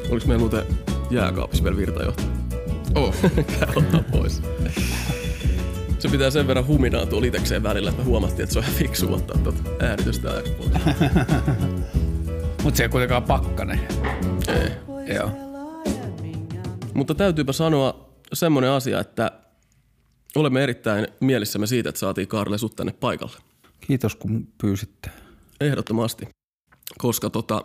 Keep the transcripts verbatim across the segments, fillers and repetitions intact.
Oliko meillä muuten jääkaapissa vielä virtajohto? Oh. Käy ottaa pois. Se pitää sen verran huminaa tuolla itekseen välillä, että me huomattiin, että se on ihan fiksu ottaa tuota äänitystä ajaksi pois. Mut se ei kuitenkaan pakkanen. Ei. Joo. Mutta täytyypä sanoa semmoinen asia, että olemme erittäin mielissämme siitä, että saatiin Kaarle sut tänne paikalle. Kiitos kun pyysitte. Ehdottomasti, koska tota,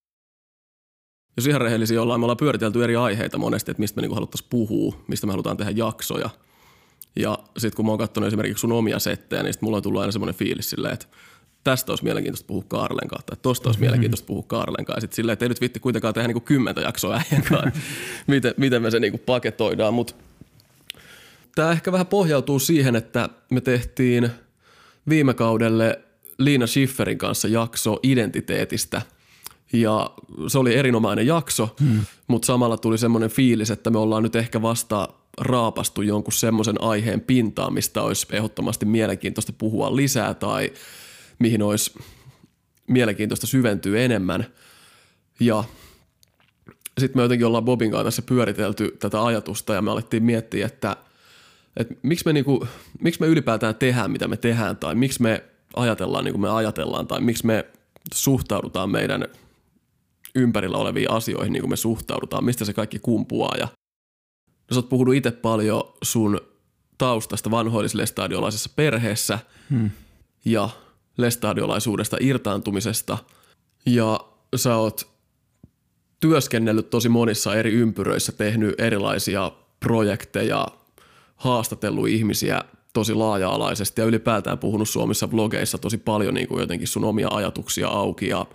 jos ihan rehellisiä ollaan, me ollaan pyöritelty eri aiheita monesti, että mistä me niinku haluttaisiin puhua, mistä me halutaan tehdä jaksoja. Ja sitten kun mä oon katsonut esimerkiksi sun omia settejä, niin sit mulla on tullut aina semmoinen fiilis silleen, että tästä olisi mielenkiintoista puhua Kaarlen kanssa, tai tosta olisi mm-hmm. mielenkiintoista puhua Kaarlen kanssa. Ja sitten silleen, että ei nyt vitti kuitenkaan tehdä niinku kymmentä jaksoa äijän kanssa, miten, miten me se niinku paketoidaan. Mutta tämä ehkä vähän pohjautuu siihen, että me tehtiin viime kaudelle Liina Schifferin kanssa jakso identiteetistä. Ja se oli erinomainen jakso, hmm. mutta samalla tuli semmoinen fiilis, että me ollaan nyt ehkä vasta raapastu jonkun semmoisen aiheen pintaan, mistä olisi ehdottomasti mielenkiintoista puhua lisää tai mihin olisi mielenkiintoista syventyä enemmän. Ja sitten me jotenkin ollaan Bobin kanssa tässä pyöritelty tätä ajatusta ja me alettiin miettiä, että, että miksi, me niinku, miksi me ylipäätään tehdään, mitä me tehdään tai miksi me ajatellaan niin kuin me ajatellaan tai miksi me suhtaudutaan meidän ympärillä oleviin asioihin niin kuin me suhtaudutaan, mistä se kaikki kumpuaa. Ja no, sä oot puhunut itse paljon sun taustasta vanhoillis-lestadiolaisessa perheessä hmm. ja lestadiolaisuudesta irtaantumisesta. Ja sä oot työskennellyt tosi monissa eri ympyröissä, tehnyt erilaisia projekteja, haastatellut ihmisiä tosi laaja-alaisesti ja ylipäätään puhunut Suomessa vlogeissa tosi paljon niin kuin jotenkin sun omia ajatuksia auki. Ja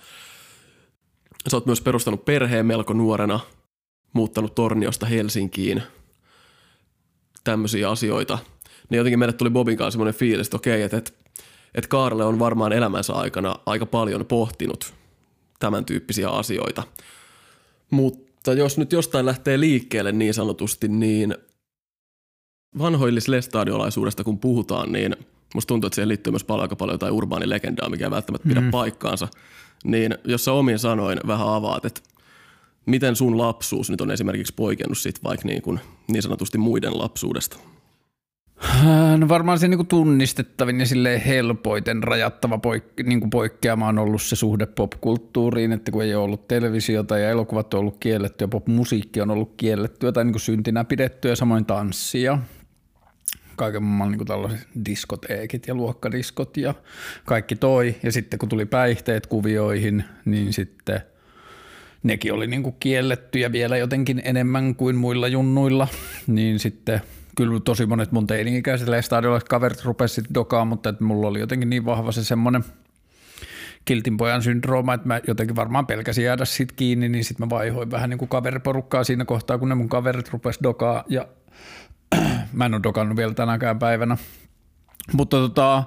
sä oot myös perustanut perheen melko nuorena, muuttanut Torniosta Helsinkiin, tämmöisiä asioita. Niin jotenkin meille tuli Bobin kanssa semmoinen fiilis, että okei, että, että, että Kaarle on varmaan elämänsä aikana aika paljon pohtinut tämän tyyppisiä asioita. Mutta jos nyt jostain lähtee liikkeelle niin sanotusti, niin vanhoillis-lestadiolaisuudesta kun puhutaan, niin musta tuntuu, että siihen liittyy myös paljon, aika paljon jotain urbaanilegendaa, mikä ei välttämättä pidä mm. paikkaansa. Niin jos sä omin sanoin vähän avaat, että miten sun lapsuus nyt on esimerkiksi poikennut sit vaikka niin, kuin niin sanotusti muiden lapsuudesta? No varmaan se niin tunnistettavin ja silleen helpoiten rajattava poik- niin poikkeama on ollut se suhde popkulttuuriin, että kun ei ole ollut televisiota ja elokuvat on ollut kielletty ja popmusiikki on ollut kiellettyä tai niin syntinä pidettyä ja samoin tanssia. Kaiken maailman niin tällaiset diskoteekit ja luokkadiskot ja kaikki toi. Ja sitten kun tuli päihteet kuvioihin, niin sitten nekin oli niin kuin kiellettyjä vielä jotenkin enemmän kuin muilla junnuilla. Niin sitten kyllä tosi monet mun teini-ikäiset lestadiolaiset kaverit rupesivat dokaan, mutta että mulla oli jotenkin niin vahva se semmoinen kiltin pojan syndrooma, että mä jotenkin varmaan pelkäsin jäädä sit kiinni, niin sitten mä vaihoin vähän niin kuin kaveriporukkaa siinä kohtaa, kun ne mun kaverit rupesivat dokaa ja mä en ole dokannut vielä tänäkään päivänä, mutta tota,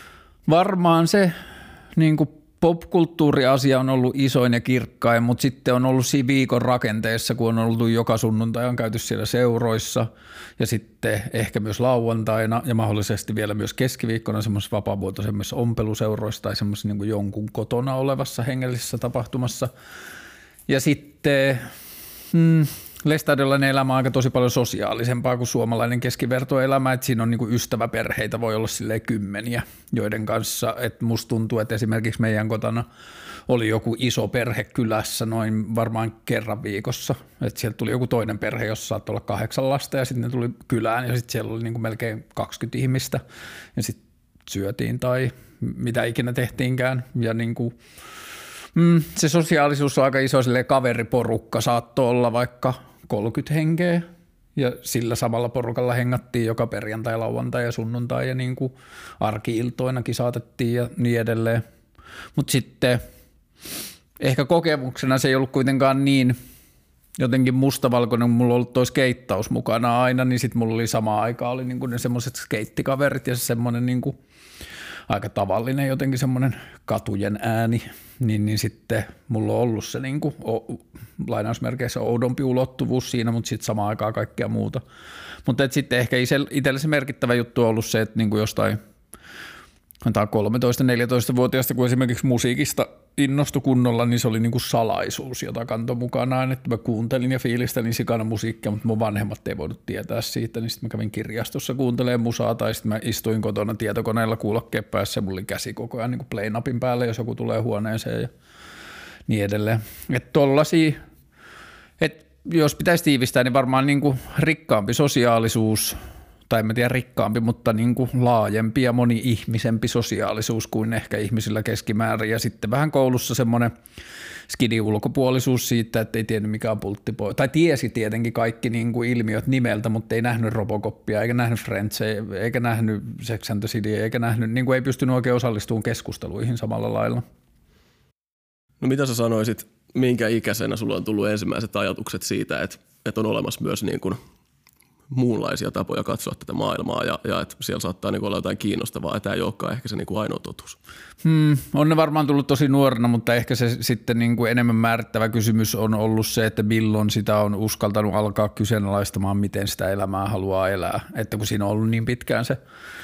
varmaan se niin kuin popkulttuuriasia on ollut isoin ja kirkkain, mutta sitten on ollut siinä viikon rakenteessa, kun on ollut joka sunnuntai, on käyty siellä seuroissa ja sitten ehkä myös lauantaina ja mahdollisesti vielä myös keskiviikkona semmoisessa vapaavuotoisemmassa ompeluseuroissa tai semmoisessa niin kuin jonkun kotona olevassa hengellisessä tapahtumassa. Ja sitten hmm, lestadiolainen elämä on aika tosi paljon sosiaalisempaa kuin suomalainen keskivertoelämä, että siinä on niin kuin ystäväperheitä, voi olla silleen kymmeniä, joiden kanssa, että musta tuntuu, että esimerkiksi meidän kotona oli joku iso perhe kylässä noin varmaan kerran viikossa, että sieltä tuli joku toinen perhe, jossa saattoi olla kahdeksan lasta ja sitten ne tuli kylään ja sitten siellä oli niin kuin melkein kaksikymmentä ihmistä ja sitten syötiin tai mitä ikinä tehtiinkään ja niin kuin Mm, se sosiaalisuus on aika iso, silleen kaveriporukka saattoi olla vaikka kolmekymmentä henkeä ja sillä samalla porukalla hengattiin joka perjantai, lauantai ja sunnuntai ja niin kuin arki-iltoinakin saatettiin ja niin edelleen. Mutta sitten ehkä kokemuksena se ei ollut kuitenkaan niin jotenkin mustavalkoinen, kun mulla on ollut toi skeittaus mukana aina, niin sitten mulla oli samaan aikaan oli niin kuin ne semmoiset skeittikaverit ja se semmoinen niin kuin aika tavallinen jotenkin semmoinen katujen ääni, niin, niin sitten mulla on ollut se niin kuin, o, lainausmerkeissä oudompi ulottuvuus siinä, mutta sitten samaan aikaan kaikkea muuta. Mutta sitten ehkä itselle se merkittävä juttu on ollut se, että niin kuin jostain kolmetoista-neljätoista-vuotiaasta, kun esimerkiksi musiikista innostui kunnolla, niin se oli niinku salaisuus, jota kantoi mukanaan, että mä kuuntelin ja fiilistelin sikana musiikkia, mutta mun vanhemmat ei voinut tietää siitä, niin sitten mä kävin kirjastossa kuuntelemaan musaa, tai sitten mä istuin kotona tietokoneella kuulokkeen päässä, ja mulla oli käsi koko ajan niin kuin play-napin päälle, jos joku tulee huoneeseen ja niin edelleen. Että tollasia, että jos pitäisi tiivistää, niin varmaan niin kuin rikkaampi sosiaalisuus, tai en mä tiedä rikkaampi, mutta niin kuin laajempi ja moni-ihmisempi sosiaalisuus kuin ehkä ihmisillä keskimäärin. Ja sitten vähän koulussa semmoinen skidin ulkopuolisuus siitä, että ei tiennyt mikä on pulttipoika. Tai tiesi tietenkin kaikki niin kuin ilmiöt nimeltä, mutta ei nähnyt Robocopia, eikä nähnyt Friendsia, eikä nähnyt Sex and the Cityä, eikä nähnyt, niin kuin ei pystynyt oikein osallistumaan keskusteluihin samalla lailla. No mitä sä sanoisit, minkä ikäisenä sulla on tullut ensimmäiset ajatukset siitä, että, että on olemassa myös niin kuin muunlaisia tapoja katsoa tätä maailmaa ja, ja että siellä saattaa niin olla jotain kiinnostavaa ja tämä ei olekaan ehkä se niin kuin ainoa totuus. Hmm, on ne varmaan tullut tosi nuorena, mutta ehkä se sitten niin kuin enemmän määrittävä kysymys on ollut se, että milloin sitä on uskaltanut alkaa kyseenalaistamaan, miten sitä elämää haluaa elää. Että kun siinä on ollut niin pitkään se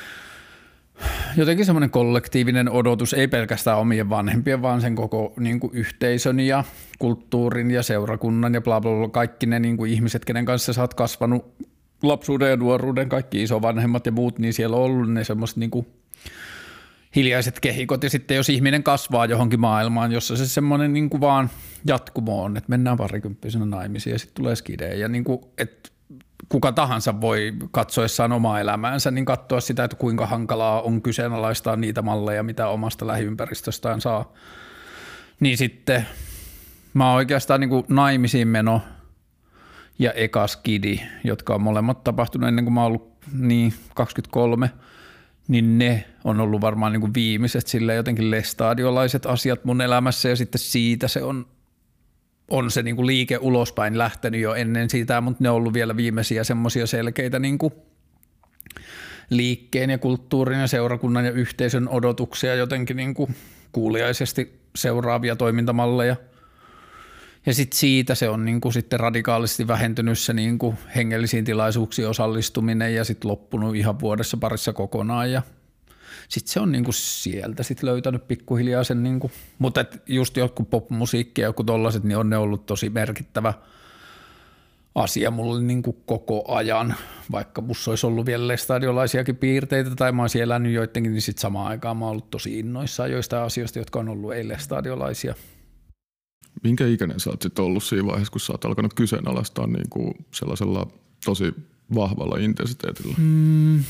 jotenkin semmoinen kollektiivinen odotus, ei pelkästään omien vanhempien, vaan sen koko niin kuin yhteisön ja kulttuurin ja seurakunnan ja bla bla bla, kaikki ne niin kuin ihmiset, kenen kanssa sä oot kasvanut lapsuuden ja nuoruuden, kaikki isovanhemmat ja muut, niin siellä on ollut ne semmoiset niin kuin hiljaiset kehikot. Ja sitten jos ihminen kasvaa johonkin maailmaan, jossa se semmoinen niin kuin vaan jatkumo on, että mennään parikymppisenä naimisiin ja sitten tulee skidejä. Ja niin kuin, että kuka tahansa voi katsoessaan omaa elämäänsä, niin katsoa sitä, että kuinka hankalaa on kyseenalaistaa niitä malleja, mitä omasta lähiympäristöstään saa. Niin sitten mä oon oikeastaan niin kuin naimisiin meno ja eka skidi, jotka on molemmat tapahtunut ennen kuin mä oon ollut niin kaksikymmentäkolme, niin ne on ollut varmaan niin kuin viimeiset silleen jotenkin lestadiolaiset asiat mun elämässä ja sitten siitä se on, on se niin kuin liike ulospäin lähtenyt jo ennen sitä, mutta ne on ollut vielä viimeisiä semmoisia selkeitä niin kuin liikkeen ja kulttuurin ja seurakunnan ja yhteisön odotuksia jotenkin niin kuin kuuliaisesti seuraavia toimintamalleja. Ja sitten siitä se on niinku sitten radikaalisti vähentynyt se niinku hengellisiin tilaisuuksiin osallistuminen ja sitten loppunut ihan vuodessa parissa kokonaan ja sitten se on niinku sieltä sitten löytänyt pikkuhiljaa sen, niinku, mutta et just jotkut popmusiikki ja jotkut tollaiset, niin on ne ollut tosi merkittävä asia mulle niinku koko ajan, vaikka musta olisi ollut vielä lestadiolaisiakin piirteitä tai mä olisin elänyt joidenkin, niin sitten samaan aikaan mä oon ollut tosi innoissaan joistain asioista, jotka on ollut ei-lestadiolaisia. Minkä ikäinen sä oot sitten ollut siinä vaiheessa, kun sä oot alkanut kyseenalaistaa niin kuin sellaisella tosi vahvalla intensiteetillä? Hmm.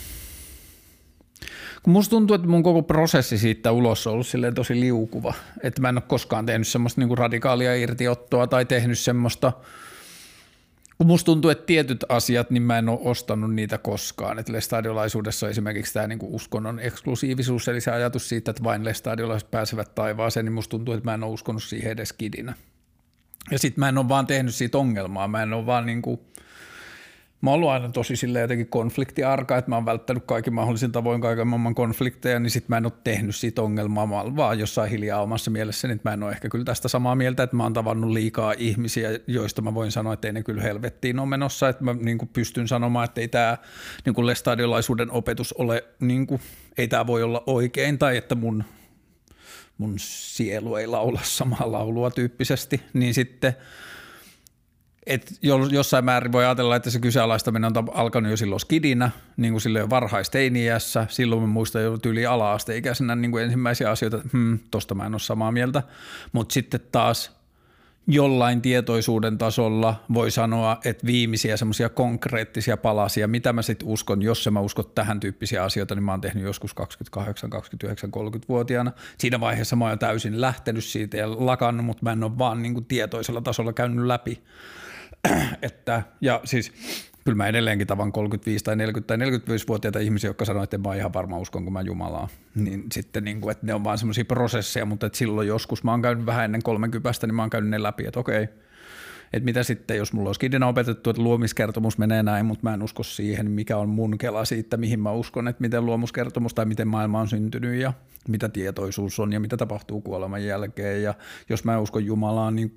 Kun musta tuntuu, että mun koko prosessi siitä ulos on ollut silleen tosi liukuva, että mä en ole koskaan tehnyt semmoista niinku radikaalia irtiottoa tai tehnyt semmoista, kun musta tuntuu, että tietyt asiat, niin mä en ole ostanut niitä koskaan. Että lestadiolaisuudessa on esimerkiksi tämä niinku uskonnon eksklusiivisuus, eli se ajatus siitä, että vain lestadiolaiset pääsevät taivaaseen, niin musta tuntuu, että mä en ole uskonut siihen edes kidinä. Ja sit mä en ole vaan tehnyt siitä ongelmaa, mä en ole vaan niinku, mä oon ollut aina tosi silleen jotenkin konfliktiarka, että mä oon välttänyt kaikin mahdollisin tavoin kaiken maailman konflikteja, niin sit mä en ole tehnyt siitä ongelmaa, mä oon vaan jossain hiljaa omassa mielessäni, että mä en ole ehkä kyllä tästä samaa mieltä, että mä oon tavannut liikaa ihmisiä, joista mä voin sanoa, että ei ne kyllä helvettiin ole menossa, että mä niin kuin pystyn sanomaan, että ei tää niin kuin lestadiolaisuuden opetus ole, niin kuin, ei tää voi olla oikein, tai että mun, mun sielu ei laula samaa laulua tyyppisesti, niin sitten että jossain määrin voi ajatella, että se kyseenalaistaminen on alkanut jo silloin skidinä, niin kuin silloin varhaisteiniässä. Silloin mä muistan jo tyyli ala-asteikäisenä niin kuin ensimmäisiä asioita, että hmm, tosta mä en ole samaa mieltä. Mutta sitten taas jollain tietoisuuden tasolla voi sanoa, että viimeisiä semmoisia konkreettisia palasia, mitä mä sitten uskon, jos mä uskon tähän tyyppisiä asioita, niin mä oon tehnyt joskus kaksikymmentäkahdeksan, kaksikymmentäyhdeksän, kolmekymmentävuotiaana. Siinä vaiheessa mä oon jo täysin lähtenyt siitä ja lakannut, mutta mä en ole vaan niin kuin tietoisella tasolla käynyt läpi. Että, ja siis kyllä mä edelleenkin tavan kolmekymmentäviisi tai neljäkymmentä tai neljäkymmentäviisivuotiaita ihmisiä, jotka sanoo, että en mä ihan varmaan uskon, kun mä Jumalaa. Niin sitten niin kuin, että ne on vaan semmoisia prosesseja, mutta että silloin joskus mä oon käynyt vähän ennen kolmenkypästä, niin mä oon käynyt ne läpi, että okei, että mitä sitten, jos mulla olisi kidinä opetettu, että luomiskertomus menee näin, mutta mä en usko siihen, mikä on mun kela siitä, mihin mä uskon, että miten luomuskertomus tai miten maailma on syntynyt ja mitä tietoisuus on ja mitä tapahtuu kuoleman jälkeen. Ja jos mä en usko Jumalaan, niin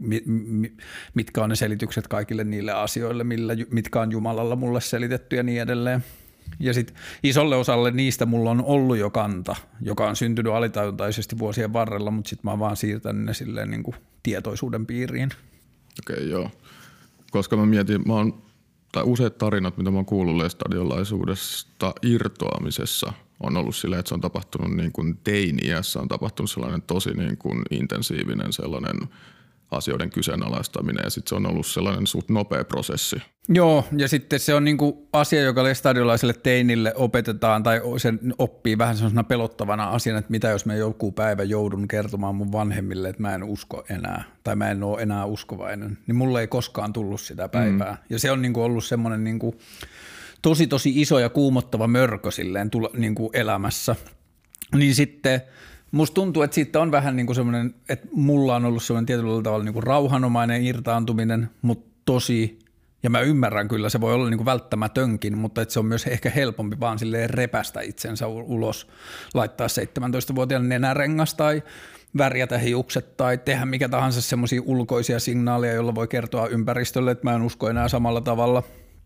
mitkä on ne selitykset kaikille niille asioille, millä, mitkä on Jumalalla mulle selitetty ja niin edelleen. Ja sitten isolle osalle niistä mulla on ollut jo kanta, joka on syntynyt alitajuntaisesti vuosien varrella, mutta sitten mä oon vaan siirtänyt ne silleen niin kuin tietoisuuden piiriin. Okei, okay, joo. Koska mä mietin, mä oon, tai useat tarinat, mitä mä oon kuullut lestadiolaisuudesta irtoamisessa, on ollut silleen, että se on tapahtunut niin kuin teini-iässä, on tapahtunut sellainen tosi niin kuin intensiivinen sellainen asioiden kyseenalaistaminen ja sitten se on ollut sellainen suht nopea prosessi. Joo, ja sitten se on niinku asia, joka lestadiolaiselle teinille opetetaan tai sen oppii vähän sellaisena pelottavana asiana, että mitä jos mä joku päivä joudun kertomaan mun vanhemmille, että mä en usko enää tai mä en ole enää uskovainen, niin mulle ei koskaan tullut sitä päivää. Mm. Ja se on niinku ollut semmoinen niinku tosi tosi iso ja kuumottava mörkö silleen tula, niinku elämässä. Niin sitten musta tuntuu, että siitä on vähän niin kuin semmoinen, että mulla on ollut semmoinen tietyllä tavalla niin kuin rauhanomainen irtaantuminen, mutta tosi, ja mä ymmärrän kyllä, se voi olla niin kuin välttämätönkin, mutta että se on myös ehkä helpompi vaan silleen repästä itsensä ulos, laittaa seitsemäntoistavuotiaan nenärengas tai värjätä hiukset tai tehdä mikä tahansa semmoisia ulkoisia signaaleja, joilla voi kertoa ympäristölle, että mä en usko enää samalla tavalla.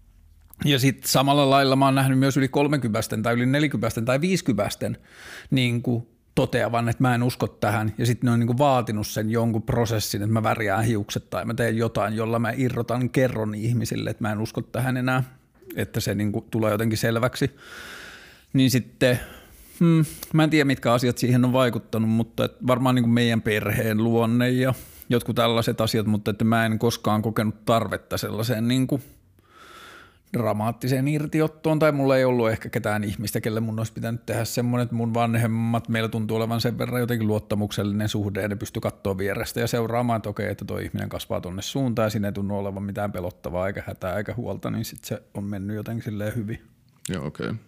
Ja sitten samalla lailla mä oon nähnyt myös yli kolmekymmentä tai yli neljäkymmentä tai viisikymmentä niin kuin toteavan, että mä en usko tähän, ja sitten ne on niinku vaatinut sen jonkun prosessin, että mä värjään hiukset tai mä teen jotain, jolla mä irrotan kerron ihmisille, että mä en usko tähän enää, että se niinku tulee jotenkin selväksi. Niin sitten, hmm, mä en tiedä mitkä asiat siihen on vaikuttanut, mutta varmaan niinku meidän perheen luonne ja jotkut tällaiset asiat, mutta että mä en koskaan kokenut tarvetta sellaiseen niinku dramaattiseen irtiottoon, tai mulla ei ollut ehkä ketään ihmistä, kelle mun olisi pitänyt tehdä semmoinen, että mun vanhemmat, meillä tuntuu olevan sen verran jotenkin luottamuksellinen suhde, ja ne pystyi katsoa vierestä ja seuraamaan, että okei, että toi ihminen kasvaa tonne suuntaan, ja siinä ei tunnu olevan mitään pelottavaa, eikä hätää, eikä huolta, niin sitten se on mennyt jotenkin silleen hyvin. Joo, okei. Okay.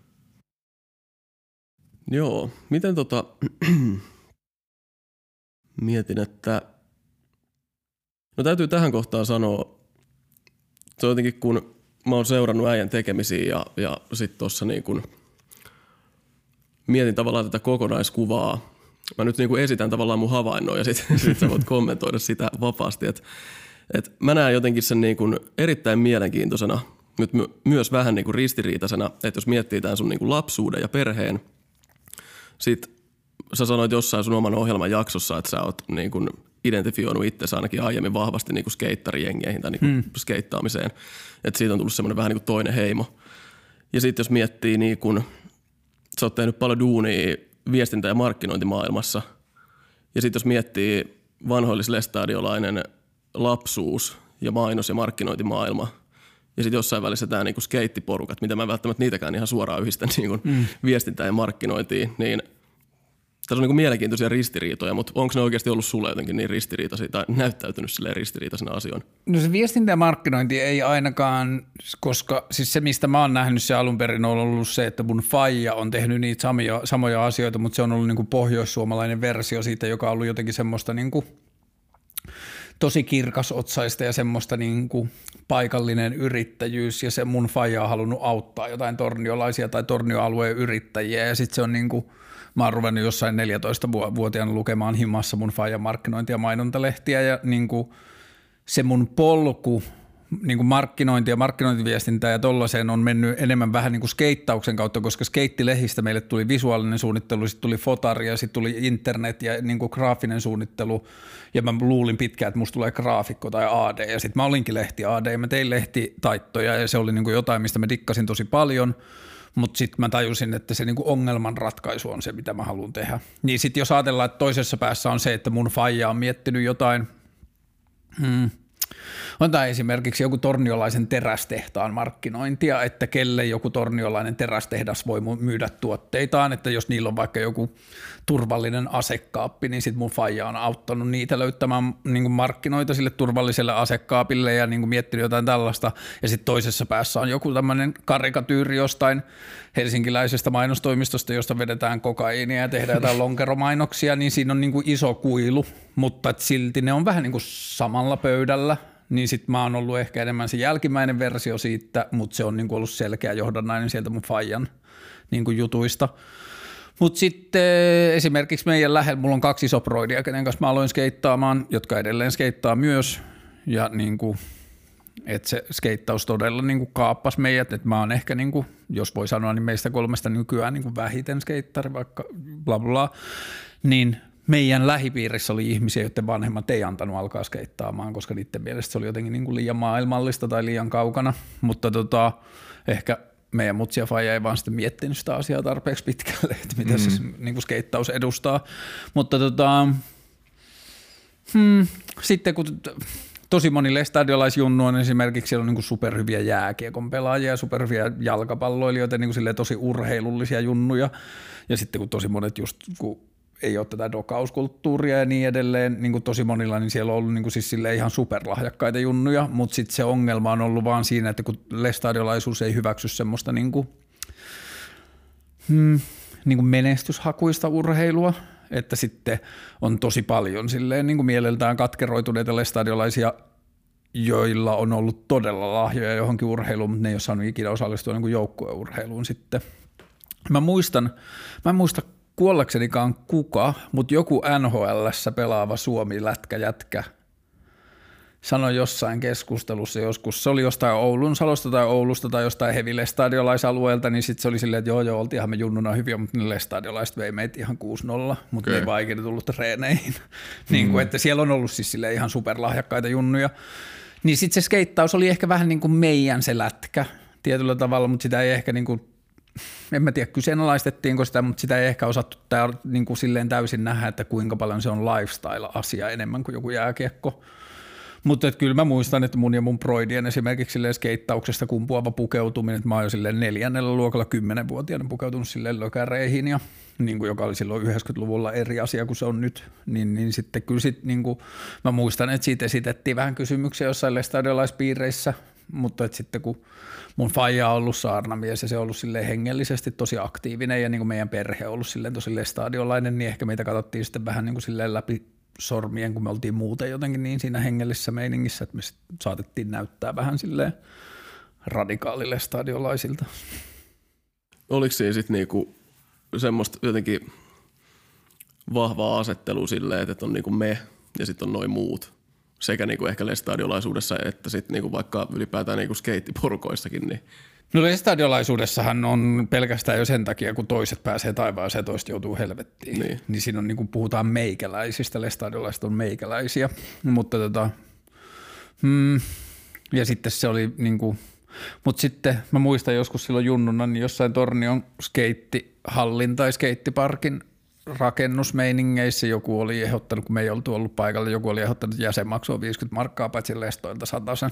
Joo, miten tota, mietin, että no täytyy tähän kohtaan sanoa, se on jotenkin kun mä oon seurannut äijän tekemisiä ja, ja sit tossa niin kun mietin tavallaan tätä kokonaiskuvaa. Mä nyt niin kun esitän tavallaan mun havainnon ja sit, sit sä voit kommentoida sitä vapaasti. Et, et mä näen jotenkin sen niin kun erittäin mielenkiintoisena, nyt my, myös vähän niin kun ristiriitaisena, että jos miettii tämän sun niin kun lapsuuden ja perheen, sit sä sanoit jossain sun oman ohjelman jaksossa, että sä oot niin kun identifioinut itsensä ainakin aiemmin vahvasti niin kuin skeittarijengeihin tai niin kuin hmm. skeittaamiseen. Että siitä on tullut semmoinen vähän niin kuin toinen heimo. Ja sitten jos miettii, niin kuin, sä oot tehnyt paljon duunia viestintä- ja markkinointimaailmassa. Ja sitten jos miettii vanhoillis-lestadiolainen lapsuus ja mainos- ja markkinointimaailma. Ja sitten jossain välissä tämä niin kuin skeittiporukat, mitä mä välttämättä niitäkään ihan suoraan yhdistän niin kuin hmm. viestintään ja markkinointiin, niin tässä on niin kuin mielenkiintoisia ristiriitoja, mutta onko ne oikeasti ollut sulle jotenkin niin ristiriitaisia tai näyttäytynyt silleen ristiriitaisena asioina? No se viestintä ja markkinointi ei ainakaan, koska siis se mistä mä oon nähnyt se alun perin on ollut se, että mun faija on tehnyt niitä samoja, samoja asioita, mutta se on ollut niin kuin pohjoissuomalainen versio siitä, joka on ollut jotenkin semmoista niin kuin tosi kirkasotsaista ja semmoista niin kuin paikallinen yrittäjyys ja se mun faija on halunnut auttaa jotain torniolaisia tai tornioalueen yrittäjiä ja sitten se on niin kuin mä oon ruvennut jossain neljätoistavuotiaana lukemaan himassa mun faijan markkinointi- ja mainontalehtiä ja niin kuin se mun polku niin kuin markkinointi- ja markkinointiviestintää ja tollaiseen on mennyt enemmän vähän niin kuin skeittauksen kautta, koska skeittilehistä meille tuli visuaalinen suunnittelu, sitten tuli fotari ja sitten tuli internet ja niin kuin graafinen suunnittelu ja mä luulin pitkään, että musta tulee graafikko tai A D ja sitten mä olinkin lehti A D ja mä tein lehtitaittoja ja se oli niin kuin jotain, mistä mä dikkasin tosi paljon. Mutta sitten mä tajusin, että se niinku ongelmanratkaisu on se, mitä mä haluan tehdä. Niin sitten jos ajatellaan, että toisessa päässä on se, että mun faija on miettinyt jotain, hmm, on tämä esimerkiksi joku torniolaisen terästehtaan markkinointia, että kelle joku torniolainen terästehdas voi myydä tuotteitaan, että jos niillä on vaikka joku turvallinen asekaappi, niin sitten mun faija on auttanut niitä löytämään niin kuin markkinoita sille turvalliselle asekaapille ja niin kuin miettinyt jotain tällaista. Ja sitten toisessa päässä on joku tämmöinen karikatyyri jostain helsinkiläisestä mainostoimistosta, josta vedetään kokaiinia ja tehdään jotain lonkeromainoksia, niin siinä on niin kuin iso kuilu, mutta silti ne on vähän niin kuin samalla pöydällä. Niin sit mä oon ollut ehkä enemmän se jälkimmäinen versio siitä, mutta se on niinku ollut selkeä johdannainen sieltä mun faijan niinku jutuista. Mutta sitten esimerkiksi meidän lähellä, mulla on kaksi isoproidia, kenen kanssa mä aloin skeittaamaan, jotka edelleen skeittaa myös. Ja niinku, että se skeittaus todella niin kuin kaappasi meidät, että mä oon ehkä, niin kuin, jos voi sanoa, niin meistä kolmesta nykyään niin kuin vähiten skeittari, vaikka bla bla, niin meidän lähipiirissä oli ihmisiä, joiden vanhemmat ei antanut alkaa skeittaamaan, koska niiden mielestä se oli jotenkin niin kuin liian maailmallista tai liian kaukana, mutta tota, ehkä meidän mutsi ja faija ei vaan sitten miettinyt sitä asiaa tarpeeksi pitkälle, että mitä mm. se niin kuin skeittaus edustaa, mutta tota, hmm, sitten kun tosi monille stadiolaisjunnu on esimerkiksi, siellä on niin kuin superhyviä jääkiekon pelaajia, superhyviä jalkapalloilijoita, niin kuin tosi urheilullisia junnuja, ja sitten kun tosi monet just, kun ei ole tätä dokauskulttuuria ja niin edelleen, niin kuin tosi monilla, niin siellä on ollut niin kuin siis ihan superlahjakkaita junnuja, mutta sitten se ongelma on ollut vaan siinä, että kun lestadiolaisuus ei hyväksy semmoista niin kuin, hmm, niin kuin menestyshakuista urheilua, että sitten on tosi paljon silleen niin kuin mieleltään katkeroituneita lestadiolaisia, joilla on ollut todella lahjoja johonkin urheiluun, mutta ne ei ole saanut ikinä osallistua niin kuin joukkueurheiluun sitten. Mä muistan, mä en muista kuollaksenikaan kuka, mutta joku N H L:ssä pelaava Suomi-lätkäjätkä sanoi jossain keskustelussa joskus, se oli jostain Oulun Salosta tai Oulusta tai jostain hevilestadiolaisalueelta, niin sitten se oli silleen, että joo joo, oltiinhan me junnuna hyviä, mutta ne lestadiolaiset vei meitä ihan kuusi nolla, mutta okay. Ne ei vaan ikinä tullut treeneihin. Mm. niin kuin, että siellä on ollut siis silleen ihan superlahjakkaita junnuja. Niin sitten se skeittaus oli ehkä vähän niin kuin meidän se lätkä tietyllä tavalla, mutta sitä ei ehkä niin kuin, en mä tiedä kyseenalaistettiinko sitä, mutta sitä ei ehkä osattu tää, niin kuin silleen täysin nähdä, että kuinka paljon se on lifestyle-asia enemmän kuin joku jääkiekko. Mutta kyllä mä muistan, että mun ja mun broidien esimerkiksi skeittauksesta kumpuava pukeutuminen, että mä oon jo silleen neljännellä luokalla kymmenvuotiaana pukeutunut silleen lökäreihin, ja, niin kuin, joka oli silloin yhdeksänkymmentäluvulla eri asia kuin se on nyt, niin, niin sitten kyllä sit, niin kuin, mä muistan, että siitä esitettiin vähän kysymyksiä jossain lestadiolaispiireissä, mutta että sitten kun mun faija on ollut saarnamies ja se on ollut silleen hengellisesti tosi aktiivinen ja niin kuin meidän perhe on ollut silleen tosi lestadiolainen, niin ehkä meitä katsottiin sitten vähän niin kuin silleen läpi sormien, kun me oltiin muuten jotenkin niin siinä hengellisessä meiningissä, että me saatettiin näyttää vähän silleen radikaalille stadiolaisilta. Oliko siinä sitten niinku semmoista jotenkin vahvaa asettelua silleen, että on niinku me ja sitten on noin muut, sekä niinku ehkä lestadiolaisuudessa että sitten niinku vaikka ylipäätään niinku skeittiporukoissakin, niin no lestadiolaisuudessahan on pelkästään jo sen takia, kun toiset pääsee taivaaseen ja toiset joutuu helvettiin. Niin, niin siinä on niin kuin puhutaan meikäläisistä, lestadiolaiset on meikäläisiä, mutta tota, hmm, ja sitten se oli niin kuin, mutta sitten mä muistan joskus silloin junnuna, niin jossain Tornion skeittihallin tai skeittiparkin rakennusmeiningeissä joku oli ehdottanut, kun me ei oltu ollut paikalla, joku oli ehdottanut jäsenmaksua viisikymmentä markkaa, paitsi lestoilta satasen.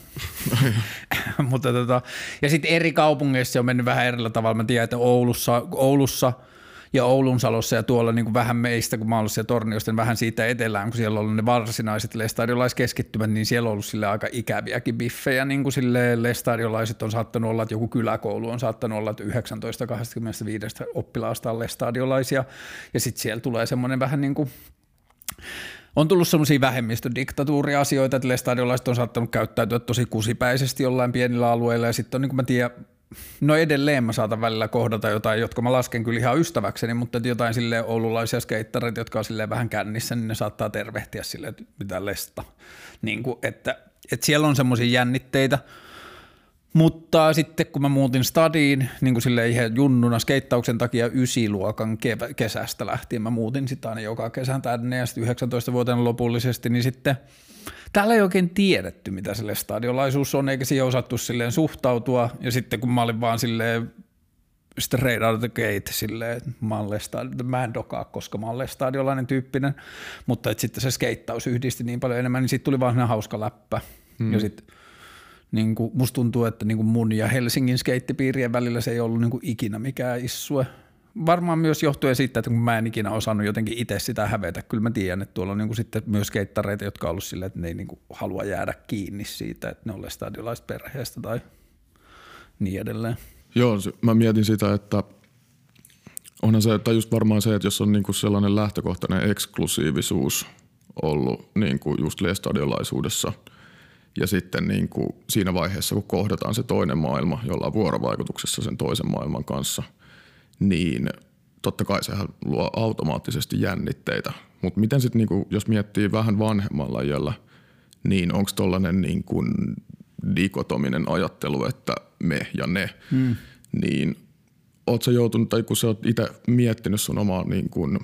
Mutta tota, ja sitten eri kaupungeissa se on mennyt vähän erillä tavalla. Mä tiedän, että Oulussa, Oulussa ja Oulun Salossa ja tuolla niin kuin vähän meistä, kun mä oon ollut siellä Torniosta, niin vähän siitä etelään, kun siellä on ollut ne varsinaiset lestadiolaiskeskittymät, niin siellä on ollut sille aika ikäviäkin biffejä, niin kuin sille lestadiolaiset on saattanut olla, että joku kyläkoulu on saattanut olla, että yhdeksäntoista kaksikymmentäviisi oppilaasta on lestadiolaisia, ja sitten siellä tulee semmoinen vähän niin kuin on tullut semmoisia vähemmistödiktatuuriasioita, että lestadiolaiset on saattanut käyttäytyä tosi kusipäisesti jollain pienillä alueilla, ja sitten on niin kuin mä tiedän, no edelleen mä saatan välillä kohdata jotain, jotka mä lasken kyllä ihan ystäväkseni, mutta jotain silleen oululaisia skeittareita, jotka on silleen vähän kännissä, niin ne saattaa tervehtiä silleen, että mitä lesta. Niin kuin, että, että siellä on semmoisia jännitteitä, mutta sitten kun mä muutin stadiin, niin kuin silleen ihan junnuna skeittauksen takia ysiluokan kevä, kesästä lähtien, mä muutin sitten aina joka kesän tänne ja sitten yhdeksäntoista vuoteen lopullisesti, niin sitten täällä ei oikein tiedetty, mitä se lestadiolaisuus on, eikä siihen osattu silleen suhtautua. Ja sitten kun mä olin vaan silleen straight out of the gate silleen, että mä, mä en dokaa, koska mä oon lestadiolainen tyyppinen, mutta että sitten se skeittaus yhdisti niin paljon enemmän, niin sitten tuli vaan sellainen hauska läppä. Hmm. Ja sitten niin kuin, musta tuntuu, että niin kuin mun ja Helsingin skeittipiirien välillä se ei ollut niin kuin ikinä mikään issue. Varmaan myös johtuen siitä, että kun mä en ikinä osannut jotenkin itse sitä hävetä. Kyllä mä tiedän, että tuolla on niinku sitten myös skeittareita, jotka on ollut silleen, että ne ei niinku halua jäädä kiinni siitä, että ne on lestadiolaiset perheestä tai niin edelleen. Joo, mä mietin sitä, että onhan se, tai just varmaan se, että jos on niinku sellainen lähtökohtainen eksklusiivisuus ollut niinku just lestadiolaisuudessa ja sitten niinku siinä vaiheessa, kun kohdataan se toinen maailma, jolla on vuorovaikutuksessa sen toisen maailman kanssa, niin totta kai sehän luo automaattisesti jännitteitä. Mutta miten sitten, niinku, jos miettii vähän vanhemmalla iällä, niin onko tollainen niinku dikotominen ajattelu, että me ja ne, hmm. niin oot sä joutunut, tai kun sä oot itse miettinyt sun omaa niin kuin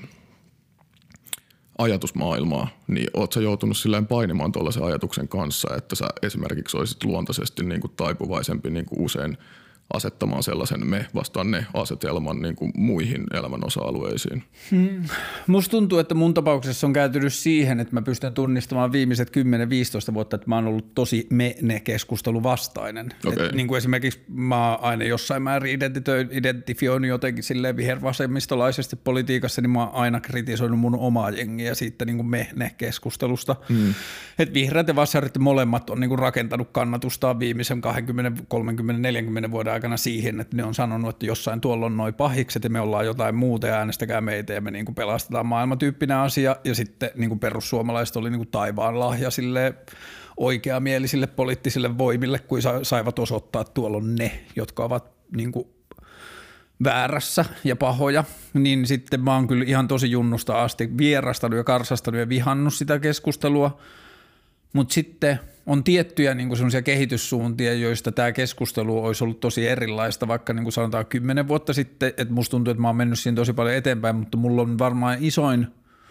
ajatusmaailmaa, niin oot sä joutunut silleen painimaan tuollaisen ajatuksen kanssa, että sä esimerkiksi olisit luontaisesti niin kuin taipuvaisempi niin kuin usein asettamaan sellaisen me vastaan ne asetelman niin kuin muihin elämän osa-alueisiin. Hmm. Musta tuntuu, että mun tapauksessa on käytynyt siihen, että mä pystyn tunnistamaan viimeiset kymmenen viisitoista vuotta, että mä oon ollut tosi me-ne-keskustelu vastainen. Okay. Niin kuin esimerkiksi mä oon aina jossain määrin identifioinut jotenkin silleen vihervasemmistolaisesti politiikassa, niin mä oon aina kritisoinut mun omaa jengiä siitä niin kuin me-ne-keskustelusta. Hmm. Että vihreät ja vasarit molemmat on niin kuin rakentanut kannatustaan viimeisen kaksikymmentä, kolmekymmentä, neljäkymmentä vuoden aikana siihen, että ne on sanonut, että jossain tuolla on noi pahikset ja me ollaan jotain muuta ja äänestäkää meitä ja me niin kuin pelastetaan maailmatyyppinen asia. Ja sitten niin kuin perussuomalaiset oli niin kuin taivaan lahja sille oikeamielisille poliittisille voimille, kun saivat osoittaa, että tuolla on ne, jotka ovat niin kuin väärässä ja pahoja. Niin sitten mä oon kyllä ihan tosi junnusta asti vierastanut ja karsastanut ja vihannut sitä keskustelua. Mutta sitten on tiettyjä niin semmoisia kehityssuuntia, joista tämä keskustelu olisi ollut tosi erilaista, vaikka niin kuin sanotaan kymmenen vuotta sitten, että musta tuntuu, että mä oon mennyt siinä tosi paljon eteenpäin, mutta mulla on varmaan isoin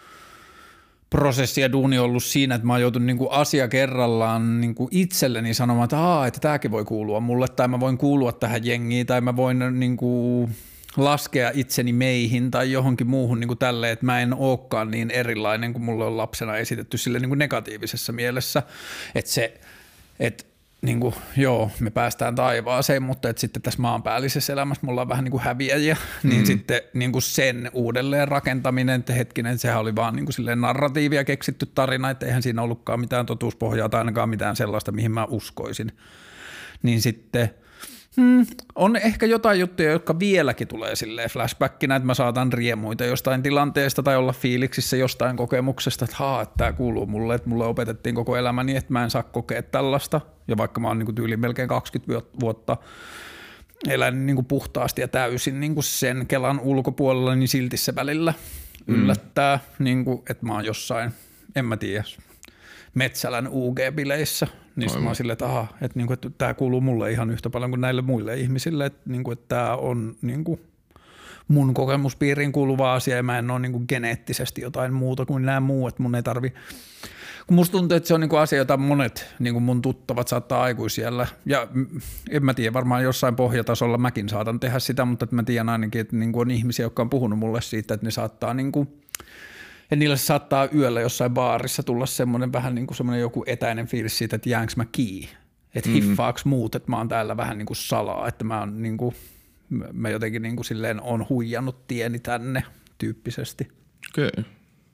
prosessi ja duuni ollut siinä, että mä oon joutunut niin kuin asia kerrallaan niin kuin itselleni sanomaan, että, Aa, että tämäkin voi kuulua mulle, tai mä voin kuulua tähän jengiin, tai mä voin niin kuin laskea itseni meihin tai johonkin muuhun niin kuin tälleen, että mä en olekaan niin erilainen kuin mulle on lapsena esitetty sille niin kuin negatiivisessa mielessä, että se, että niin kuin, joo, me päästään taivaaseen, mutta että sitten tässä maanpäällisessä elämässä me ollaan vähän niin kuin häviäjiä, mm-hmm. niin sitten niin kuin sen uudelleen rakentaminen, että hetkinen, sehän oli vaan niin kuin silleen narratiivia keksitty tarina, että eihän siinä ollutkaan mitään totuuspohjaa tai ainakaan mitään sellaista, mihin mä uskoisin, niin sitten Hmm, on ehkä jotain juttuja, jotka vieläkin tulee silleen flashbackinä, että mä saatan riemuita jostain tilanteesta tai olla fiiliksissä jostain kokemuksesta, että haa, että tämä kuuluu mulle, että mulle opetettiin koko elämäni, että mä en saa kokea tällaista. Ja vaikka mä oon niin kuin tyyliin melkein kaksikymmentä vuotta elänyt niin kuin puhtaasti ja täysin niin kuin sen kelan ulkopuolella, niin silti se välillä yllättää, mm. niin kuin, että mä oon jossain, en mä tiedä, Metsälän U G-bileissä, niin mä oon silleen, että aha, että, niinku, että tämä kuuluu mulle ihan yhtä paljon kuin näille muille ihmisille, että, niinku, että tämä on niinku, mun kokemuspiiriin kuuluva asia ja mä en ole niinku, geneettisesti jotain muuta kuin nämä muu, että mun ei tarvi, kun musta tuntuu, että se on niinku asia, jota monet niinku mun tuttavat saattaa aikuisiellä ja en mä tiedä, varmaan jossain pohjatasolla mäkin saatan tehdä sitä, mutta että mä tiedän ainakin, että niinku on ihmisiä, jotka on puhunut mulle siitä, että ne saattaa niinku ja niillä se saattaa yöllä jossain baarissa tulla semmoinen vähän niin kuin semmoinen joku etäinen fiilis siitä, että jäänkö mä kiinni. Että mm-hmm. hiffaaks muut, että mä oon täällä vähän niin kuin salaa, että mä oon niin kuin, mä jotenkin niin kuin silleen on huijannut tieni tänne tyyppisesti. Okei. Okay.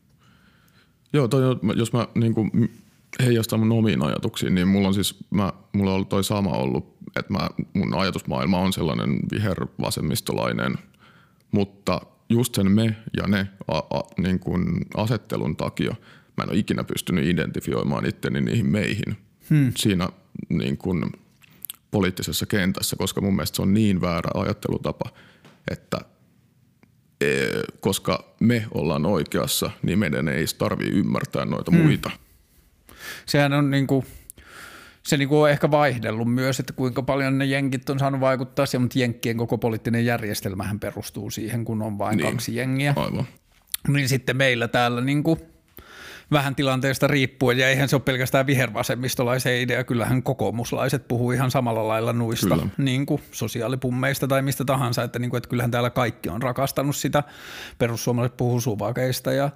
Joo, toi, jos mä niin kuin heijastan mun omiin ajatuksiin, niin mulla on siis, mä, mulla on ollut toi sama ollut, että mä, mun ajatusmaailma on sellainen vihervasemmistolainen, mutta just sen me ja ne a, a, niin kuin asettelun takia mä en ole ikinä pystynyt identifioimaan itteni niihin meihin hmm. siinä niin kuin poliittisessa kentässä, koska mun mielestä se on niin väärä ajattelutapa, että e, koska me ollaan oikeassa, niin meidän ei tarvitse ymmärtää noita hmm. muita. Sehän on niin kuin se niinku on ehkä vaihdellut myös, että kuinka paljon ne jenkit on saanut vaikuttaa siihen, mutta jenkkien koko poliittinen järjestelmähän perustuu siihen, kun on vain niin, kaksi jengiä. Aivan. Niin sitten meillä täällä niinku vähän tilanteesta riippuen, ja eihän se ole pelkästään vihervasemmistolaisen idea, kyllähän kokoomuslaiset puhuu ihan samalla lailla nuista niin kuin sosiaalipummeista tai mistä tahansa, että, niin kuin, että kyllähän täällä kaikki on rakastanut sitä, perussuomalaiset puhuu suvakeista ja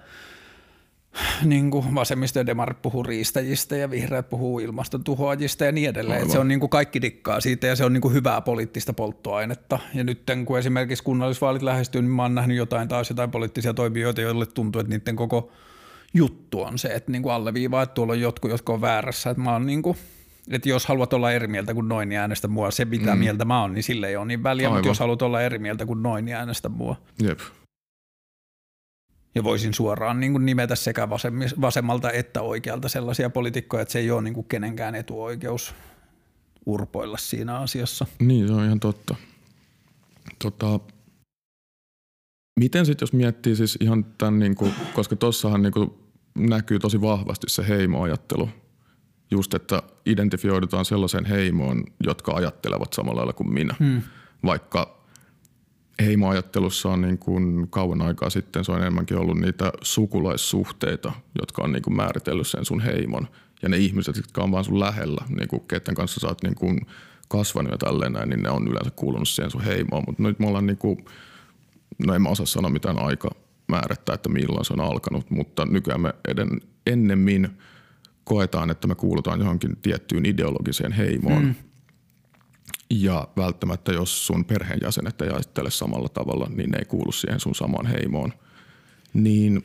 niin kuin vasemmisto ja demarit puhuu riistäjistä ja vihreät puhuu ilmastontuhoajista ja niin edelleen. Että se on niin kuin kaikki dikkaa siitä ja se on niin kuin hyvää poliittista polttoainetta. Ja nyt kun esimerkiksi kunnallisvaalit lähestyy, niin mä oon nähnyt jotain taas jotain poliittisia toimijoita, joille tuntuu, että niiden koko juttu on se, että niin kuin alleviivaa, että tuolla on jotkut, jotka on väärässä. Että mä oon niin kuin, että jos haluat olla eri mieltä kuin noin, niin äänestä mua. Se mitä mm. mieltä mä oon, niin sille ei ole niin väliä, Aivan. mutta jos haluat olla eri mieltä kuin noin, niin äänestä mua. Jep. Ja voisin suoraan niin kuin nimetä sekä vasemmalta että oikealta sellaisia poliitikkoja, että se ei ole niin kuin kenenkään etuoikeus urpoilla siinä asiassa. Niin, se on ihan totta. Tota, miten sitten jos miettii siis ihan tämän, niin kuin, koska tossahan niin kuin näkyy tosi vahvasti se heimoajattelu just, että identifioidutaan sellaiseen heimoon, jotka ajattelevat samalla lailla kuin minä. Hmm. Vaikka heimoajattelussa on niin kuin kauan aikaa sitten, se on enemmänkin ollut niitä sukulaissuhteita, jotka on niin kuin määritellyt sen sun heimon. Ja ne ihmiset, jotka on vaan sun lähellä, niin kuin keiden kanssa sä oot niin kuin kasvanut ja tälleen näin, niin ne on yleensä kuulunut siihen sun heimoon. Mutta nyt me ollaan niin kuin, no en mä osaa sanoa mitään aikamäärättä, että milloin se on alkanut, mutta nykyään me eden, ennemmin koetaan, että me kuulutaan johonkin tiettyyn ideologiseen heimoon. Mm. Ja välttämättä, jos sun perheenjäsenet ei ajattele samalla tavalla, niin ne ei kuulu siihen sun samaan heimoon. Niin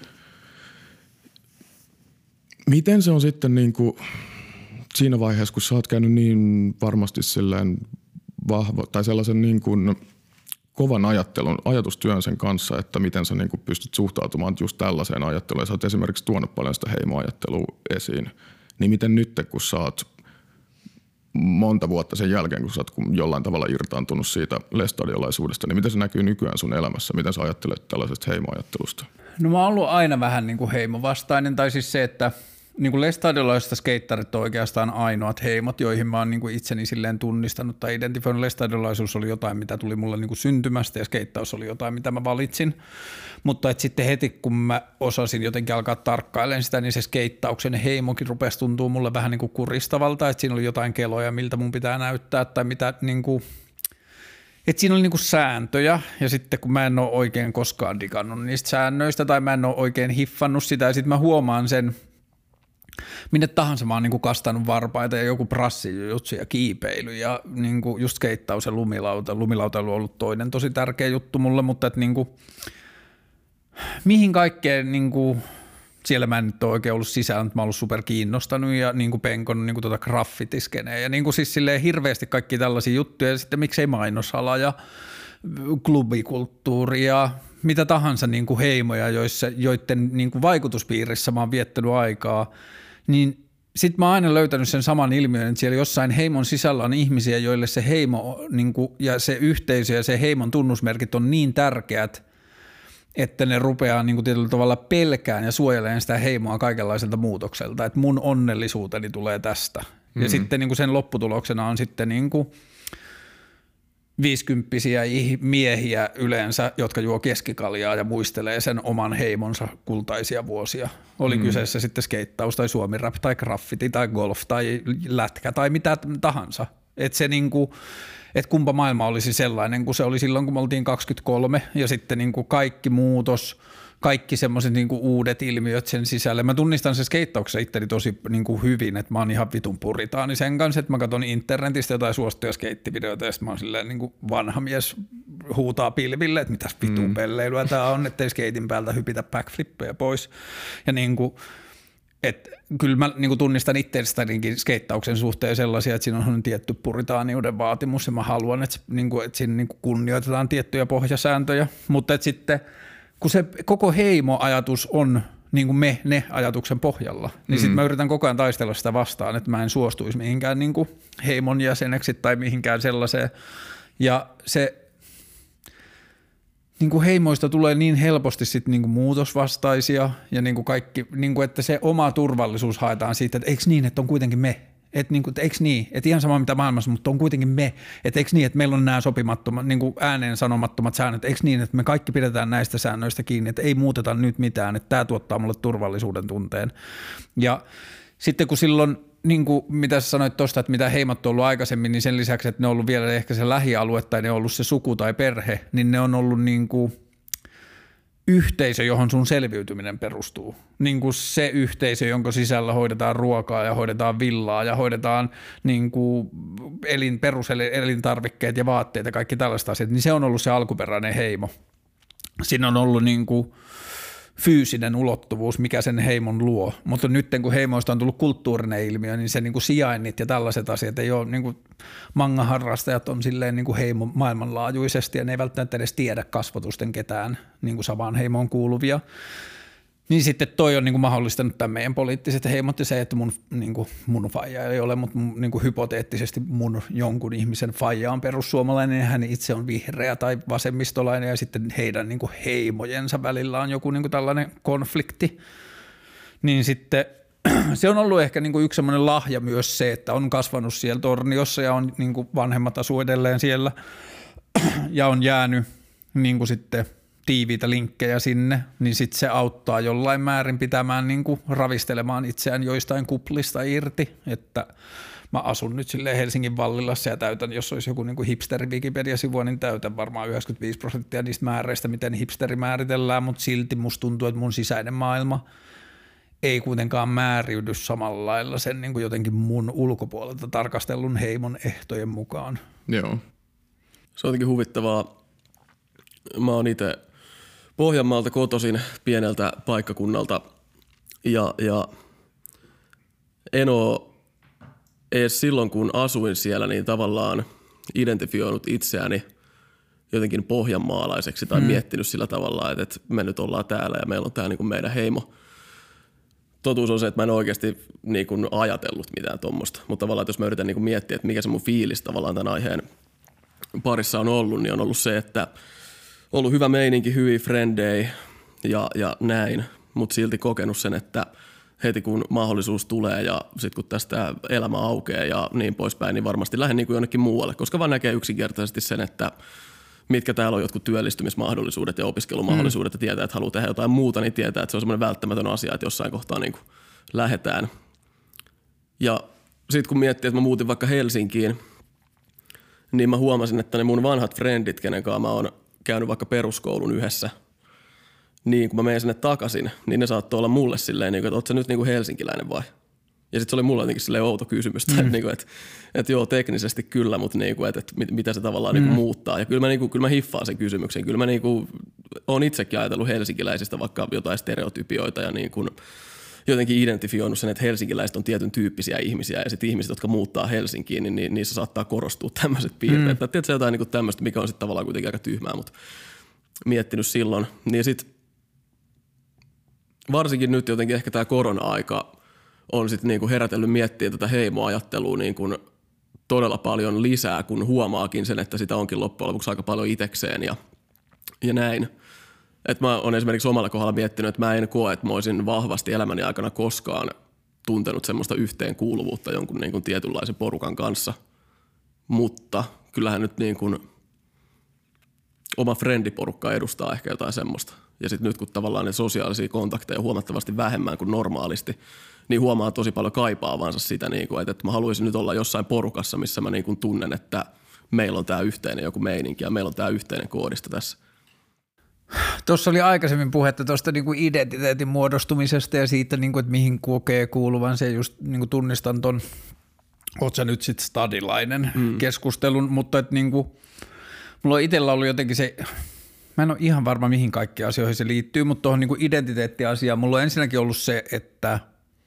miten se on sitten niin kuin siinä vaiheessa, kun sä oot käynyt niin varmasti silleen vahva tai sellaisen niin kuin kovan ajattelun, ajatustyön sen kanssa, että miten sä niin kuin pystyt suhtautumaan just tällaiseen ajatteluun. Ja sä oot esimerkiksi tuonut paljon sitä heimoajattelua esiin. Niin miten nyt, kun sä oot monta vuotta sen jälkeen, kun sä oot jollain tavalla irtaantunut siitä lestadiolaisuudesta, niin miten se näkyy nykyään sun elämässä? Miten sä ajattelet tällaisesta heimoajattelusta? No mä oon ollut aina vähän niin kuin heimovastainen, tai siis se, että niin kuin lestadiolaisista skeittarit on oikeastaan ainoat heimot, joihin mä oon niin kuin itseni silleen tunnistanut tai identifioinut. Lestadiolaisuus oli jotain, mitä tuli mulle niin kuin syntymästä, ja skeittaus oli jotain, mitä mä valitsin. Mutta et sitten heti, kun mä osasin jotenkin alkaa tarkkailemaan sitä, niin se skeittauksen heimokin rupesi tuntua mulle vähän niin kuin kuristavalta, että siinä oli jotain keloja, miltä mun pitää näyttää, tai mitä niin kuin että siinä oli niinku sääntöjä, ja sitten kun mä en ole oikein koskaan digannut niistä säännöistä, tai mä en ole oikein hiffannut sitä, ja sitten mä huomaan sen, minne tahansa mä oon niinku kastanut varpaita ja joku prassijutsu ja kiipeily ja niinku just skeittaus ja lumilauta. Lumilautailu on ollut toinen tosi tärkeä juttu mulle, mutta et niinku, mihin kaikkeen niinku, siellä mä en nyt ole oikein ollut sisällä, mutta mä oon ollut super kiinnostanut ja niinku penkonnut niinku tota graffitiskeneen ja niinku siis silleen hirveästi kaikki tällaisia juttuja ja sitten miksei mainosala ja klubikulttuuri ja mitä tahansa niinku heimoja, joissa, joiden niinku vaikutuspiirissä mä oon viettänyt aikaa, niin sitten mä oon aina löytänyt sen saman ilmiön, että siellä jossain heimon sisällä on ihmisiä, joille se heimo niinku, ja se yhteisö ja se heimon tunnusmerkit on niin tärkeät, että ne rupeaa niinku tietyllä tavalla pelkään ja suojelemaan sitä heimoa kaikenlaiselta muutokselta, että mun onnellisuuteni tulee tästä. Mm-hmm. Ja sitten niinku sen lopputuloksena on sitten niinku viisikymppisiä miehiä yleensä, jotka juo keskikaljaa ja muistelee sen oman heimonsa kultaisia vuosia. Oli mm. kyseessä sitten skeittaus tai suomirap tai graffiti tai golf tai lätkä tai mitä tahansa. Että se niinku, et kumpa maailma olisi sellainen kuin se oli silloin, kun me oltiin kaksikymmentäkolme ja sitten niinku kaikki muutos, kaikki semmoiset niinku uudet ilmiöt sen sisälle. Mä tunnistan sen skeittauksessa itteni tosi niinku hyvin, että mä oon ihan vitun puritaani sen kanssa, että mä katson internetistä jotain suosittuja skeittivideoita ja sitten mä oon silleen niinku vanha mies huutaa pilville, että mitäs vitun mm. pelleilyä tää on, ettei skeitin päältä hypitä backflippejä pois. Ja niinku, että kyllä mä niinku tunnistan itsestänikin skeittauksen suhteen sellaisia, että siinä on tietty puritaaniuden vaatimus ja mä haluan, että, niinku, että siinä niinku kunnioitetaan tiettyjä pohjasääntöjä, mutta että sitten kun se koko heimo-ajatus on niin kuin me, ne ajatuksen pohjalla, niin mm-hmm. sitten mä yritän koko ajan taistella sitä vastaan, että mä en suostuisi mihinkään niin kuin heimon jäseneksi tai mihinkään sellaiseen. Ja se niin kuin heimoista tulee niin helposti sit niin kuin muutosvastaisia ja niin kuin kaikki, niin kuin että se oma turvallisuus haetaan siitä, että eikö niin, että on kuitenkin me. Että niinku, et eikö niin, että ihan sama mitä maailmassa, mutta on kuitenkin me, että eikö niin, että meillä on nämä sopimattomat, niin kuin ääneen sanomattomat säännöt, eikö niin, että me kaikki pidetään näistä säännöistä kiinni, että ei muuteta nyt mitään, että tämä tuottaa mulle turvallisuuden tunteen. Ja sitten kun silloin, niin kuin mitä sä sanoit tuosta, että mitä heimot on ollut aikaisemmin, niin sen lisäksi, että ne on ollut vielä ehkä se lähialue tai ne on ollut se suku tai perhe, niin ne on ollut niin kuin yhteisö, johon sun selviytyminen perustuu. Niin kuin se yhteisö, jonka sisällä hoidetaan ruokaa ja hoidetaan villaa ja hoidetaan niin kuin elin, peruselintarvikkeet ja vaatteet ja kaikki tällaista asiat, niin se on ollut se alkuperäinen heimo. Siinä on ollut niin kuin fyysinen ulottuvuus, mikä sen heimon luo, mutta nyt kun heimoista on tullut kulttuurinen ilmiö, niin se niin kuin sijainnit ja tällaiset asiat ei ole, niin kuin manga-harrastajat on silleen niin kuin heimo maailmanlaajuisesti ja ne ei välttämättä edes tiedä kasvatusten ketään niin kuin samaan heimoon kuuluvia. Niin sitten toi on niin kuin mahdollistanut tämän meidän poliittiset heimot ja se, että mun, niin kuin, mun faija ei ole, mutta niin kuin hypoteettisesti mun jonkun ihmisen faija on perussuomalainen ja hän itse on vihreä tai vasemmistolainen ja sitten heidän niin kuin heimojensa välillä on joku niin kuin tällainen konflikti. Niin sitten se on ollut ehkä niin kuin yksi semmoinen lahja myös se, että on kasvanut siellä Torniossa ja on niin kuin vanhemmat asuu edelleen siellä ja on jäänyt niin kuin sitten tiiviitä linkkejä sinne, niin sitten se auttaa jollain määrin pitämään niin kuin ravistelemaan itseään joistain kuplista irti, että mä asun nyt silleen Helsingin Vallilassa ja täytän, jos olisi joku niin kuin hipsteri Wikipedia-sivua, niin täytän varmaan yhdeksänkymmentäviisi prosenttia niistä määreistä, miten hipsteri määritellään, mutta silti musta tuntuu, että mun sisäinen maailma ei kuitenkaan määriydy samalla lailla sen niin kuin jotenkin mun ulkopuolelta tarkastellun heimon ehtojen mukaan. Joo. Se on jotenkin huvittavaa. Mä oon itse Pohjanmaalta kotoisin pieneltä paikkakunnalta ja, ja en oo edes silloin, kun asuin siellä, niin tavallaan identifioinut itseäni jotenkin pohjanmaalaiseksi tai mm. miettinyt sillä tavalla, että, että me nyt ollaan täällä ja meillä on tää niin kuin meidän heimo. Totuus on se, että mä en oikeasti niin kuin ajatellut mitään tuommoista, mutta tavallaan, että jos mä yritän niin kuin miettiä, että mikä se mun fiilis tavallaan tämän aiheen parissa on ollut, niin on ollut se, että ollut hyvä meininki, hyviä frendejä ja, ja näin, mutta silti kokenut sen, että heti kun mahdollisuus tulee ja sitten kun tästä elämä aukeaa ja niin poispäin, niin varmasti lähden niin kuin jonnekin muualle, koska vaan näkee yksinkertaisesti sen, että mitkä täällä on jotkut työllistymismahdollisuudet ja opiskelumahdollisuudet mm. ja tietää, että haluaa tehdä jotain muuta, niin tietää, että se on semmoinen välttämätön asia, että jossain kohtaa niin kuin lähdetään. Ja sitten kun miettii, että mä muutin vaikka Helsinkiin, niin mä huomasin, että ne mun vanhat frendit, kenen kanssa mä oon käynyt vaikka peruskoulun yhdessä, niin kun mä menen sinne takaisin, niin ne saattoi olla mulle silleen, että oot sä nyt niin kuin helsinkiläinen vai? Ja sitten se oli mulle jotenkin silleen outo kysymys, mm. että, että, että joo, teknisesti kyllä, mutta niin kuin, että, että mitä se tavallaan mm. niin kuin muuttaa. Ja kyllä mä, niin kuin, kyllä mä hiffaan sen kysymyksen. Kyllä mä niin kuin, oon itsekin ajatellut helsinkiläisistä vaikka jotain stereotypioita ja niin kuin jotenkin identifioinut sen, että helsinkiläiset on tietyn tyyppisiä ihmisiä ja sitten ihmiset, jotka muuttaa Helsinkiin, niin, niin niissä saattaa korostua tämmöiset piirteet. Mm. Tiedätkö jotain niin kuin tämmöistä, mikä on sitten tavallaan kuitenkin aika tyhmää, mutta miettinyt silloin. Niin sitten varsinkin nyt jotenkin ehkä tämä korona-aika on sitten niinku herätellyt miettiä tätä heimoajattelua niinku todella paljon lisää, kun huomaakin sen, että sitä onkin loppujen lopuksi aika paljon itekseen ja, ja näin. Et mä oon esimerkiksi omalla kohdalla miettinyt, että mä en koe, että mä olisin vahvasti elämäni aikana koskaan tuntenut semmoista yhteenkuuluvuutta jonkun niinku tietynlaisen porukan kanssa, mutta kyllähän nyt niinku oma frendiporukka edustaa ehkä jotain semmoista. Ja sitten nyt kun tavallaan ne sosiaalisia kontakteja on huomattavasti vähemmän kuin normaalisti, niin huomaa tosi paljon kaipaavansa sitä, että mä haluaisin nyt olla jossain porukassa, missä mä tunnen, että meillä on tämä yhteinen joku meininki ja meillä on tämä yhteinen koodista tässä. Tuossa oli aikaisemmin puhetta tuosta niinku identiteetin muodostumisesta ja siitä, niinku, että mihin kokee kuuluvan. Se just niinku tunnistan ton, oot sä nyt sitten stadilainen mm. keskustelun, mutta että niinku, mulla on itsellä ollut jotenkin se, mä en ole ihan varma mihin kaikkiin asioihin se liittyy, mutta tuohon niinku identiteettiasiaan mulla on ensinnäkin ollut se, että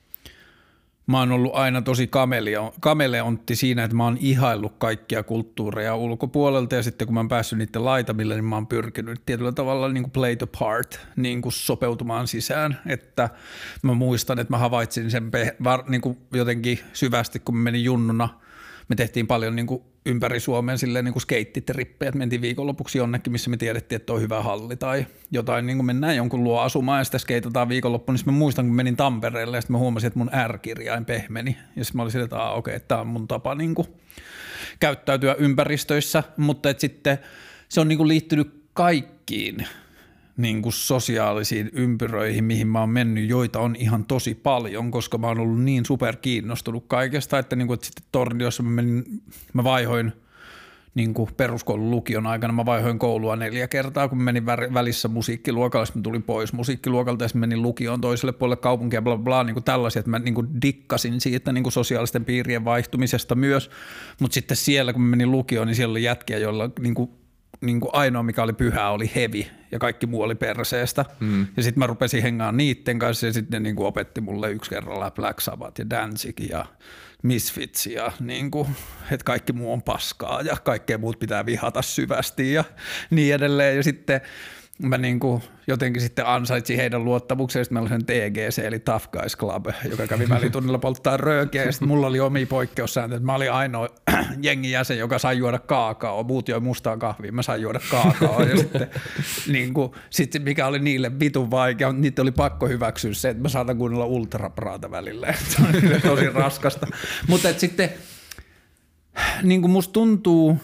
mä oon ollut aina tosi kameleo, kameleontti siinä, että mä oon ihaillut kaikkia kulttuureja ulkopuolelta ja sitten kun mä oon päässyt niiden laitamille, niin mä oon pyrkinyt tietyllä tavalla niin kuin play the part, niin kuin sopeutumaan sisään, että mä muistan, että mä havaitsin sen pe- var, niin kuin jotenkin syvästi, kun mä menin junnuna, me tehtiin paljon niin kuin ympäri Suomeen silleen niin kuin skeittitrippejä, että mentiin viikonlopuksi jonnekin, missä me tiedettiin, että on hyvä halli tai jotain, niin kuin mennään jonkun luo asumaan ja sitten skeitataan viikonloppuun, niin mä muistan, kun menin Tampereelle ja sitten mä huomasin, että mun R-kirjain pehmeni ja sitten mä olin silleen, että okei, okay, että tämä on mun tapa niin kuin käyttäytyä ympäristöissä, mutta että sitten se on niin kuin liittynyt kaikkiin niin kuin sosiaalisiin ympyröihin, mihin mä oon mennyt, joita on ihan tosi paljon, koska mä oon ollut niin super kiinnostunut kaikesta, että, niin kuin, että sitten Torniossa mä, menin, mä vaihoin niin kuin peruskoulun lukion aikana, mä vaihoin koulua neljä kertaa, kun mä menin välissä musiikkiluokalle, sitten mä tulin pois musiikkiluokalta ja sitten menin lukioon toiselle puolelle kaupunkia, bla bla, niin kuin tällaisia, että mä niin kuin dikkasin siitä niin kuin sosiaalisten piirien vaihtumisesta myös, mutta sitten siellä, kun mä menin lukioon, niin siellä oli jätkiä, joilla niin kuin niin kuin ainoa, mikä oli pyhää, oli hevi ja kaikki muu oli perseestä. Mm. Ja sitten mä rupesin hengaamaan niitten kanssa ja sitten ne niin kuin opetti mulle yksi kerralla Black Sabbath ja Danzig ja Misfits ja niin kuin, että kaikki muu on paskaa ja kaikkea muut pitää vihata syvästi ja niin edelleen. Ja sitten mä niin kuin jotenkin sitten ansaitsin heidän luottamuksen, sitten meillä oli sen T G C eli Tough Guys Club, joka kävi välitunnilla polttaa röökiä ja sitten mulla oli omia poikkeussääntöjä, että mä olin ainoa jengin jäsen, joka sai juoda kaakao, muut joi mustaa kahvia, mä sain juoda kaakao ja sitten niin kuin, sit mikä oli niille vitun vaikea, niitä oli pakko hyväksyä se, että mä saatan kuunnella ultrapraata välillä, se on tosi raskasta, mutta sitten niin kuin musta tuntuu,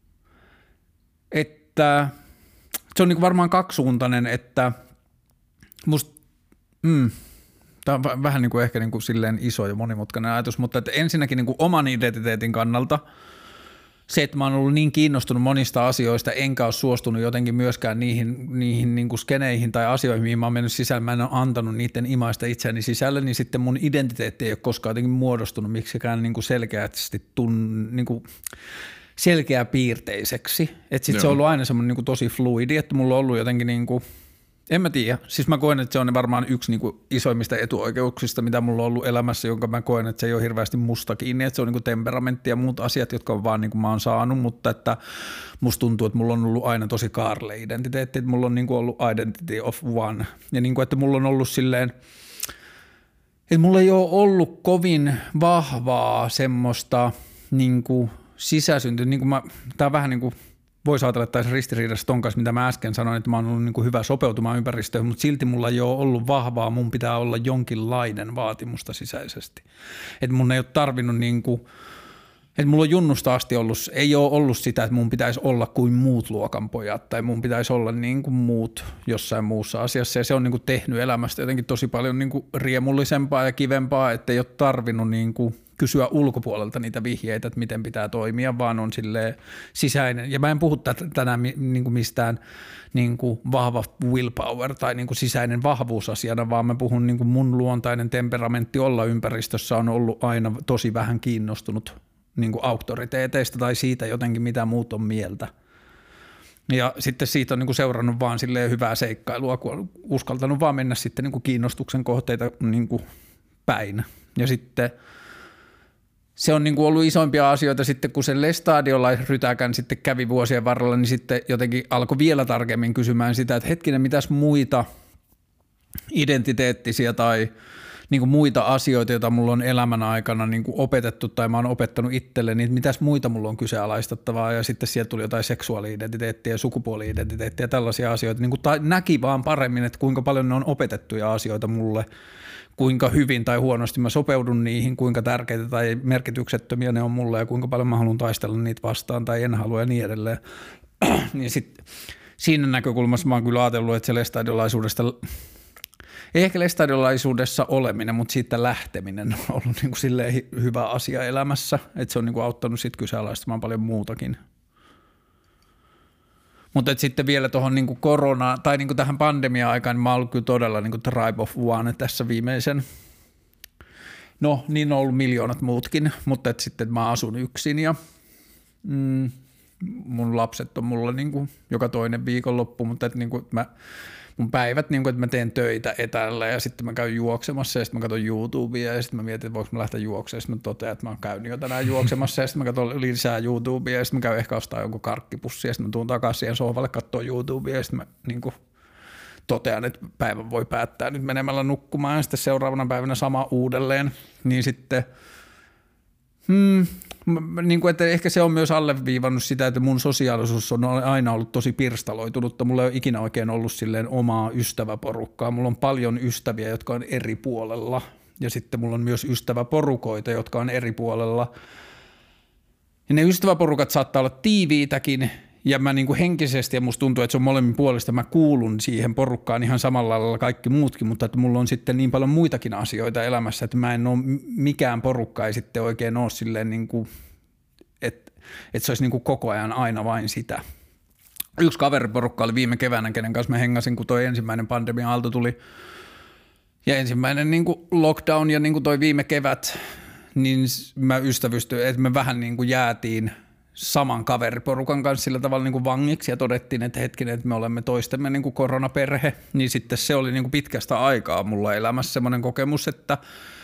että se on niin varmaan kaksisuuntainen, että musta, mm, tämä on vähän niin kuin ehkä niin kuin silleen iso ja monimutkainen ajatus, mutta että ensinnäkin niin kuin oman identiteetin kannalta se, että mä oon ollut niin kiinnostunut monista asioista, enkä ole suostunut jotenkin myöskään niihin, niihin niin kuin skeneihin tai asioihin, mihin mä oon mennyt sisälle, mä en ole antanut niiden imaista itseäni sisälle, niin sitten mun identiteetti ei ole koskaan jotenkin muodostunut miksikään niin kuin selkeästi tun, niin kuin selkeäpiirteiseksi. Että sitten se on ollut aina semmoinen niin kuin tosi fluidi, että mulla on ollut jotenkin niin kuin, en mä tiedä. Siis mä koen, että se on varmaan yksi niin kuin isoimmista etuoikeuksista, mitä mulla on ollut elämässä, jonka mä koen, että se ei ole hirveästi musta kiinni, että se on niin kuin temperamentti ja muut asiat, jotka on vaan niin kuin mä oon saanut, mutta että musta tuntuu, että mulla on ollut aina tosi Carle-identiteetti, että mulla on niin kuin ollut identity of one ja niin kuin, että mulla on ollut silleen, että mulla ei ole ollut kovin vahvaa semmoista niin kuin sisäsynty, niin kuin mä, tää on vähän niin kuin voisi ajatella, että tässä ristiriidassa ton kanssa, mitä mä äsken sanoin, että mä oon ollut niin kuin hyvä sopeutumaan ympäristöön, mutta silti mulla ei ole ollut vahvaa, mun pitää olla jonkinlainen vaatimusta sisäisesti. Että mun ei ole tarvinnut niin kuin, että mulla on junnusta asti ollut, ei ole ollut sitä, että mun pitäisi olla kuin muut luokanpojat tai mun pitäisi olla niin kuin muut jossain muussa asiassa ja se on niin kuin tehnyt elämästä jotenkin tosi paljon niin kuin riemullisempaa ja kivempaa, että ei ole tarvinnut niin kuin kysyä ulkopuolelta niitä vihjeitä, että miten pitää toimia, vaan on silleen sisäinen. Ja mä en puhu tänään niin kuin mistään niin kuin vahva willpower tai niin kuin sisäinen vahvuusasiana, vaan mä puhun niin kuin mun luontainen temperamentti olla ympäristössä on ollut aina tosi vähän kiinnostunut niin kuin auktoriteeteista tai siitä jotenkin, mitä muut on mieltä. Ja sitten siitä on niin kuin seurannut vaan silleen hyvää seikkailua, kun on uskaltanut vaan mennä sitten niin kuin kiinnostuksen kohteita niin kuin päin. Ja sitten se on niin kuin ollut isompia asioita sitten, kun se lestadiolaisrytäkän sitten kävi vuosien varrella, niin sitten jotenkin alkoi vielä tarkemmin kysymään sitä, että hetkinen, mitäs muita identiteettisiä tai niin kuin muita asioita, joita mulla on elämän aikana niin kuin opetettu tai mä oon opettanut itselleni, niin mitäs muita mulla on kyseenalaistettavaa ja sitten sieltä tuli jotain seksuaali-identiteettiä ja sukupuoli-identiteettiä ja tällaisia asioita. Niin kuin ta- näki vaan paremmin, että kuinka paljon ne on opetettuja asioita mulle, kuinka hyvin tai huonosti mä sopeudun niihin, kuinka tärkeitä tai merkityksettömiä ne on mulle ja kuinka paljon mä haluan taistella niitä vastaan tai en halua ja niin edelleen. Niin sitten siinä näkökulmassa mä oon kyllä ajatellut, että se lestadiolaisuudesta ei ehkä lestadiolaisuudessa oleminen, mutta siitä lähteminen on ollut niin kuin silleen hyvä asia elämässä, että se on niin kuin auttanut sitten kyseenalaistamaan paljon muutakin. Mutta sitten vielä tuohon niin kuin koronaan tai niin kuin tähän pandemia-aikaan, niin mä oon ollut kyllä todella niin kuin tribe of one tässä viimeisen. No niin on ollut miljoonat muutkin, mutta et sitten mä asun yksin ja mm, mun lapset on mulla niin kuin joka toinen viikonloppu, mutta et niin kuin mä mun päivät, niin kuin, että mä teen töitä etäällä ja sitten mä käyn juoksemassa ja sitten mä katson YouTubea ja sitten mä mietin, että voiko mä lähteä juoksemaan ja sitten mä totean, että mä oon käynyt jo tänään juoksemassa ja sitten mä katson lisää YouTubea ja sitten mä käyn ehkä ostaa jonkun karkkipussia ja sitten mä tuun takaisin siihen sohvalle katsoa YouTubea ja sitten mä niin kuin totean, että päivän voi päättää nyt menemällä nukkumaan ja sitten seuraavana päivänä sama uudelleen, niin sitten hmm, niin kuin, että ehkä se on myös alleviivannut sitä, että mun sosiaalisuus on aina ollut tosi pirstaloitunutta. Mulla ei ole ikinä oikein ollut silleen omaa ystäväporukkaa. Mulla on paljon ystäviä, jotka on eri puolella ja sitten mulla on myös ystäväporukoita, jotka on eri puolella. Ja ne ystäväporukat saattaa olla tiiviitäkin ja mä niin kuin henkisesti ja musta tuntuu, että se on molemmin puolesta. Mä kuulun siihen porukkaan ihan samalla lailla kaikki muutkin, mutta että mulla on sitten niin paljon muitakin asioita elämässä, että mä en ole mikään porukka ei sitten oikein ole silleen niin kuin, että, että se olisi niin kuin koko ajan aina vain sitä. Yksi kaveriporukka oli viime keväänä, kenen kanssa mä hengasin, kun toi ensimmäinen pandemia-aalto tuli ja ensimmäinen niin kuin lockdown ja niin kuin toi viime kevät, niin mä ystävystyin, että me vähän niin kuin jäätiin saman kaveriporukan kanssa sillä tavalla niin kuin vangiksi ja todettiin, että hetkinen, että me olemme toistemme niin kuin koronaperhe, niin sitten se oli niin kuin pitkästä aikaa mulla elämässä semmoinen kokemus, että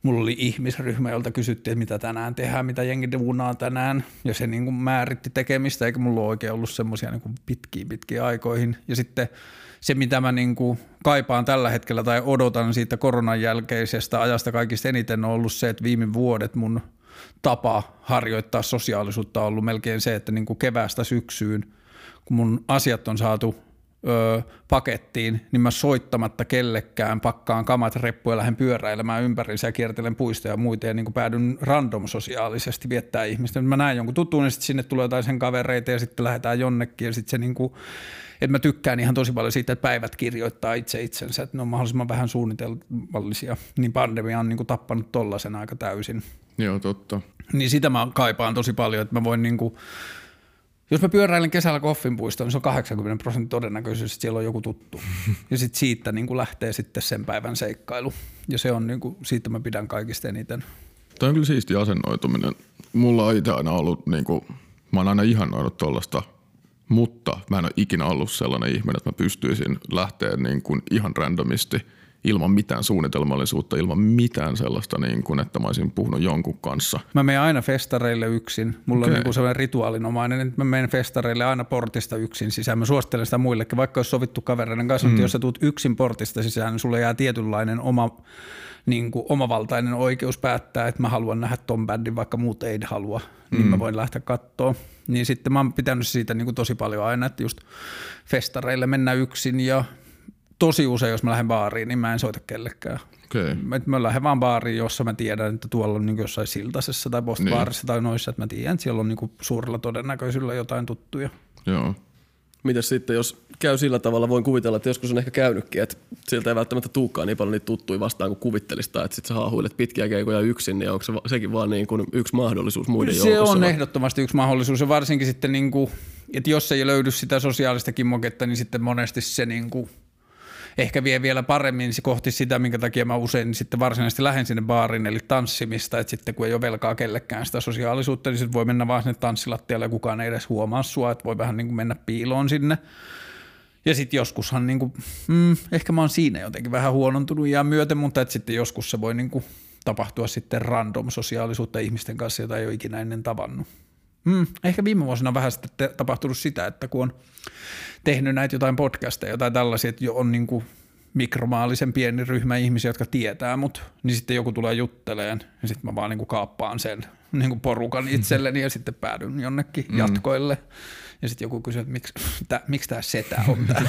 mulla oli ihmisryhmä, jolta kysyttiin, että mitä tänään tehdään, mitä jengi duunaa tänään, ja se niin kuin määritti tekemistä, eikä mulla ole oikein ollut semmoisia niin kuin pitkiin pitkiin aikoihin. Ja sitten se, mitä mä niin kuin kaipaan tällä hetkellä tai odotan siitä koronan jälkeisestä ajasta kaikista eniten, on ollut se, että viime vuodet mun tapa harjoittaa sosiaalisuutta on ollut melkein se, että niin kuin keväästä syksyyn, kun mun asiat on saatu Öö, pakettiin, niin mä soittamatta kellekään pakkaan kamat reppuja, lähden pyöräilemään ympäriinsä ja kiertelen puistoja ja muita ja niin kuin päädyn random sosiaalisesti viettää ihmistä. Mä näen jonkun tutun ja sitten sinne tulee jotain sen kavereita ja sitten lähdetään jonnekin ja sitten se niin kuin, että mä tykkään ihan tosi paljon siitä, että päivät kirjoittaa itse itsensä, että ne on mahdollisimman vähän suunnitelmallisia, niin pandemia on niin kuin tappanut tollasen aika täysin. Joo, totta. Niin sitä mä kaipaan tosi paljon, että mä voin niin kuin jos mä pyöräilen kesällä Koffinpuistoon, niin se on kahdeksankymmentä prosenttia todennäköisyys, että siellä on joku tuttu. Ja sitten siitä niin kuin lähtee sitten sen päivän seikkailu. Ja se on niin kuin, siitä mä pidän kaikista eniten. Tämä on kyllä siisti asennoituminen. Mulla on itse aina ollut, niin kuin, mä oon aina ihannoinut tuollaista, mutta mä en ole ikinä ollut sellainen ihminen, että mä pystyisin lähteä niin kuin ihan randomisti ilman mitään suunnitelmallisuutta, ilman mitään sellaista, niin kuin, että mä olisin puhunut jonkun kanssa. Mä menen aina festareille yksin. Mulla Okay. on niin sellainen rituaalinomainen, että mä menen festareille aina portista yksin sisään. Mä suosittelen sitä muillekin, vaikka olisi sovittu kavereiden kanssa, mm. mutta jos sä tuut yksin portista sisään, niin sulle jää tietynlainen oma, niin kuin omavaltainen oikeus päättää, että mä haluan nähdä ton bändin, vaikka muut ei halua, niin mm. mä voin lähteä katsoa. Niin sitten mä oon pitänyt siitä niin kuin tosi paljon aina, että just festareille mennä yksin ja tosi usein, jos mä lähden baariin, niin mä en soita kellekään. Okay. Mä lähden vaan baariin, jossa mä tiedän, että tuolla on niin jossain Siltasessa tai Postbaarissa niin. tai noissa, että mä tiedän, että siellä on niin suurella todennäköisyydellä jotain tuttuja. Joo. Mitäs sitten, jos käy sillä tavalla, voin kuvitella, että joskus on ehkä käynytkin, että sieltä ei välttämättä tulekaan niin paljon niitä tuttuja vastaan kuin kuvittelista, että sit sä haahuilet pitkiä keikoja yksin, niin onko se sekin vaan niin kuin yksi mahdollisuus muiden se joukossa? Se on vai? ehdottomasti yksi mahdollisuus ja varsinkin sitten, niin kuin, että jos ei löydy sitä sosiaalista kimmoketta, niin sitten monesti se niin kuin ehkä vie vielä paremmin kohti sitä, minkä takia mä usein sitten varsinaisesti lähden sinne baariin, eli tanssimista, että sitten kun ei ole velkaa kellekään sitä sosiaalisuutta, niin sitten voi mennä vaan sinne tanssilattialle ja kukaan ei edes huomaa sua, että voi vähän niin kuin mennä piiloon sinne. Ja sitten joskushan, niin kuin, mm, ehkä mä oon siinä jotenkin vähän huonontunut ja myöten, mutta että sitten joskus se voi niin kuin tapahtua sitten random sosiaalisuutta ihmisten kanssa, jota ei ole ikinä ennen tavannut. Hmm, ehkä viime vuosina on vähän sitten tapahtunut sitä, että kun on tehnyt näitä jotain podcasteja tai tällaisia, että jo on niin kuin mikromaalisen pieni ryhmä ihmisiä, jotka tietää mut, niin sitten joku tulee jutteleen ja sitten mä vaan niin kuin kaappaan sen niin kuin porukan itselleni ja sitten päädyn jonnekin mm. jatkoille. Ja sitten joku kysyy, että miksi, tää, miksi tämä setä on täällä?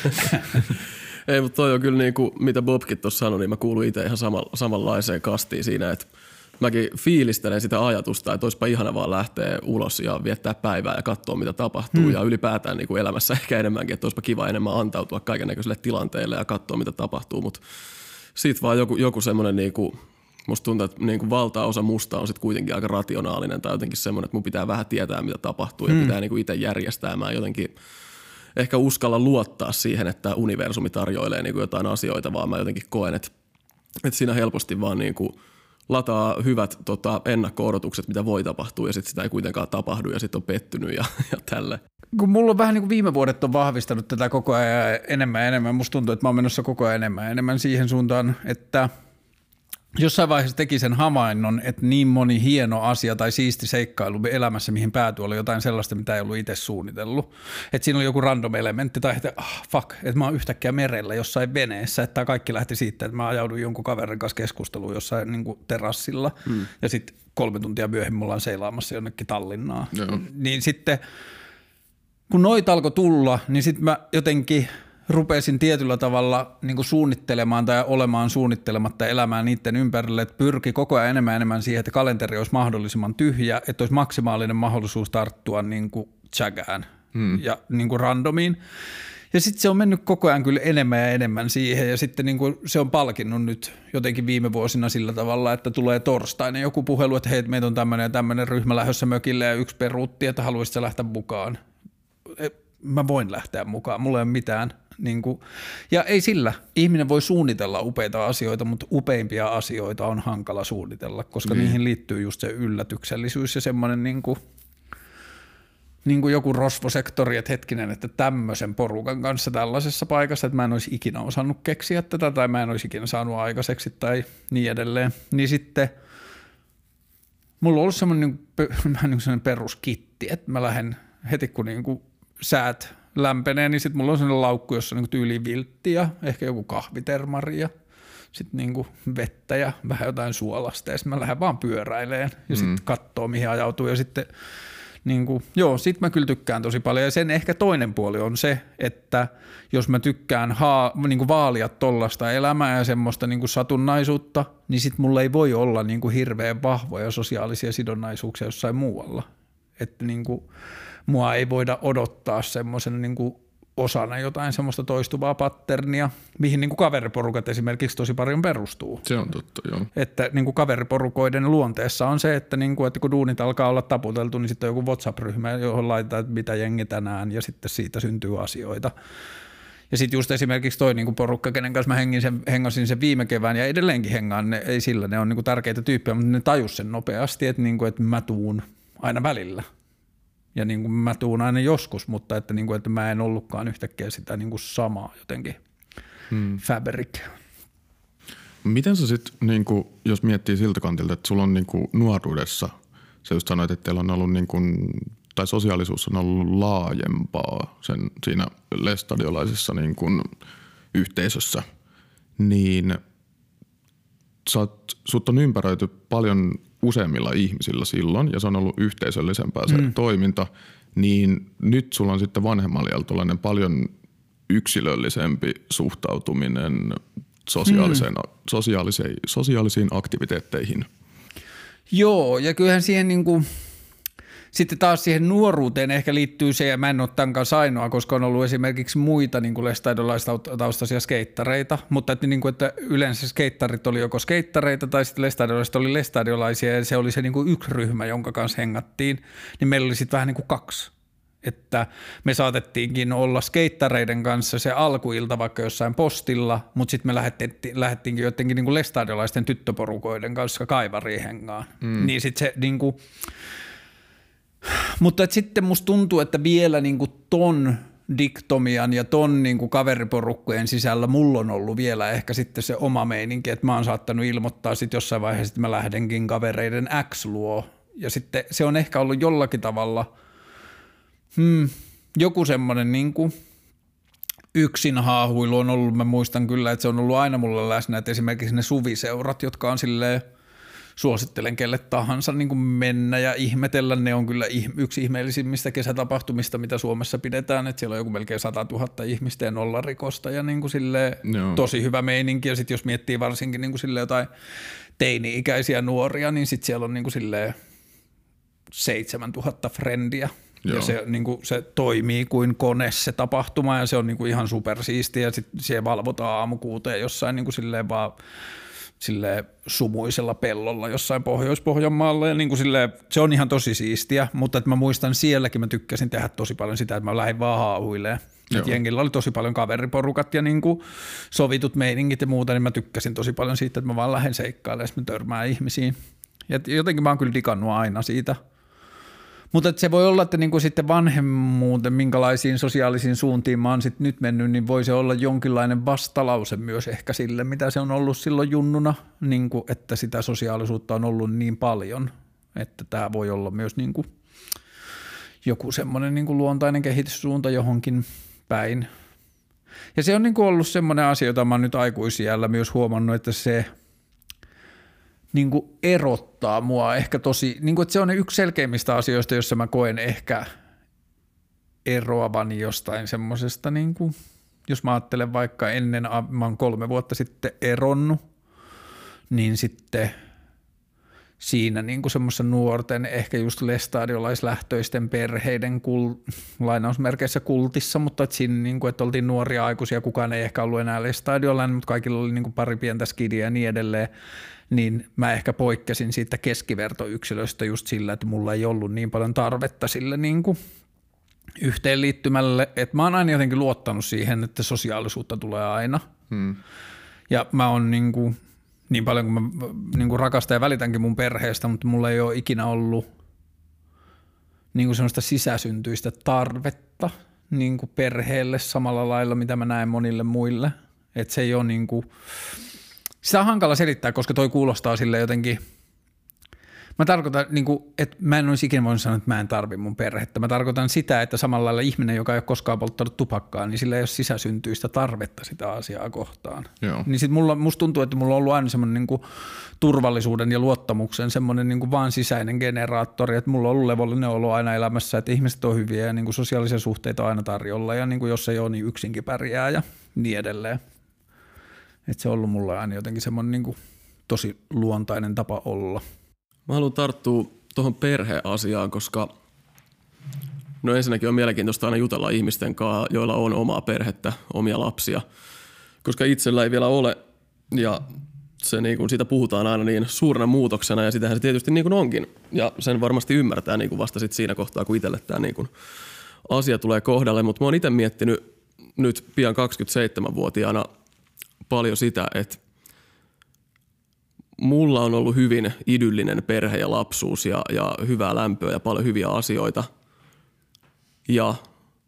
Ei, mutta toi on kyllä niin kuin, mitä Bobkin tuossa sanoi, niin mä kuulun itse ihan sama, samanlaiseen kastiin siinä, että mäkin fiilistelen sitä ajatusta, että olisipa ihana vaan lähteä ulos ja viettää päivää ja katsoa, mitä tapahtuu. Hmm. Ja ylipäätään niin kuin elämässä ehkä enemmänkin, että olisipa kiva enemmän antautua kaikennäköisille tilanteille ja katsoa, mitä tapahtuu. Mutta siitä vaan joku, joku semmoinen, niin kuin, musta tuntuu, että niin kuin valtaosa musta on sitten kuitenkin aika rationaalinen tai jotenkin semmoinen, että mun pitää vähän tietää, mitä tapahtuu ja hmm. pitää niin kuin itse järjestää. Mä jotenkin ehkä uskalla luottaa siihen, että universumi tarjoilee niin kuin jotain asioita, vaan mä jotenkin koen, että, että siinä helposti vaan niin kuin lataa hyvät tota, ennakko-odotukset, mitä voi tapahtua, ja sitten sitä ei kuitenkaan tapahdu, ja sitten on pettynyt ja, ja tälle. Kun mulla on vähän niin kuin viime vuodet on vahvistanut tätä koko ajan enemmän ja enemmän. Musta tuntuu, että mä oon menossa koko ajan enemmän ja enemmän siihen suuntaan, että jossain vaiheessa teki sen havainnon, että niin moni hieno asia tai siisti seikkailu elämässä, mihin päätyi, oli jotain sellaista, mitä ei ollut itse suunnitellut. Että siinä oli joku random elementti tai että ah, fuck, että mä oon yhtäkkiä merellä jossain veneessä, että tämä kaikki lähti siitä, että mä ajauduin jonkun kaverin kanssa keskusteluun jossain niin kuin terassilla hmm. ja sitten kolme tuntia myöhemmin mulla on seilaamassa jonnekin Tallinnaa. Joo. Niin sitten kun noita alkoi tulla, niin sitten mä jotenkin rupesin tietyllä tavalla niin kuin suunnittelemaan tai olemaan suunnittelematta elämään niiden ympärille, että pyrki koko ajan enemmän enemmän siihen, että kalenteri olisi mahdollisimman tyhjä, että olisi maksimaalinen mahdollisuus tarttua niin kuin chagään hmm. ja niin kuin randomiin. Ja sitten se on mennyt koko ajan kyllä enemmän ja enemmän siihen ja sitten niin kuin se on palkinnut nyt jotenkin viime vuosina sillä tavalla, että tulee torstaina joku puhelu, että hei, meitä on tämmöinen ja tämmöinen ryhmä lähdössä mökille ja yksi peruutti, että haluaisitko lähteä mukaan. Mä voin lähteä mukaan, mulla ei ole mitään. Niin kuin, ja ei sillä. Ihminen voi suunnitella upeita asioita, mutta upeimpia asioita on hankala suunnitella, koska mm. niihin liittyy just se yllätyksellisyys ja semmoinen, niin kuin, niin kuin joku rosvosektori, että hetkinen, että tämmöisen porukan kanssa tällaisessa paikassa, että mä en olisi ikinä osannut keksiä tätä tai mä en olisi ikinä saanut aikaiseksi tai niin edelleen. Niin sitten mulla on ollut semmoinen, niin kuin, niin semmoinen peruskitti, että mä lähden heti kun niin kuin säät lämpenee, niin sitten mulla on sellainen laukku, jossa on niin tyyli viltti ja ehkä joku kahvitermari ja sitten niin vettä ja vähän jotain suolasta ja sitten mä lähden vaan pyöräileen ja sitten mm. katsoo mihin ajautuu ja sitten niin kuin, joo, sit mä kyllä tykkään tosi paljon ja sen ehkä toinen puoli on se, että jos mä tykkään haa, niin kuin vaalia tollaista elämää ja semmoista niin kuin satunnaisuutta, niin sit mulla ei voi olla niin kuin hirveän vahvoja sosiaalisia sidonnaisuuksia jossain muualla. Että niin kuin, mua ei voida odottaa semmoisen niin kuin osana jotain semmoista toistuvaa patternia, mihin niin kuin kaveriporukat esimerkiksi tosi paljon perustuu. Se on totta, joo. Että niin kuin kaveriporukoiden luonteessa on se, että, niin kuin, että kun duunit alkaa olla taputeltu, niin sitten on joku WhatsApp-ryhmä, johon laitetaan, että mitä jengi tänään, ja sitten siitä syntyy asioita. Ja sitten just esimerkiksi toi niin kuin porukka, kenen kanssa mä hengin sen, hengasin sen viime kevään, ja edelleenkin hengaan, ne, ei sillä, ne on niin kuin tärkeitä tyyppejä, mutta ne tajus sen nopeasti, että, niin kuin, että mä tuun aina välillä. Ja niin kuin mä tuun aina joskus, mutta että, niin kuin, että mä en ollutkaan yhtäkkiä sitä niin kuin samaa jotenkin hmm. fabric. Miten sä sitten, niin kuin, jos miettii siltä kantilta, että sulla on niin kuin nuoruudessa, sä just sanoit, että teillä on ollut, niin kuin, tai sosiaalisuus on ollut laajempaa sen, siinä lestadiolaisessa niin kuin, yhteisössä, niin sä oot, sut on ympäröity paljon useimmilla ihmisillä silloin, ja se on ollut yhteisöllisempää se mm. toiminta, niin nyt sulla on sitten vanhemmalla tällainen paljon yksilöllisempi suhtautuminen sosiaaliseen, mm. sosiaalisiin, sosiaalisiin aktiviteetteihin. Joo, ja kyllähän siihen niin kuin, sitten taas siihen nuoruuteen ehkä liittyy se, ja mä en ole tämän kanssa ainoa, koska on ollut esimerkiksi muita niin kuin lestadiolaistaustaisia skeittareita, mutta että, niin kuin, että yleensä skeittarit oli joko skeittareita tai sitten lestadiolaiset oli lestadiolaisia, ja se oli se niin kuin yksi ryhmä, jonka kanssa hengattiin, niin meillä oli sitten vähän niin kuin kaksi. Että me saatettiinkin olla skeittareiden kanssa se alkuilta vaikka jossain postilla, mutta sitten me lähdettiin, lähdettiinkin jotenkin niin kuin lestadiolaisten tyttöporukoiden kanssa kaivariin hengaan. Mm. Niin sitten se niin kuin, mutta et sitten musta tuntuu, että vielä niinku ton diktomian ja ton niinku kaveriporukkojen sisällä mulla on ollut vielä ehkä sitten se oma meininki, että mä oon saattanut ilmoittaa sitten jossain vaiheessa, että mä lähdenkin kavereiden X luo. Ja sitten se on ehkä ollut jollakin tavalla hmm, joku semmoinen niinku yksin haahuilu on ollut, mä muistan kyllä, että se on ollut aina mulla läsnä, että esimerkiksi ne suviseurat, jotka on silleen, suosittelen kelle tahansa niin kuin mennä ja ihmetellä. Ne on kyllä yksi ihmeellisimmistä kesätapahtumista, mitä Suomessa pidetään. Että siellä on joku melkein sata tuhatta ihmistä ja nolla rikosta ja niin kuin silleen no. tosi hyvä meininki. Ja sitten jos miettii varsinkin niin kuin silleen jotain teini-ikäisiä nuoria, niin sitten siellä on niin kuin silleen seitsemäntuhatta frendiä. Joo. Ja se, niin kuin, se toimii kuin kone se tapahtuma ja se on niin kuin ihan supersiistiä. Ja sitten siellä valvotaan aamukuuteen jossain niin kuin silleen vaan silleen sumuisella pellolla jossain Pohjois-Pohjanmaalla ja niin kuin silleen, se on ihan tosi siistiä, mutta että mä muistan sielläkin mä tykkäsin tehdä tosi paljon sitä, että mä lähdin vaan haahuilemaan. Jengillä oli tosi paljon kaveriporukat ja niin kuin sovitut meiningit ja muuta, niin mä tykkäsin tosi paljon siitä, että mä vaan lähden seikkailemaan ja mä törmään ihmisiin. Ja jotenkin mä oon kyllä digannut aina siitä. Mutta se voi olla, että niinku sitten vanhemmuuteen, minkälaisiin sosiaalisiin suuntiin mä oon sit nyt mennyt, niin voi se olla jonkinlainen vastalause myös ehkä sille, mitä se on ollut silloin junnuna, niinku, että sitä sosiaalisuutta on ollut niin paljon, että tämä voi olla myös niinku joku semmoinen niinku luontainen kehityssuunta johonkin päin. Ja se on niinku ollut semmoinen asia, jota mä oon nyt aikuisiällä myös huomannut, että se niin kuin erottaa mua ehkä tosi, niin kuin, että se on yksi selkeimmistä asioista, jossa mä koen ehkä eroavani jostain semmoisesta, niin kuin, jos mä ajattelen vaikka ennen, mä oon kolme vuotta sitten eronnut, niin sitten siinä niin kuin semmoisessa nuorten, ehkä just lestadiolaislähtöisten perheiden kul, lainausmerkeissä kultissa, mutta että siinä niin kuin, että oltiin nuoria aikuisia, kukaan ei ehkä ollut enää lestadiolainen, mutta kaikilla oli niin kuin pari pientä skidia ja niin edelleen, niin mä ehkä poikkesin siitä keskivertoyksilöstä just sillä, että mulla ei ollut niin paljon tarvetta sille niin kuin yhteenliittymälle, että mä oon aina jotenkin luottanut siihen, että sosiaalisuutta tulee aina. Hmm. Ja mä oon niin kuin niin paljon kuin mä niin kuin rakastan ja välitänkin mun perheestä, mutta mulla ei ole ikinä ollut niin kuin semmoista sisäsyntyistä tarvetta niin kuin perheelle samalla lailla, mitä mä näen monille muille. Että se ei ole niin kuin, sitä on hankala selittää, koska toi kuulostaa sille jotenkin, mä tarkoitan, niin kuin, että mä en olisi ikinä voinut sanoa, että mä en tarvi mun perhettä. Mä tarkoitan sitä, että samalla lailla ihminen, joka ei ole koskaan polttanut tupakkaa, niin sillä ei ole sisäsyntyistä tarvetta sitä asiaa kohtaan. Joo. Niin sit mulla, musta tuntuu, että mulla on ollut aina semmoinen niin kuin turvallisuuden ja luottamuksen semmoinen niin kuin vaan sisäinen generaattori, että mulla on ollut levollinen olo aina elämässä, että ihmiset on hyviä ja niin kuin sosiaalisia suhteita on aina tarjolla ja niin kuin jos ei ole, niin yksinkin pärjää ja niin edelleen. Että se on ollut mulla aina jotenkin semmoinen niin kuin tosi luontainen tapa olla. Mä haluan tarttua tuohon perheasiaan, koska no ensinnäkin on mielenkiintoista aina jutella ihmisten kanssa, joilla on omaa perhettä, omia lapsia, koska itsellä ei vielä ole ja se niin kuin siitä puhutaan aina niin suurena muutoksena ja sitähän se tietysti niin kuin onkin ja sen varmasti ymmärtää niin kuin vasta sit siinä kohtaa, kun itselle tämä niin kuin asia tulee kohdalle, mutta mä oon itse miettinyt nyt pian kaksikymmentäseitsemänvuotiaana paljon sitä, että mulla on ollut hyvin idyllinen perhe ja lapsuus ja, ja hyvää lämpöä ja paljon hyviä asioita. Ja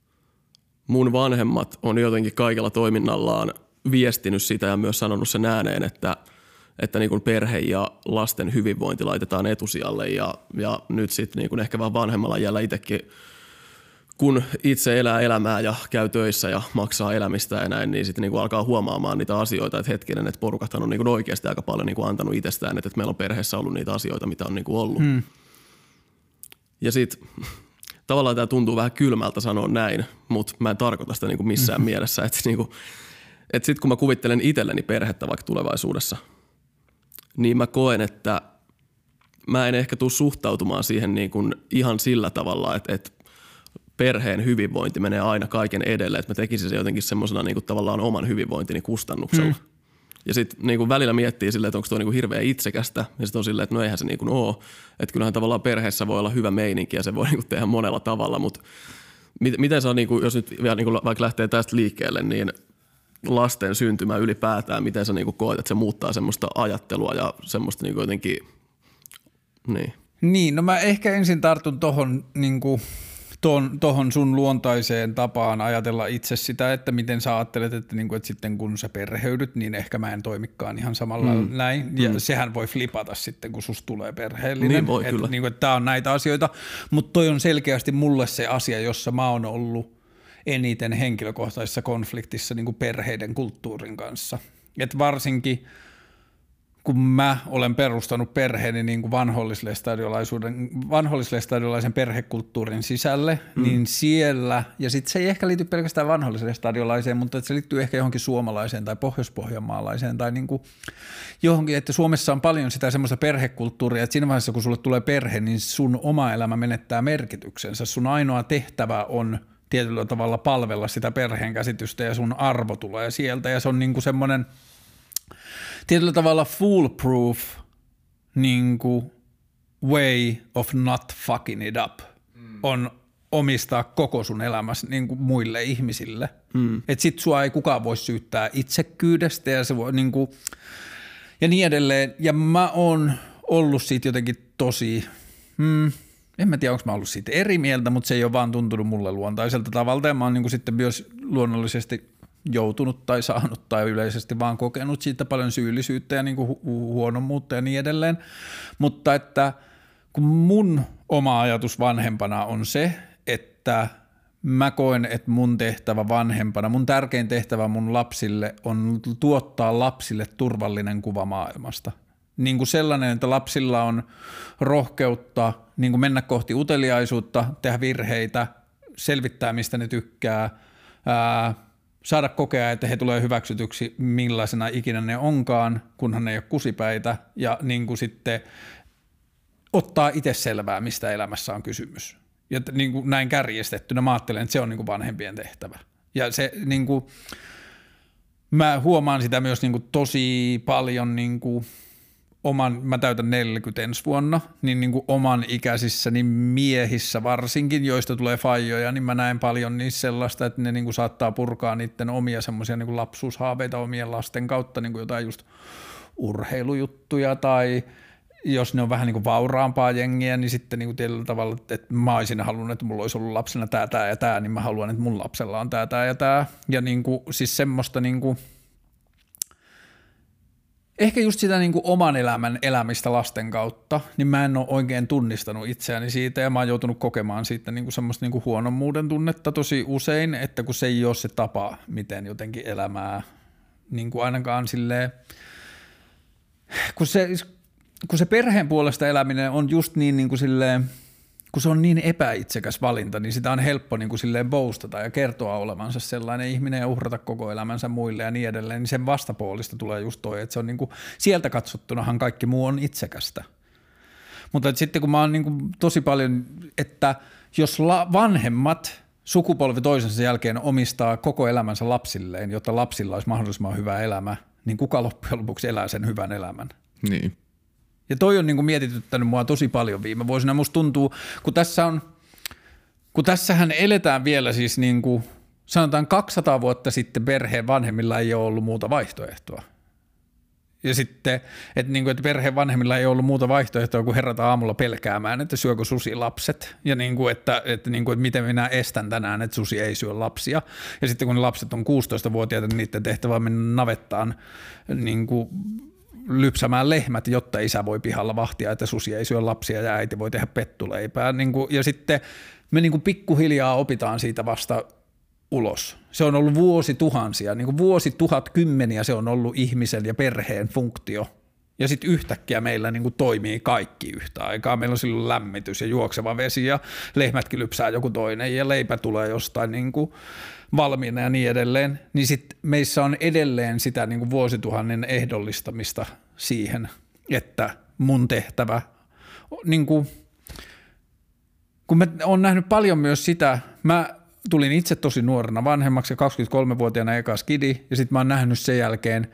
mun vanhemmat on jotenkin kaikella toiminnallaan viestinyt sitä ja myös sanonut sen ääneen, että, että niin kuin perhe ja lasten hyvinvointi laitetaan etusijalle. Ja, ja nyt sitten niin kuin ehkä vähän vanhemmalla jällä itsekin, kun itse elää elämää ja käy töissä ja maksaa elämistä ja näin, niin sitten niinku alkaa huomaamaan niitä asioita, että hetkinen, että porukathan on niinku oikeasti aika paljon niinku antanut itsestään, että meillä on perheessä ollut niitä asioita, mitä on niinku ollut. Hmm. Ja sitten tavallaan tämä tuntuu vähän kylmältä sanoa näin, mutta mä en tarkoita sitä niinku missään hmm. mielessä. Että niinku, et sitten kun mä kuvittelen itselleni perhettä vaikka tulevaisuudessa, niin mä koen, että mä en ehkä tule suhtautumaan siihen niinku ihan sillä tavalla, että, että perheen hyvinvointi menee aina kaiken edelle, että mä tekisin se jotenkin semmoisena niin kuin tavallaan oman hyvinvointini kustannuksella. Hmm. Ja sitten niin välillä miettii silleen, että onko tuo niin kuin hirveän itsekästä, ja sitten on silleen, että no eihän se niin kuin ole. Että kyllähän tavallaan perheessä voi olla hyvä meininki, ja se voi niin kuin tehdä monella tavalla, mutta miten se on, niin kuin, jos nyt vielä niin kuin vaikka lähtee tästä liikkeelle, niin lasten syntymä ylipäätään, miten sä niin kuin koet, että se muuttaa semmoista ajattelua ja semmoista niin kuin jotenkin, niin. Niin, no mä ehkä ensin tartun tohon niinku tuohon sun luontaiseen tapaan ajatella itse sitä, että miten sä ajattelet, että, niinku, että sitten kun sä perheydyt, niin ehkä mä en toimikaan ihan samalla mm. näin. Ja mm. sehän voi flipata sitten, kun susta tulee perheellinen. Niin voi, että, kyllä. Niinku, että tää on näitä asioita, mutta toi on selkeästi mulle se asia, jossa mä oon ollut eniten henkilökohtaisessa konfliktissa niinku perheiden kulttuurin kanssa. Et varsinkin kun mä olen perustanut perheeni niin kuin vanhollislestadiolaisen perhekulttuurin sisälle, mm. niin siellä, ja sitten se ei ehkä liity pelkästään vanhollislestadiolaiseen, mutta se liittyy ehkä johonkin suomalaiseen tai pohjoispohjanmaalaiseen tai niin kuin johonkin, että Suomessa on paljon sitä semmoista perhekulttuuria, että siinä vaiheessa kun sulle tulee perhe, niin sun oma elämä menettää merkityksensä. Sun ainoa tehtävä on tietyllä tavalla palvella sitä perheen käsitystä ja sun arvo tulee sieltä ja se on niin kuin semmoinen tietyllä tavalla foolproof niin kuin way of not fucking it up mm. on omistaa koko sun elämässä niin kuin muille ihmisille. Mm. Että sit sua ei kukaan voi syyttää itsekkyydestä ja, se voi, niin kuin, ja niin edelleen. Ja mä oon ollut siitä jotenkin tosi, hmm, en mä tiedä onko mä ollut siitä eri mieltä, mutta se ei ole vaan tuntunut mulle luontaiselta tavalta. Ja mä oon niin kuin sitten myös luonnollisesti joutunut tai saanut tai yleisesti vaan kokenut siitä paljon syyllisyyttä ja niin kuin hu- huonommuutta ja niin edelleen. Mutta että kun mun oma ajatus vanhempana on se, että mä koen, että mun tehtävä vanhempana, mun tärkein tehtävä mun lapsille on tuottaa lapsille turvallinen kuva maailmasta. Niin kuin sellainen, että lapsilla on rohkeutta niin kuin mennä kohti uteliaisuutta, tehdä virheitä, selvittää mistä ne tykkää, ää, saada kokea, että he tulee hyväksytyksi millaisena ikinä ne onkaan, kunhan ne ei ole kusipäitä ja niin kuin sitten ottaa itse selvää, mistä elämässä on kysymys. Ja niin kuin näin kärjestettynä mä ajattelen, että se on niin kuin vanhempien tehtävä. Ja se niin kuin, mä huomaan sitä myös niin kuin tosi paljon niin kuin oman, mä täytän neljäkymmentä ensi vuonna, niin, niin kuin oman ikäisissäni miehissä varsinkin, joista tulee faijoja, niin mä näen paljon niissä sellaista, että ne niin kuin saattaa purkaa niiden omia semmoisia niin kuin lapsuushaaveita omien lasten kautta, niin kuin jotain just urheilujuttuja tai jos ne on vähän niin kuin vauraampaa jengiä, niin sitten niin kuin tietyllä tavalla, että mä olisin halunnut, että mulla olisi ollut lapsena tää, tää ja tää, niin mä haluan, että mun lapsella on tää, tää ja tää. Ja niin kuin, siis semmoista niin kuin, ehkä just sitä niin kuin oman elämän elämistä lasten kautta, niin mä en ole oikein tunnistanut itseäni siitä ja mä oon joutunut kokemaan siitä niin kuin semmoista niin kuin huonommuuden tunnetta tosi usein, että kun se ei ole se tapa, miten jotenkin elämää niin kuin ainakaan silleen, kun se, kun se perheen puolesta eläminen on just niin, niin kuin silleen, kun se on niin epäitsekäs valinta, niin sitä on helppo niin kuin silleen boostata ja kertoa olevansa sellainen ihminen ja uhrata koko elämänsä muille ja niin edelleen, niin sen vastapuolista tulee just toi, että se on niin kuin, sieltä katsottunahan kaikki muu on itsekästä. Mutta sitten kun mä oon niin kuin tosi paljon, että jos la- vanhemmat sukupolvi toisensa jälkeen omistaa koko elämänsä lapsilleen, jotta lapsilla olisi mahdollisimman hyvä elämä, niin kuka loppujen lopuksi elää sen hyvän elämän? Niin. Ja toi on niin kuin mietityttänyt mua tosi paljon viime vuosina. Musta tuntuu, kun tässä on, kun tässähän eletään vielä siis niin kuin, sanotaan kaksisataa vuotta sitten perheen vanhemmilla ei ole ollut muuta vaihtoehtoa. Ja sitten, että, niin kuin, että perheen vanhemmilla ei ollut muuta vaihtoehtoa kuin herätä aamulla pelkäämään, että syökö susi lapset. Ja niin kuin, että, että, niin kuin, että miten minä estän tänään, että susi ei syö lapsia. Ja sitten kun ne lapset on kuusitoistavuotiaita, niin niiden tehtävä on mennä navettaan niin kuin lypsämään lehmät, jotta isä voi pihalla vahtia, että susi ei syö lapsia ja äiti voi tehdä pettuleipää. Niin kuin, ja sitten me niin kuin pikkuhiljaa opitaan siitä vasta ulos. Se on ollut vuosituhansia, niin kuin vuosituhatkymmeniä se on ollut ihmisen ja perheen funktio. Ja sitten yhtäkkiä meillä niin kuin toimii kaikki yhtä aikaa. Meillä on silloin lämmitys ja juokseva vesi ja lehmätkin lypsää joku toinen ja leipä tulee jostain niin kuin valmiina ja niin edelleen. Niin sitten meissä on edelleen sitä niin kuin vuosituhannen ehdollistamista siihen, että mun tehtävä, niin kuin, kun mä oon nähnyt paljon myös sitä, mä tulin itse tosi nuorena vanhemmaksi ja kaksikymmentäkolmevuotiaana eka skidi ja sitten mä oon nähnyt sen jälkeen,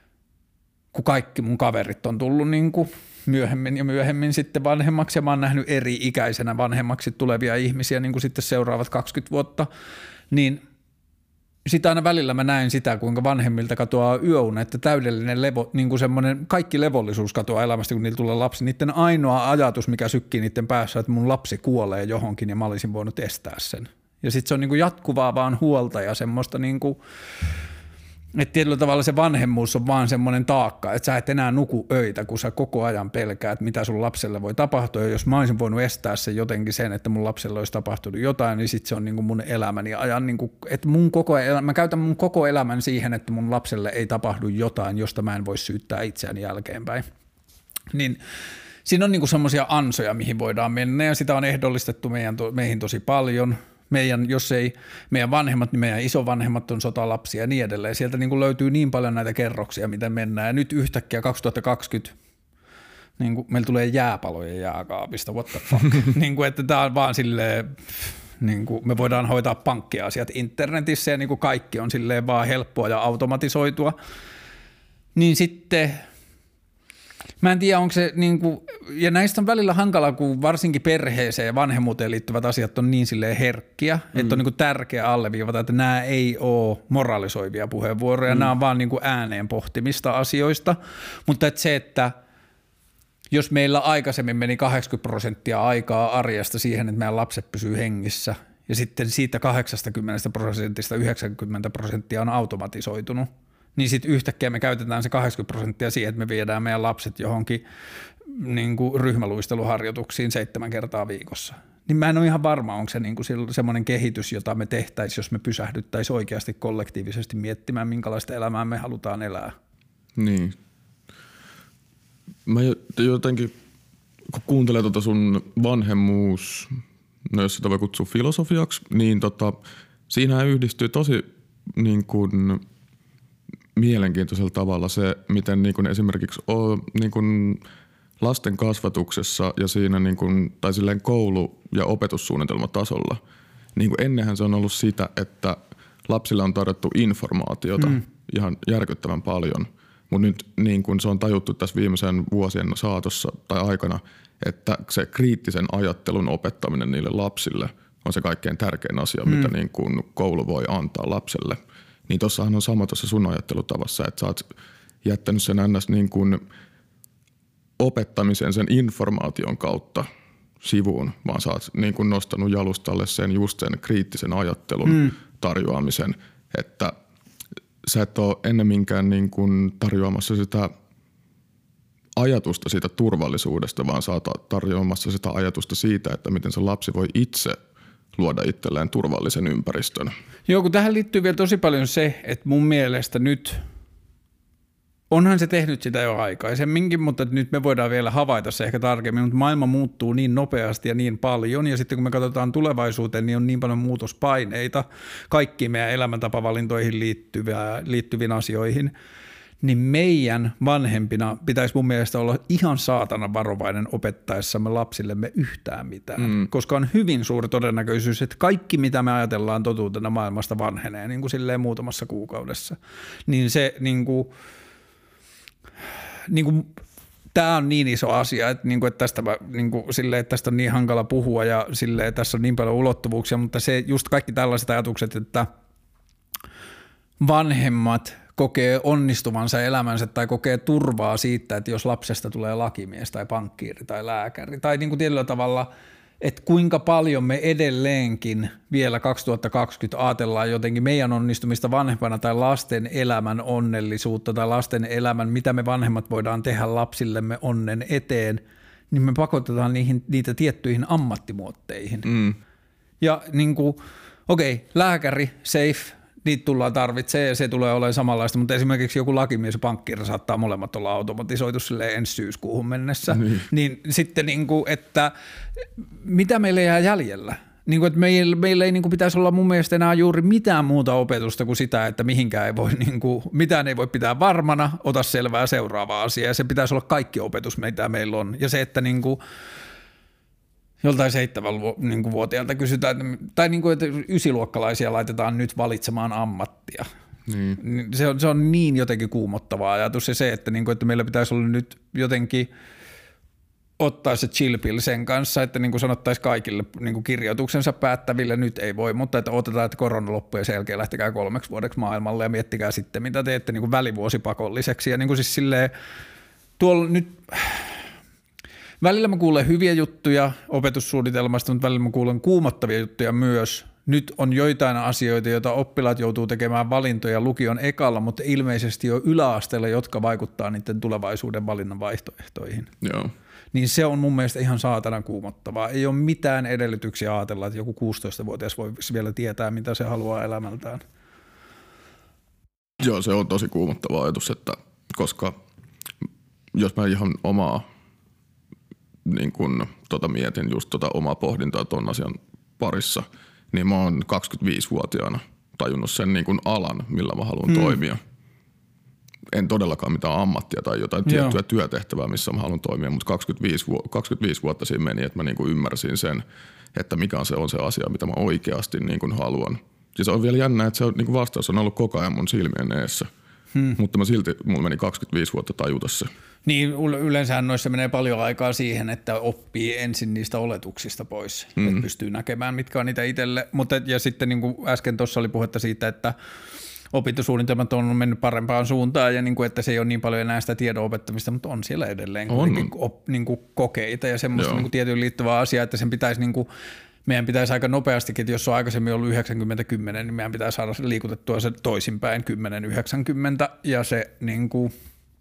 kun kaikki mun kaverit on tullut niin kuin myöhemmin ja myöhemmin sitten vanhemmaksi ja mä oon nähnyt eri ikäisenä vanhemmaksi tulevia ihmisiä niin kuin sitten seuraavat kaksikymmentä vuotta, niin sitä aina välillä mä näen sitä, kuinka vanhemmilta katoaa yöunet, että täydellinen levo, niin kuin semmoinen kaikki levollisuus katoaa elämästä, kun niillä tulee lapsi. Niiden ainoa ajatus, mikä sykkii niiden päässä, että mun lapsi kuolee johonkin ja mä olisin voinut estää sen. Ja sitten se on niin kuin jatkuvaa vaan huolta ja semmoista niin kuin, että tietyllä tavalla se vanhemmuus on vaan semmoinen taakka, että sä et enää nuku öitä, kun sä koko ajan pelkäät, mitä sun lapselle voi tapahtua. Ja jos mä olisin voinut estää sen jotenkin sen, että mun lapselle olisi tapahtunut jotain, niin sitten se on niin kuin mun elämäni ajan, niin kuin, että mun koko elämä, mä käytän mun koko elämän siihen, että mun lapselle ei tapahdu jotain, josta mä en voi syyttää itseäni jälkeenpäin. Niin siinä on niin kuin semmoisia ansoja, mihin voidaan mennä ja sitä on ehdollistettu meidän, meihin tosi paljon. Meidän, jos ei meidän vanhemmat, niin meidän isovanhemmat on sotalapsia ja niin edelleen. Sieltä niin kuin löytyy niin paljon näitä kerroksia, miten mennään. Ja nyt yhtäkkiä kaksituhattakaksikymmentä niin kuin meillä tulee jääpaloja jääkaapista, what the fuck. niin kuin, että tämä on vaan silleen, niin kuin me voidaan hoitaa pankkiasiat internetissä ja niin kuin kaikki on silleen vaan helppoa ja automatisoitua. Niin sitten mä en tiedä, onko se niin kuin, ja näistä on välillä hankala, kun varsinkin perheeseen ja vanhemmuuteen liittyvät asiat on niin silleen herkkiä, mm. että on niin kuin tärkeää alleviivata, että nämä ei ole moralisoivia puheenvuoroja, mm. nämä on vaan niin kuin ääneen pohtimista asioista, mutta että se, että jos meillä aikaisemmin meni kahdeksankymmentä prosenttia aikaa arjesta siihen, että meidän lapset pysyy hengissä ja sitten siitä kahdeksankymmentä prosentista yhdeksänkymmentä prosenttia on automatisoitunut, niin sitten yhtäkkiä me käytetään se kahdeksankymmentä prosenttia siihen, että me viedään meidän lapset johonkin niin kuin ryhmäluisteluharjoituksiin seitsemän kertaa viikossa. Niin mä en ole ihan varma, onko se niin kuin semmoinen kehitys, jota me tehtäisiin, jos me pysähdyttäisiin oikeasti kollektiivisesti miettimään, minkälaista elämää me halutaan elää. Niin. Mä jotenkin, kun kuuntelee tuota sun vanhemmuus, no jos sitä voi kutsua filosofiaksi, niin tota, siinä yhdistyy tosi niin kuin mielenkiintoisella tavalla se, miten niin kuin esimerkiksi on, niin kuin lasten kasvatuksessa ja siinä niin kuin, tai silleen koulu- ja opetussuunnitelmatasolla, niin kuin ennenhän se on ollut sitä, että lapsille on tarjottu informaatiota mm. ihan järkyttävän paljon, mutta nyt niin kuin se on tajuttu tässä viimeisen vuosien saatossa tai aikana, että se kriittisen ajattelun opettaminen niille lapsille on se kaikkein tärkein asia, mm. mitä niin kuin koulu voi antaa lapselle. Niin tossahan on sama tuossa sun ajattelutavassa, että sä oot jättänyt sen ns. Niin kuin opettamisen sen informaation kautta sivuun, vaan sä oot niin kuin nostanut jalustalle sen just sen kriittisen ajattelun mm. tarjoamisen, että sä et ole ennemminkään niin kuin tarjoamassa sitä ajatusta siitä turvallisuudesta, vaan sä oot tarjoamassa sitä ajatusta siitä, että miten se lapsi voi itse luoda itselleen turvallisen ympäristön. Joo, kun tähän liittyy vielä tosi paljon se, että mun mielestä nyt, onhan se tehnyt sitä jo aikaisemminkin, mutta nyt me voidaan vielä havaita se ehkä tarkemmin, mutta maailma muuttuu niin nopeasti ja niin paljon, ja sitten kun me katsotaan tulevaisuuteen, niin on niin paljon muutospaineita kaikkiin meidän elämäntapavalintoihin liittyviin asioihin, niin meidän vanhempina pitäisi mun mielestä olla ihan saatana varovainen opettaessamme lapsillemme yhtään mitään, mm. koska on hyvin suuri todennäköisyys, että kaikki mitä me ajatellaan totuutena maailmasta vanhenee niin kuin silleen muutamassa kuukaudessa. Niin se niin kuin, niin kuin, tämä on niin iso asia, että, niin kuin, että, tästä, niin kuin, silleen, että tästä on niin hankala puhua ja silleen, että tässä on niin paljon ulottuvuuksia, mutta se just kaikki tällaiset ajatukset, että vanhemmat kokee onnistuvansa elämänsä tai kokee turvaa siitä, että jos lapsesta tulee lakimies tai pankkiiri tai lääkäri tai niin kuin tietyllä tavalla, että kuinka paljon me edelleenkin vielä kaksituhattakaksikymmentä ajatellaan jotenkin meidän onnistumista vanhempana tai lasten elämän onnellisuutta tai lasten elämän, mitä me vanhemmat voidaan tehdä lapsillemme onnen eteen, niin me pakotetaan niihin, niitä tiettyihin ammattimuotteihin. Mm. Ja niin kuin, okei, okay, lääkäri, safe, niitä tullaan tarvitsemaan ja se tulee olemaan samanlaista, mutta esimerkiksi joku lakimies ja pankkiiri saattaa molemmat olla automatisoitu silleen ensi syyskuuhun mennessä. Niin, niin sitten niin kuin, että mitä meille jää jäljellä? Niin kuin, että meillä, meillä ei niin kuin pitäisi olla mun mielestä enää juuri mitään muuta opetusta kuin sitä, että mihinkään ei voi, niin kuin, mitään ei voi pitää varmana, ota selvää seuraava asia ja se pitäisi olla kaikki opetus, mitä meillä on. Ja se, että niin kuin joltain seitsemänvuotiaalta kysytään, tai niin kuin, että ysiluokkalaisia laitetaan nyt valitsemaan ammattia. Niin. Se, on, se on niin jotenkin kuumottava ajatus ja se, että, niin kuin, että meillä pitäisi olla nyt jotenkin ottaa se chill pill sen kanssa, että niin kuin sanottaisiin kaikille niin kuin kirjoituksensa päättäville, nyt ei voi, mutta että otetaan, että korona loppuu ja sen jälkeen lähtekää kolmeksi vuodeksi maailmalle ja miettikää sitten, mitä teette niin kuin välivuosipakolliseksi. Ja niin kuin siis silleen, tuolla nyt välillä mä kuulen hyviä juttuja opetussuunnitelmasta, mutta välillä mä kuulen kuumottavia juttuja myös. Nyt on joitain asioita, joita oppilaat joutuu tekemään valintoja lukion ekalla, mutta ilmeisesti jo yläasteella, jotka vaikuttaa niiden tulevaisuuden valinnan vaihtoehtoihin. Joo. Niin se on mun mielestä ihan saatanan kuumottavaa. Ei ole mitään edellytyksiä ajatella, että joku kuusitoistavuotias voi vielä tietää, mitä se haluaa elämältään. Joo, se on tosi kuumottava ajatus, että koska jos mä ihan omaa niin kun, tota mietin just tota omaa pohdintaa ton asian parissa, niin mä oon kaksikymmentäviisivuotiaana tajunnut sen niin kun alan, millä mä haluan hmm. toimia. En todellakaan mitään ammattia tai jotain Joo. tiettyä työtehtävää, missä mä haluan toimia, mutta kaksikymmentäviisi, vu- kaksikymmentäviisi vuotta siinä meni, että mä niin kuin ymmärsin sen, että mikä on se, on se asia, mitä mä oikeasti niin kuin haluan. Ja se on vielä jännä, että se on, niin kuin vastaus on ollut koko ajan mun silmien eessä, hmm. mutta mä silti, mulla meni kaksikymmentäviisi vuotta tajuta se. Niin yleensä noissa menee paljon aikaa siihen, että oppii ensin niistä oletuksista pois, hmm. että pystyy näkemään, mitkä on niitä itselle. Mutta ja sitten niin kuin äsken tuossa oli puhetta siitä, että opintosuunnitelmat on mennyt parempaan suuntaan ja niin kuin, että se ei ole niin paljon enää sitä tiedon opettamista, mutta on siellä edelleen op, niin kuin kokeita ja semmoista niin kuin tietoon liittyvää asiaa, että sen pitäisi niin kuin, meidän pitäisi aika nopeastikin, että jos on aikaisemmin ollut yhdeksänkymmentä kymmenen, niin meidän pitäisi saada liikutettua se toisinpäin kymmenen yhdeksänkymmentä ja se niin kuin,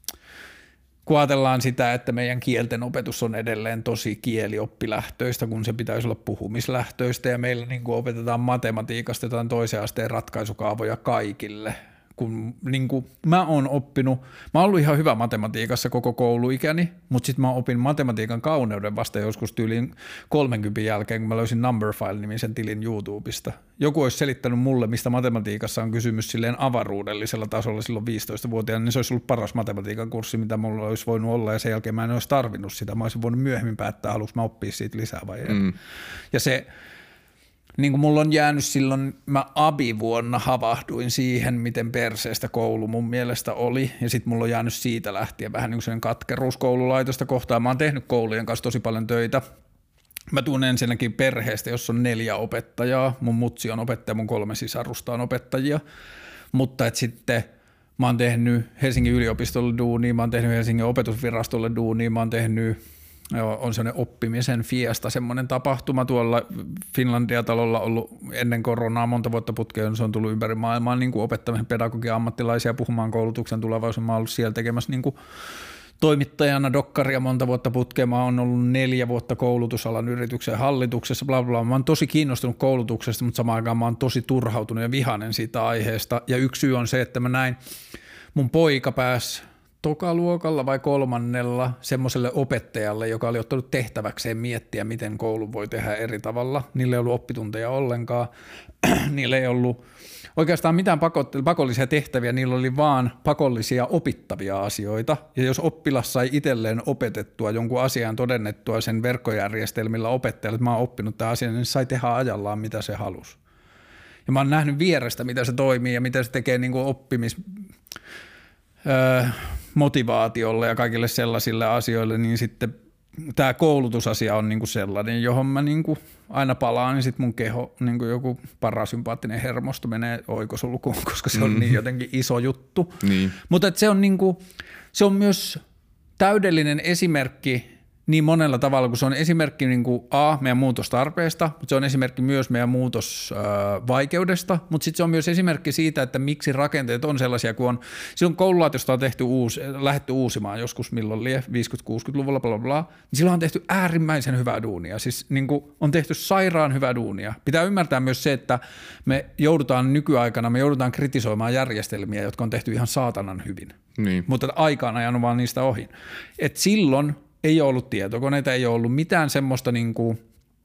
kun ajatellaan sitä, että meidän kielten opetus on edelleen tosi kielioppilähtöistä, kun se pitäisi olla puhumislähtöistä ja meillä niin kuin opetetaan matematiikasta jotain toisen asteen ratkaisukaavoja kaikille. Kun niin kuin, mä oon oppinut, mä oon ollut ihan hyvä matematiikassa koko kouluikäni, mutta sitten mä opin matematiikan kauneuden vasta joskus tyyliin kolmenkymmenen jälkeen, kun mä löysin Numberphile-nimisen tilin YouTubesta. Joku olisi selittänyt mulle, mistä matematiikassa on kysymys silleen avaruudellisella tasolla silloin viisitoistavuotiaana, niin se olisi ollut paras matematiikan kurssi, mitä mulla olisi voinut olla, ja sen jälkeen mä en olisi tarvinnut sitä. Mä olisin voinut myöhemmin päättää, haluanko mä oppia siitä lisää vai en. Mm. Ja se niin kuin mulla on jäänyt silloin, mä abivuonna havahduin siihen, miten perseestä koulu mun mielestä oli, ja sitten mulla on jäänyt siitä lähtien vähän niin kuin sellainen katkeruus koululaitosta kohtaan. Mä oon tehnyt koulujen kanssa tosi paljon töitä. Mä tuun ensinnäkin perheestä, jossa on neljä opettajaa. Mun mutsi on opettaja, mun kolme sisarusta on opettajia. Mutta et sitten Mä oon tehnyt Helsingin yliopistolle duunia, mä oon tehnyt Helsingin opetusvirastolle duunia, mä oon tehnyt, joo, on semmoinen oppimisen fiesta, semmoinen tapahtuma tuolla Finlandia-talolla ollut ennen koronaa monta vuotta putkeen, se on tullut ympäri maailmaa niin kuin opettamisen pedagogian ammattilaisia puhumaan koulutuksen tulevaisuudessa. Mä oon ollut siellä tekemässä niin kuin toimittajana dokkaria monta vuotta putkeen. Mä oon ollut neljä vuotta koulutusalan yrityksen hallituksessa, bla bla. Mä oon tosi kiinnostunut koulutuksesta, mutta samaan aikaan mä oon tosi turhautunut ja vihainen siitä aiheesta. Ja yksi syy on se, että mä näin mun poika pääsi tokaluokalla vai kolmannella semmoiselle opettajalle, joka oli ottanut tehtäväkseen miettiä, miten koulu voi tehdä eri tavalla. Niillä ei ollut oppitunteja ollenkaan. Niillä ei ollut oikeastaan mitään pakollisia tehtäviä, niillä oli vaan pakollisia opittavia asioita. Ja jos oppilas sai itselleen opetettua jonkun asian todennettua sen verkkojärjestelmillä opettajalle, että mä oon oppinut tämän asian, niin se sai tehdä ajallaan, mitä se halusi. Ja mä oon nähnyt vierestä, mitä se toimii ja mitä se tekee niin kuin oppimis... Öö, motivaatiolle ja kaikille sellaisille asioille, niin sitten tämä koulutusasia on niinku sellainen, johon mä niinku aina palaan, niin sitten mun keho, niinku joku parasympaattinen hermosto menee oikosulkuun, koska se on niin jotenkin iso juttu. Niin. Mutta se on, niinku, se on myös täydellinen esimerkki niin monella tavalla, kun se on esimerkki niin kuin A, meidän muutostarpeesta, mutta se on esimerkki myös meidän muutosvaikeudesta, mutta sitten se on myös esimerkki siitä, että miksi rakenteet on sellaisia, kun on, silloin koululaitosta on tehty uusi, lähdetty uusimaan joskus milloin lie, viisikymmentä-kuusikymmentäluvulla, bla bla bla, niin silloin on tehty äärimmäisen hyvää duunia, siis niin kuin on tehty sairaan hyvää duunia. Pitää ymmärtää myös se, että me joudutaan nykyaikana, me joudutaan kritisoimaan järjestelmiä, jotka on tehty ihan saatanan hyvin, niin. Mutta aikaan ajanut vaan niistä ohi. Et silloin ei ole ollut tietokoneita, ei ole ollut mitään semmoista, niin kuin,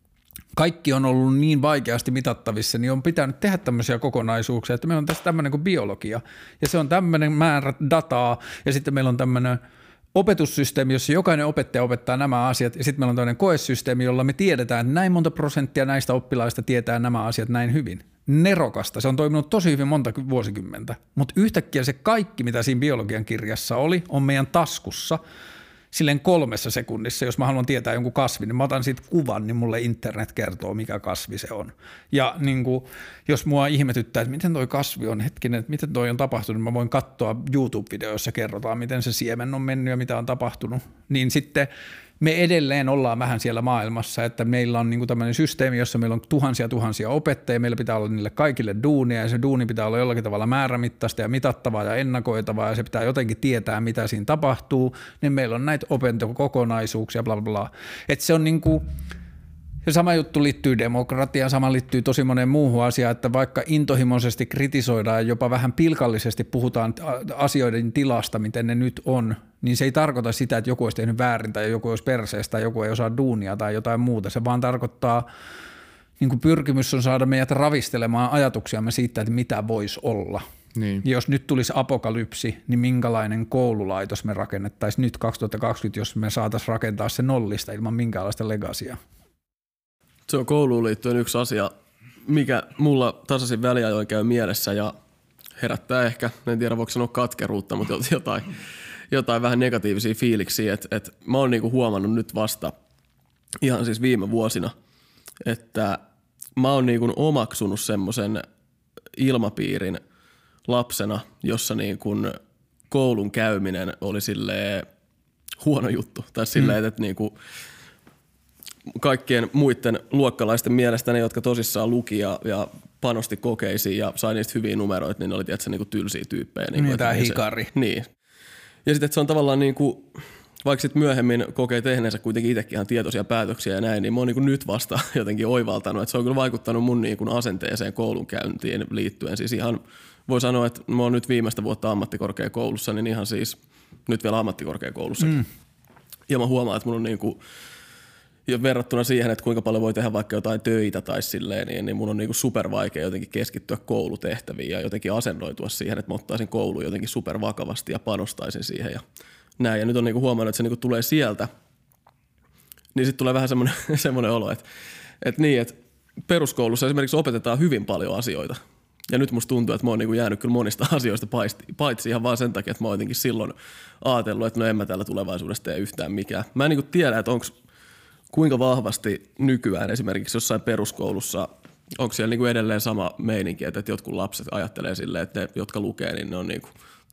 kaikki on ollut niin vaikeasti mitattavissa, niin on pitänyt tehdä tämmöisiä kokonaisuuksia, että meillä on tässä tämmöinen kuin biologia, ja se on tämmöinen määrä dataa, ja sitten meillä on tämmöinen opetussysteemi, jossa jokainen opettaja opettaa nämä asiat, ja sitten meillä on toinen koesysteemi, jolla me tiedetään, että näin monta prosenttia näistä oppilaista tietää nämä asiat näin hyvin. Nerokasta. Se on toiminut tosi hyvin monta vuosikymmentä, mutta yhtäkkiä se kaikki, mitä siinä biologian kirjassa oli, on meidän taskussa, silleen kolmessa sekunnissa, jos mä haluan tietää jonkun kasvin, niin mä otan siitä kuvan, niin mulle internet kertoo, mikä kasvi se on. Ja niin kuin, jos mua ihmetyttää, että miten toi kasvi on, hetkinen, että miten toi on tapahtunut, mä voin katsoa YouTube-videoissa, kerrotaan, miten se siemen on mennyt ja mitä on tapahtunut, niin sitten me edelleen ollaan vähän siellä maailmassa, että meillä on niinku tämmöinen systeemi, jossa meillä on tuhansia tuhansia opettajia, meillä pitää olla niille kaikille duunia ja se duuni pitää olla jollakin tavalla määrämittaista ja mitattavaa ja ennakoitavaa ja se pitää jotenkin tietää, mitä siinä tapahtuu, niin meillä on näitä opintokokonaisuuksia, bla bla bla. Että se on niinku, se sama juttu liittyy demokratiaan, sama liittyy tosi moneen muuhun asiaan, että vaikka intohimoisesti kritisoidaan ja jopa vähän pilkallisesti puhutaan asioiden tilasta, miten ne nyt on, niin se ei tarkoita sitä, että joku olisi tehnyt väärin tai joku olisi perseestä tai joku ei osaa duunia tai jotain muuta. Se vaan tarkoittaa, niin kuin pyrkimys on saada meidät ravistelemaan ajatuksiamme siitä, että mitä voisi olla. Niin. Jos nyt tulisi apokalypsi, niin minkälainen koululaitos me rakennettaisiin nyt kaksituhattakaksikymmentä, jos me saataisiin rakentaa se nollista ilman minkäänlaista legasia. Se on kouluun liittyen yksi asia, mikä mulla tasaisin väliajoin käy mielessä ja herättää ehkä, en tiedä voiko sanoa katkeruutta, mutta jotain, jotain vähän negatiivisia fiiliksiä, että et mä oon niinku huomannut nyt vasta ihan siis viime vuosina, että mä oon niinku omaksunut semmoisen ilmapiirin lapsena, jossa niinku koulun käyminen oli silleen huono juttu tai silleen, mm. että niinku kaikkien muiden luokkalaisten mielestä ne, jotka tosissaan luki ja, ja panosti kokeisiin ja sai niistä hyviä numeroita, niin ne oli tietysti niinku tylsiä tyyppejä. Niin, niin tämä hikari. Se, niin. Ja sitten se on tavallaan niinku, vaikka sitten myöhemmin kokee tehneensä kuitenkin itsekin ihan tietoisia päätöksiä ja näin, niin mä oon niinku nyt vasta jotenkin oivaltanut, että se on kyllä vaikuttanut mun niinku asenteeseen koulunkäyntiin liittyen. Siis ihan voi sanoa, että mä oon nyt viimeistä vuotta ammattikorkeakoulussa, niin ihan siis nyt vielä ammattikorkeakoulussakin. Mm. Ja mä huomaan, että mun on niinku ja verrattuna siihen, että kuinka paljon voi tehdä vaikka jotain töitä tai silleen, niin, niin mun on niinku super vaikea jotenkin keskittyä koulutehtäviin ja jotenkin asennoitua siihen, että mä ottaisin kouluun jotenkin super vakavasti ja panostaisin siihen ja näin. Ja nyt on niinku huomannut, että se niinku tulee sieltä, niin sitten tulee vähän semmoinen, semmoinen olo, että, että niin, että peruskoulussa esimerkiksi opetetaan hyvin paljon asioita. Ja nyt musta tuntuu, että mä oon niinku jäänyt kyllä monista asioista paitsi ihan vaan sen takia, että mä oon jotenkin silloin ajatellut, että no en mä täällä tulevaisuudessa tee yhtään mikään. Mä en niinku tiedä, että onko kuinka vahvasti nykyään esimerkiksi jossain peruskoulussa, onko siellä niinku edelleen sama meininki, että jotkut lapset ajattelee silleen, että ne, jotka lukee, niin ne on niinku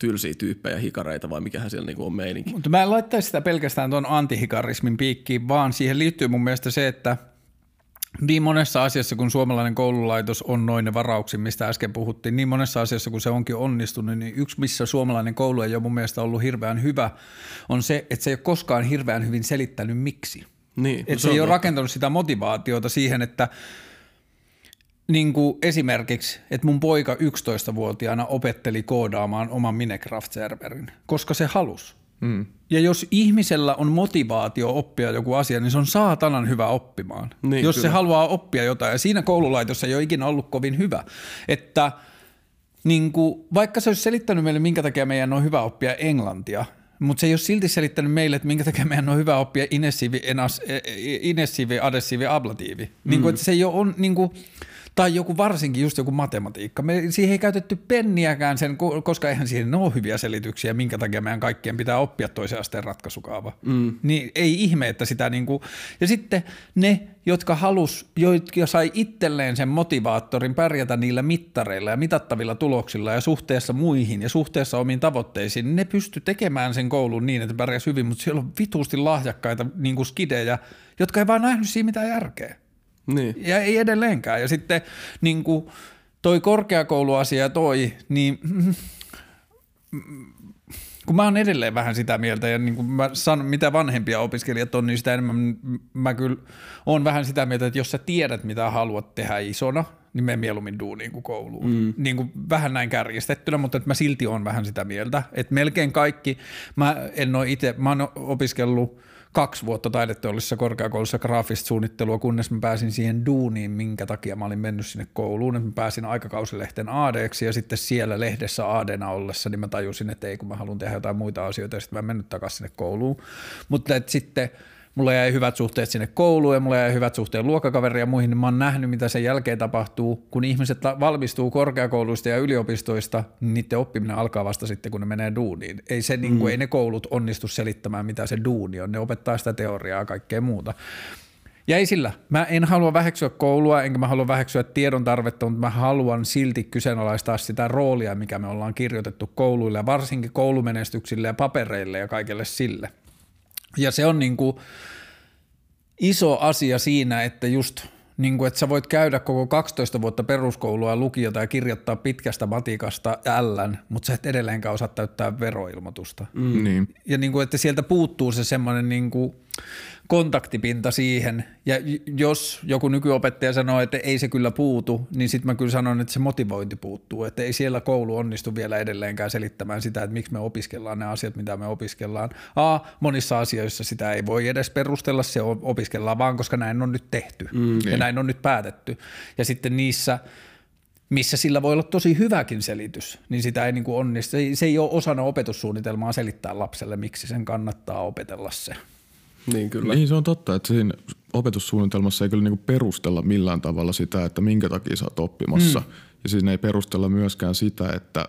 tylsiä tyyppejä, hikareita vai mikähän siellä niinku on meininki. Mutta mä en laittaisi sitä pelkästään tuon antihikarismin piikkiin, vaan siihen liittyy mun mielestä se, että niin monessa asiassa, kun suomalainen koululaitos on noin ne varauksin, mistä äsken puhuttiin, niin monessa asiassa, kun se onkin onnistunut, niin yksi, missä suomalainen koulu ei ole mun mielestä ollut hirveän hyvä, on se, että se ei ole koskaan hirveän hyvin selittänyt miksi. Niin, että no se, se ei ole totta. rakentanut sitä motivaatiota siihen, että niin kuin esimerkiksi, että mun poika yksitoistavuotiaana opetteli koodaamaan oman Minecraft-serverin, koska se halusi. Mm. Ja jos ihmisellä on motivaatio oppia joku asia, niin se on saatanan hyvä oppimaan. Niin, jos kyllä. se haluaa oppia jotain. Ja siinä koululaitos ei ole ikinä ollut kovin hyvä. Että niin kuin, vaikka se olisi selittänyt meille, minkä takia meidän on hyvä oppia englantia, mutta se ei ole silti selittänyt meille, että minkä takia meidän on hyvä oppia inessiivi, enas, inessiivi adessiivi, ablatiivi. Mm. Niin kuin, että se ei ole on, niin kuin, tai joku varsinkin just joku matematiikka. Me siihen ei käytetty penniäkään sen, koska eihän siihen ole hyviä selityksiä, minkä takia meidän kaikkien pitää oppia toisen asteen ratkaisukaava. Mm. Niin ei ihme, että sitä niinku, ja sitten ne, jotka halus, jotka sai itselleen sen motivaattorin pärjätä niillä mittareilla ja mitattavilla tuloksilla ja suhteessa muihin ja suhteessa omiin tavoitteisiin, niin ne pysty tekemään sen koulun niin, että pärjäs hyvin, mutta siellä on vituusti lahjakkaita niinku skidejä, jotka ei vaan nähnyt siinä mitään järkeä. Niin. Ja ei edelleenkään. Ja sitten niin kuin toi korkeakouluasia ja toi, niin kun mä oon edelleen vähän sitä mieltä ja niin kuin mä sanon, mitä vanhempia opiskelijat on, niin sitä enemmän mä kyllä oon vähän sitä mieltä, että jos sä tiedät, mitä haluat tehdä isona, niin mene mieluummin duuniin kuin kouluun. Mm. Niin kuin vähän näin kärjistettynä, mutta että mä silti oon vähän sitä mieltä, että melkein kaikki, mä en ole itse, mä oon opiskellut kaksi vuotta taideteollisessa korkeakoulussa graafista suunnittelua, kunnes mä pääsin siihen duuniin, minkä takia mä olin mennyt sinne kouluun, että mä pääsin aikakausilehten A D:ksi ja sitten siellä lehdessä A D:na ollessa, niin mä tajusin, että ei kun mä haluan tehdä jotain muita asioita ja sitten mä en mennyt takaisin sinne kouluun, mutta että sitten mulla jäi hyvät suhteet sinne kouluun ja mulla jäi hyvät suhteet luokkakaveriin ja muihin, niin mä oon nähnyt, mitä sen jälkeen tapahtuu. Kun ihmiset valmistuu korkeakouluista ja yliopistoista, niin niiden oppiminen alkaa vasta sitten, kun ne menee duuniin. Ei, se, mm. niin kuin, ei ne koulut onnistu selittämään, mitä se duuni on. Ne opettaa sitä teoriaa ja kaikkea muuta. Ja ei sillä. Mä en halua väheksyä koulua, enkä mä halua väheksyä tiedon tarvetta, mutta mä haluan silti kyseenalaistaa sitä roolia, mikä me ollaan kirjoitettu kouluille ja varsinkin koulumenestyksille ja papereille ja kaikelle sille. Ja se on niin kuin iso asia siinä, että just niin kuin, että sä voit käydä koko kaksitoista vuotta peruskoulua ja lukiota ja kirjoittaa pitkästä matikasta L:n, mutta sä et edelleenkään osaa täyttää veroilmoitusta. Mm. Niin. Ja niin kuin, että sieltä puuttuu se semmoinen niin kuin kontaktipinta siihen, ja jos joku nykyopettaja sanoo, että ei se kyllä puutu, niin sitten mä kyllä sanon, että se motivointi puuttuu, että ei siellä koulu onnistu vielä edelleenkään selittämään sitä, että miksi me opiskellaan ne asiat, mitä me opiskellaan. A, monissa asioissa sitä ei voi edes perustella, se opiskellaan vaan, koska näin on nyt tehty mm, ja niin. näin on nyt päätetty. Ja sitten niissä, missä sillä voi olla tosi hyväkin selitys, niin sitä ei niin kuin onnistu. Se ei, se ei ole osana opetussuunnitelmaa selittää lapselle, miksi sen kannattaa opetella se. Niin kyllä. Niin se on totta, että siinä opetussuunnitelmassa ei kyllä niinku perustella millään tavalla sitä, että minkä takia sä oot oppimassa. Mm. Ja siinä ei perustella myöskään sitä, että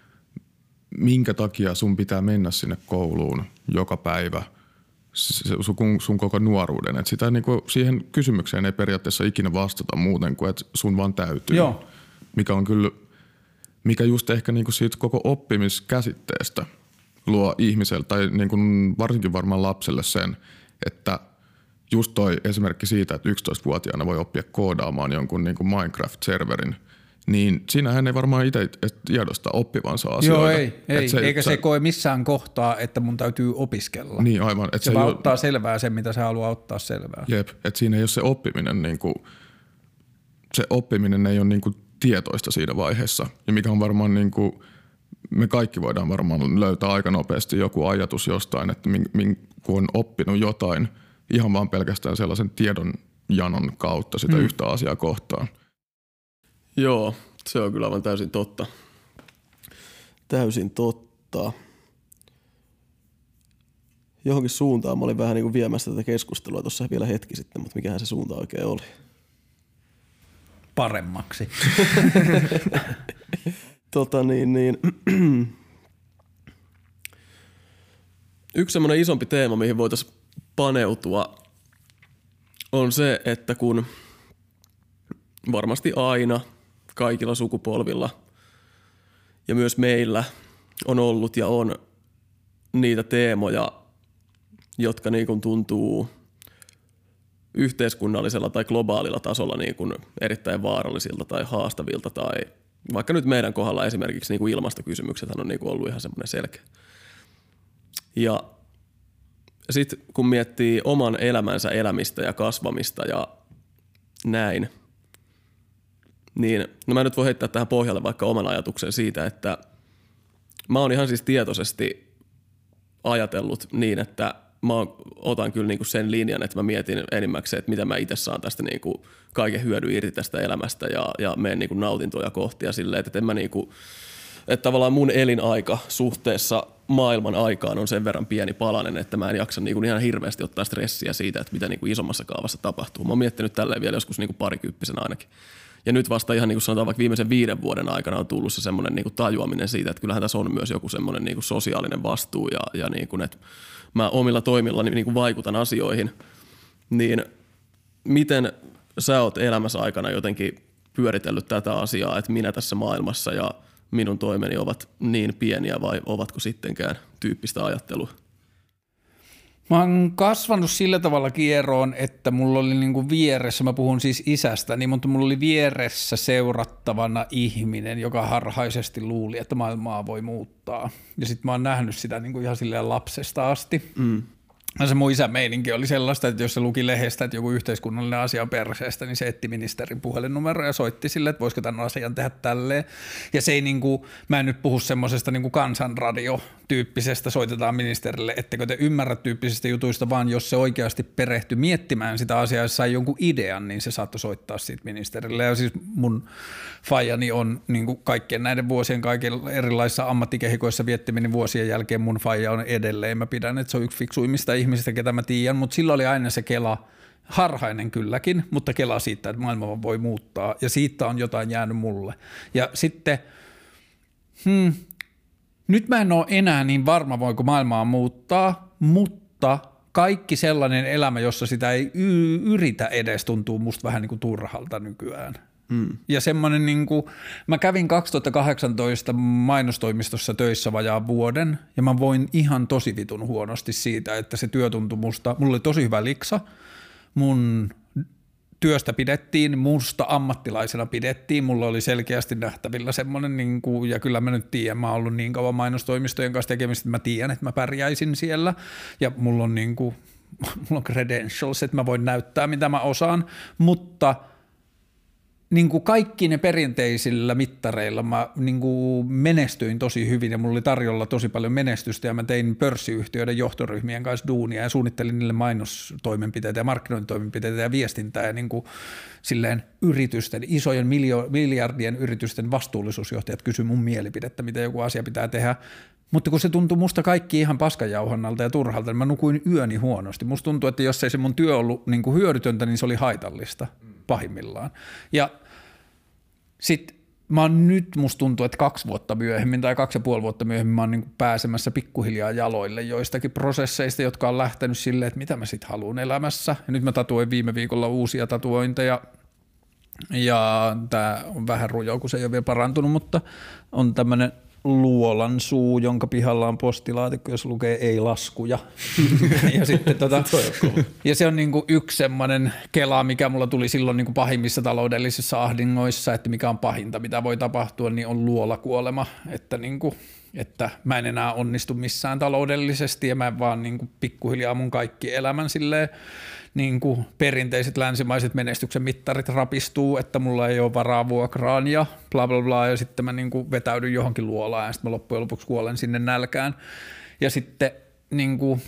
minkä takia sun pitää mennä sinne kouluun joka päivä sun, sun koko nuoruuden. Et sitä niinku, siihen kysymykseen ei periaatteessa ikinä vastata muuten kuin, että sun vaan täytyy. Joo. Mikä on kyllä, mikä just ehkä niinku siitä koko oppimiskäsitteestä luo ihmiselle tai niinku varsinkin varmaan lapselle sen, että just toi esimerkki siitä, että yksitoistavuotiaana voi oppia koodaamaan jonkun niinku Minecraft-serverin, niin siinähän ei varmaan itse tiedosta oppivansa asioita. Joo, ei, ei. se, eikä se, se koe missään kohtaa, että mun täytyy opiskella. Niin aivan. Se, se vaan ottaa selvää sen, mitä se haluaa ottaa selvää. Jep, että siinä ei ole se oppiminen, niinku, se oppiminen ei ole niinku tietoista siinä vaiheessa, ja mikä on varmaan niinku, me kaikki voidaan varmaan löytää aika nopeasti joku ajatus jostain, että min, min, kun on oppinut jotain ihan vaan pelkästään sellaisen tiedon janon kautta sitä hmm. yhtä asiaa kohtaan. Joo, se on kyllä aivan täysin totta. Täysin totta. Johonkin suuntaan mä olin vähän niin kuin viemässä tätä keskustelua tuossa vielä hetki sitten, mutta mikähän se suunta oikein oli? Paremmaksi. Tota niin, niin. Yksi semmoinen isompi teema, mihin voitaisiin paneutua, on se, että kun varmasti aina kaikilla sukupolvilla ja myös meillä on ollut ja on niitä teemoja, jotka niin kuin tuntuu yhteiskunnallisella tai globaalilla tasolla niin kuin erittäin vaarallisilta tai haastavilta. Tai vaikka nyt meidän kohdalla esimerkiksi niin kuin ilmastokysymyksethän on niin kuin ollut ihan semmoinen selkeä. Ja sitten kun miettii oman elämänsä elämistä ja kasvamista ja näin, niin no mä nyt voin heittää tähän pohjalle vaikka oman ajatuksen siitä, että mä oon ihan siis tietoisesti ajatellut niin, että mä otan kyllä niinku sen linjan, että mä mietin enimmäkseen, että mitä mä itse saan tästä niinku kaiken hyödyn irti tästä elämästä ja, ja menen niinku nautintoja kohti ja silleen, että en mä niinku, että tavallaan mun elinaika suhteessa maailman aikaan on sen verran pieni palanen, että mä en jaksa niinku ihan hirveästi ottaa stressiä siitä, että mitä niinku isommassa kaavassa tapahtuu. Mä oon miettinyt tälleen vielä joskus niinku parikymppisenä ainakin. Ja nyt vasta ihan niin kuin sanotaan vaikka viimeisen viiden vuoden aikana on tullut se semmoinen niin kuin tajuaminen siitä, että kyllähän tässä on myös joku semmoinen niin kuin sosiaalinen vastuu ja, ja niin kuin, että mä omilla toimillani niin kuin vaikutan asioihin. Niin miten sä oot elämässä aikana jotenkin pyöritellyt tätä asiaa, että minä tässä maailmassa ja minun toimeni ovat niin pieniä vai ovatko sittenkään tyyppistä ajattelua? Mä oon kasvanut sillä tavalla kieroon, että mulla oli niinku vieressä, mä puhun siis isästäni, mutta mulla oli vieressä seurattavana ihminen, joka harhaisesti luuli, että maailmaa voi muuttaa. Ja sit mä oon nähnyt sitä niinku ihan silleen lapsesta asti. Mm. Ja se mun isän meininki oli sellaista, että jos se luki lehdestä, että joku yhteiskunnallinen asia on perseestä, niin se etti ministerin puhelinnumero ja soitti sille, että voisiko tämän asian tehdä tälleen. Ja se ei niinku, mä en nyt puhu semmoisesta niinku kansanradio-tyyppisestä, soitetaan ministerille, ettekö te ymmärrä tyyppisistä jutuista, vaan jos se oikeasti perehtyi miettimään sitä asiaa, jos sai jonkun idean, niin se saattoi soittaa siitä ministerille. Ja siis mun faijani on niinku kaikkien näiden vuosien kaikilla erilaisissa ammattikehikoissa viettiminen vuosien jälkeen mun faija on edelleen. Mä pidän, että se on yksi fiksuimmista ihmisistä, ketä mä tiedän, mutta silloin oli aina se kela, harhainen kylläkin, mutta kela siitä, että maailma voi muuttaa ja siitä on jotain jäänyt mulle. Ja sitten, hmm, nyt mä en ole enää niin varma, voiko maailmaa muuttaa, mutta kaikki sellainen elämä, jossa sitä ei y- yritä edes, tuntuu musta vähän niin kuin turhalta nykyään. Hmm. Ja semmoinen, niin kuin, mä kävin kaksituhattakahdeksantoista mainostoimistossa töissä vajaa vuoden ja mä voin ihan tosi vitun huonosti siitä, että se työ tuntui musta, mulla oli tosi hyvä liksa, mun työstä pidettiin, musta ammattilaisena pidettiin, mulla oli selkeästi nähtävillä semmoinen, niin kuin, ja kyllä mä nyt tiedän, mä oon ollut niin kauan mainostoimistojen kanssa tekemistä, että mä tiedän, että mä pärjäisin siellä ja mulla on, niin kuin, mulla on credentials, että mä voin näyttää mitä mä osaan, mutta niin kuin kaikki ne perinteisillä mittareilla mä niin kuin menestyin tosi hyvin ja mulla oli tarjolla tosi paljon menestystä ja mä tein pörssiyhtiöiden johtoryhmien kanssa duunia ja suunnittelin niille mainostoimenpiteitä ja markkinointitoimenpiteitä ja viestintää ja niin kuin silleen yritysten, isojen miljo- miljardien yritysten vastuullisuusjohtajat kysyi mun mielipidettä, mitä joku asia pitää tehdä. Mutta kun se tuntui musta kaikki ihan paskajauhannalta ja turhalta, niin mä nukuin yöni huonosti. Musta tuntuu, että jos ei se mun työ ollut niin kuin hyödytöntä, niin se oli haitallista pahimmillaan. Ja sit mä oon nyt, musta tuntuu, että kaksi vuotta myöhemmin tai kaksi ja puoli vuotta myöhemmin mä oon niin kuin pääsemässä pikkuhiljaa jaloille joistakin prosesseista, jotka on lähtenyt silleen, että mitä mä sit haluan elämässä. Ja nyt mä tatuoin viime viikolla uusia tatuointeja. Ja tää on vähän rujoa, kun se ei ole vielä parantunut, mutta on tämmönen luolan suu, jonka pihalla on postilaatikko, jos lukee ei laskuja. ja, sitten tota, ja se on niinku yksi semmoinen kela, mikä mulla tuli silloin niinku pahimmissa taloudellisissa ahdingoissa, että mikä on pahinta, mitä voi tapahtua, niin on luolakuolema, että, niinku, että mä en enää onnistu missään taloudellisesti ja mä vaan niinku pikkuhiljaa mun kaikki elämän silleen, niin kuin perinteiset länsimaiset menestyksen mittarit rapistuu, että mulla ei ole varaa vuokraan ja bla bla bla, ja sitten mä niin kuin vetäydyn johonkin luolaan ja sitten mä loppujen lopuksi kuolen sinne nälkään. Ja sitten niin kuin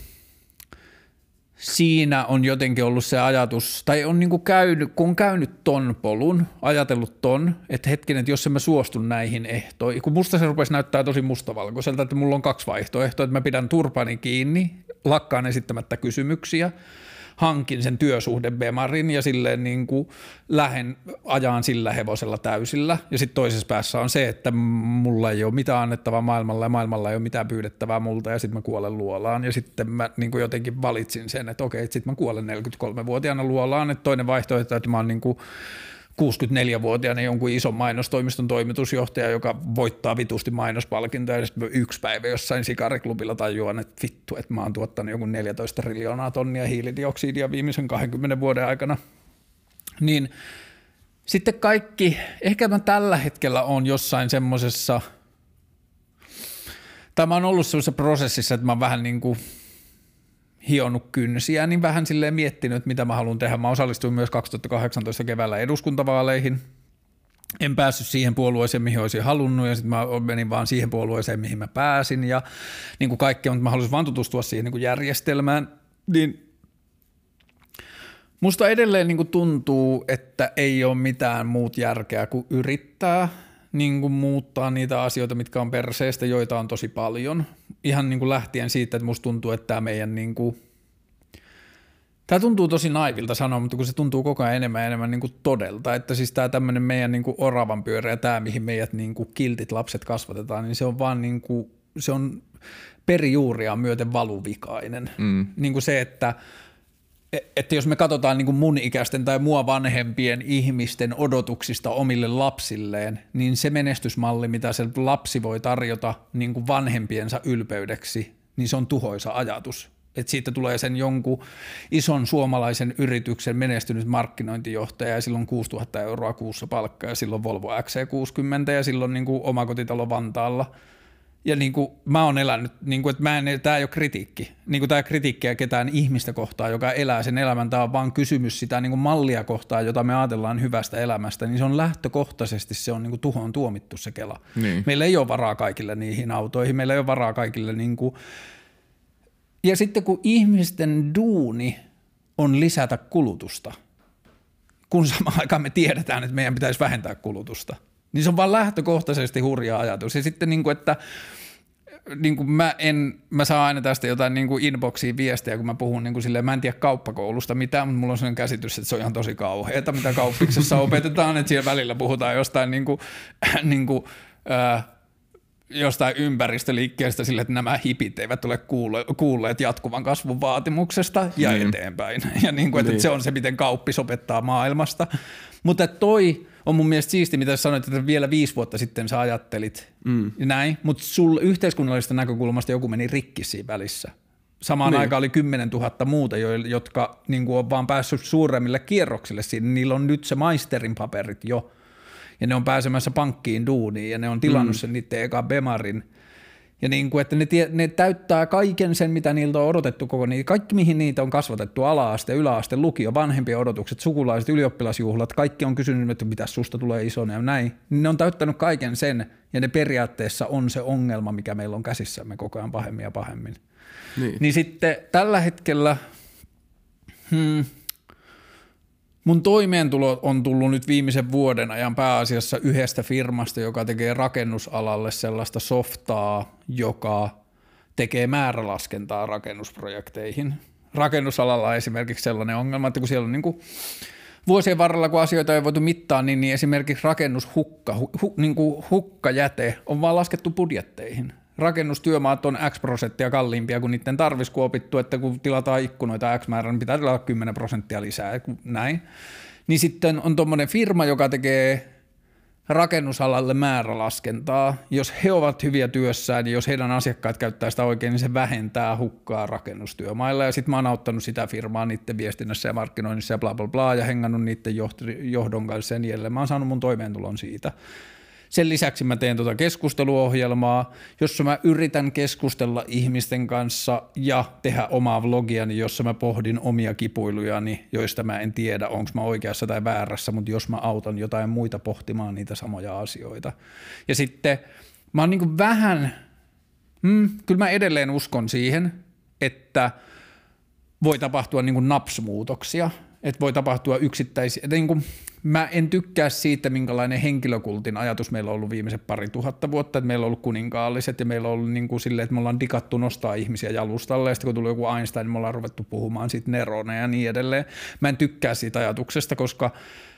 siinä on jotenkin ollut se ajatus, tai on niin kuin käynyt, kun on käynyt ton polun, ajatellut ton, että hetkinen, että jos en mä suostun näihin ehtoihin, kun musta se rupesi näyttää tosi mustavalkoiselta, että mulla on kaksi vaihtoehtoa, että mä pidän turpani kiinni, lakkaan esittämättä kysymyksiä, hankin sen työsuhdebemarin ja silleen niin kuin lähden ajaan sillä hevosella täysillä. Ja sitten toisessa päässä on se, että mulla ei ole mitään annettavaa maailmalla ja maailmalla ei ole mitään pyydettävää multa ja sitten mä kuolen luolaan. Ja sitten mä niin kuin jotenkin valitsin sen, että okei, sitten mä kuolen neljäkymmentäkolmevuotiaana luolaan. Että toinen vaihtoehto, että mä oon niin kuin kuusikymmentäneljävuotiaana jonkun ison mainostoimiston toimitusjohtaja, joka voittaa vitusti mainospalkintoja ja sitten yksi päivä jossain sikariklubilla tajuan, että vittu, että mä oon tuottanut jonkun neljätoista triljoonaa tonnia hiilidioksidia viimeisen kahdenkymmenen vuoden aikana. Niin sitten kaikki, ehkä mä tällä hetkellä on jossain semmosessa, tai mä oon ollut semmoisessa prosessissa, että mä oon vähän niin kuin hionnut kynsiä, niin vähän silleen miettinyt, että mitä mä haluan tehdä. Mä osallistuin myös kaksituhattakahdeksantoista keväällä eduskuntavaaleihin. En päässyt siihen puolueeseen, mihin olisin halunnut, ja sitten mä menin vaan siihen puolueeseen, mihin mä pääsin, ja niin kuin kaikkea, mutta mä halusin vaan tutustua siihen niin kuin järjestelmään. Niin musta edelleen niin kuin tuntuu, että ei ole mitään muut järkeä kuin yrittää niin kuin muuttaa niitä asioita, mitkä on perseestä, joita on tosi paljon. Ihan niin kuin lähtien siitä, että musta tuntuu, että tämä meidän niin kuin, tämä tuntuu tosi naivilta sanoa, mutta kun se tuntuu koko ajan enemmän ja enemmän niin kuin todelta, että siis tämä tämmöinen meidän niin kuin oravan pyörä ja tämä, mihin meidät niin kuin kiltit lapset kasvatetaan, niin se on vaan niin kuin, se on perijuuriaan myöten valuvikainen. Mm. Niin kuin se, että että jos me katsotaan niin kuin mun ikäisten tai mua vanhempien ihmisten odotuksista omille lapsilleen, niin se menestysmalli, mitä se lapsi voi tarjota niin kuin vanhempiensa ylpeydeksi, niin se on tuhoisa ajatus. Että siitä tulee sen jonkun ison suomalaisen yrityksen menestynyt markkinointijohtaja ja silloin kuusituhatta euroa kuussa palkkaa ja silloin Volvo X C kuusikymmentä ja silloin niin kuin omakotitalo Vantaalla. Ja niin kuin mä oon elänyt, niin kuin, että mä en, tää ei ole kritiikki, niin kuin tää kritiikkiä ketään ihmistä kohtaan, joka elää sen elämän, tää on vaan kysymys sitä niin kuin mallia kohtaan, jota me ajatellaan hyvästä elämästä, niin se on lähtökohtaisesti, se on niin kuin tuhoon tuomittu se kela. Niin. Meillä ei ole varaa kaikille niihin autoihin, meillä ei ole varaa kaikille niin kuin, ja sitten kun ihmisten duuni on lisätä kulutusta, kun samaan aikaan me tiedetään, että meidän pitäisi vähentää kulutusta, niin se on vaan lähtökohtaisesti hurja ajatus. Ja sitten niin kuin, että niin kuin mä, en, mä saan aina tästä jotain niin kuin inboxiin viestejä, kun mä puhun niin kuin silleen, mä en tiedä kauppakoulusta mitään, mutta mulla on sellainen käsitys, että se on ihan tosi kauheata, mitä kauppiksessa opetetaan, että siellä välillä puhutaan jostain niin kuin, niin kuin, äh, jostain ympäristöliikkeestä sille, että nämä hipit eivät ole kuulleet jatkuvan kasvun vaatimuksesta ja niin eteenpäin. Ja niin kuin, että niin. Se on se, miten kauppis opettaa maailmasta. Mutta toi on mun mielestä siisti, mitä sanoit, että vielä viisi vuotta sitten sä ajattelit mm. näin, mutta sulla yhteiskunnallisesta näkökulmasta joku meni rikki siinä välissä. Samaan niin. aikaan oli kymmenen tuhatta muuta, jotka niin kuin on vaan päässyt suuremmille kierroksille siinä. Niillä on nyt se maisterin paperit jo. Ja ne on pääsemässä pankkiin duuniin ja ne on tilannut mm. sen niiden eka bemarin. Ja niin kuin, että ne, tie, ne täyttää kaiken sen, mitä niiltä on odotettu koko niin kaikki, mihin niitä on kasvatettu, ala-aste, yläaste, lukio, vanhempien odotukset, sukulaiset, ylioppilasjuhlat, kaikki on kysynyt, että mitä susta tulee isona ja näin. Ne on täyttänyt kaiken sen ja ne periaatteessa on se ongelma, mikä meillä on käsissämme koko ajan pahemmin ja pahemmin. Niin, niin sitten tällä hetkellä hmm, mun toimeentulo on tullut nyt viimeisen vuoden ajan pääasiassa yhdestä firmasta, joka tekee rakennusalalle sellaista softaa, joka tekee määrälaskentaa rakennusprojekteihin. Rakennusalalla on esimerkiksi sellainen ongelma, että kun siellä on niin kuin vuosien varrella, kun asioita ei voitu mittaa, niin, niin esimerkiksi rakennushukka, hu, hu, niin kuin hukkajäte on vaan laskettu budjetteihin. Rakennustyömaat on X prosenttia kalliimpia kuin niiden tarvitsisi, kun opittu, että kun tilataan ikkunoita X määrän, niin pitää tilata kymmenen prosenttia lisää, näin. Niin sitten on tuommoinen firma, joka tekee rakennusalalle määrälaskentaa. Jos he ovat hyviä työssään ja jos heidän asiakkaat käyttää sitä oikein, niin se vähentää hukkaa rakennustyömailla. Ja sitten mä oon auttanut sitä firmaa niiden viestinnässä ja markkinoinnissa ja bla bla bla ja hengannut niiden johdon kanssa ja niin edelleen. Mä oon saanut mun toimeentulon siitä. Sen lisäksi mä teen tuota keskusteluohjelmaa, jossa mä yritän keskustella ihmisten kanssa ja tehdä omaa vlogiani, jossa mä pohdin omia kipuilujani, joista mä en tiedä, onko mä oikeassa tai väärässä, mutta jos mä autan jotain muita pohtimaan niitä samoja asioita. Ja sitten mä oon niin kuin vähän, mm, kyllä mä edelleen uskon siihen, että voi tapahtua niin kuin napsmuutoksia, että voi tapahtua yksittäisiä, että niin kuin mä en tykkää siitä, minkälainen henkilökultin ajatus meillä on ollut viimeiset pari tuhatta vuotta, että meillä on ollut kuninkaalliset ja meillä on ollut niin kuin silleen, että me ollaan digattu nostaa ihmisiä jalustalle ja sitten kun tuli joku Einstein, niin me ollaan ruvettu puhumaan siitä Nerona ja niin edelleen. Mä en tykkää siitä ajatuksesta, koska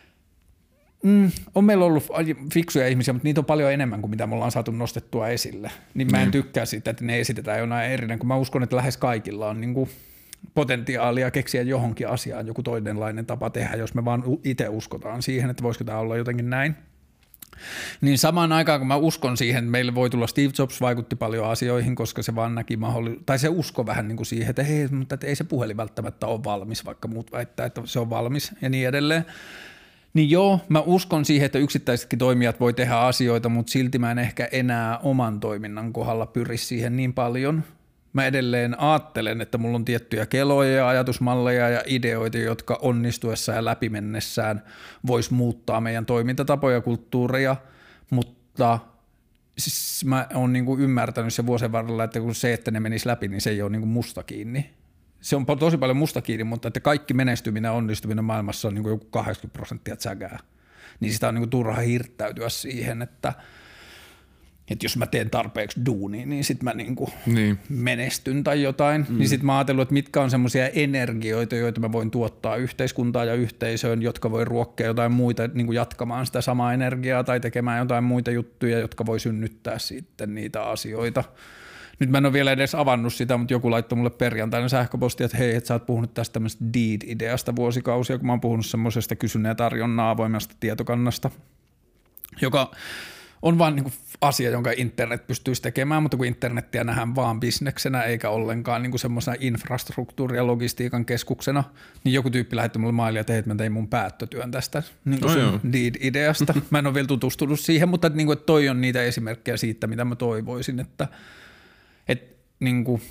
mm, on meillä ollut fiksuja ihmisiä, mutta niitä on paljon enemmän kuin mitä me ollaan saatu nostettua esille. Niin mä en tykkää siitä, että ne esitetään jonain erinä, kun mä uskon, että lähes kaikilla on niin kuin potentiaalia keksiä johonkin asiaan joku toisenlainen tapa tehdä, jos me vaan itse uskotaan siihen, että voisiko tämä olla jotenkin näin. Niin samaan aikaan, kun mä uskon siihen, että meille voi tulla Steve Jobs, vaikutti paljon asioihin, koska se vaan näki mahdollisuus, tai se usko vähän niin kuin siihen, että hei, mutta ei se puhelin välttämättä ole valmis, vaikka muut väittää, että se on valmis ja niin edelleen. Niin joo, mä uskon siihen, että yksittäisetkin toimijat voi tehdä asioita, mutta silti mä en ehkä enää oman toiminnan kohdalla pyri siihen niin paljon. Mä edelleen ajattelen, että mulla on tiettyjä keloja ja ajatusmalleja ja ideoita, jotka onnistuessaan ja läpimennessään vois muuttaa meidän toimintatapoja ja kulttuureja, mutta siis mä oon niinku ymmärtänyt se vuosien varrella, että kun se, että ne menis läpi, niin se ei ole niinku musta kiinni. Se on tosi paljon musta kiinni, mutta että kaikki menestyminen ja onnistuminen maailmassa on niinku joku kahdeksankymmentä prosenttia tsägää. Niin sitä on niinku turha hirttäytyä siihen, että että jos mä teen tarpeeksi duunia, niin sit mä niinku niin. menestyn tai jotain. Mm. Niin sit mä ajatellut, että mitkä on semmoisia energioita, joita mä voin tuottaa yhteiskuntaan ja yhteisöön, jotka voi ruokkia jotain muita, niinku jatkamaan sitä samaa energiaa tai tekemään jotain muita juttuja, jotka voi synnyttää sitten niitä asioita. Nyt mä en ole vielä edes avannut sitä, mutta joku laittoi mulle perjantaina sähköpostia, että hei, että sä oot puhunut tästä tämmöistä Deed-ideasta vuosikausia, kun mä oon puhunut semmoisesta kysynnän ja tarjonnan avoimesta tietokannasta, joka on vaan niin kuin asia, jonka internet pystyisi tekemään, mutta kun internettiä nähdään vaan bisneksenä eikä ollenkaan niin kuin semmoisena infrastruktuuri- ja logistiikan keskuksena, niin joku tyyppi lähetti mulle mailia, että hei, mä tein mun päättötyön tästä niin kuin sun Deed-ideasta. Mä en ole vielä tutustunut siihen, mutta että, niin kuin, että toi on niitä esimerkkejä siitä, mitä mä toivoisin, että, että niin kuin,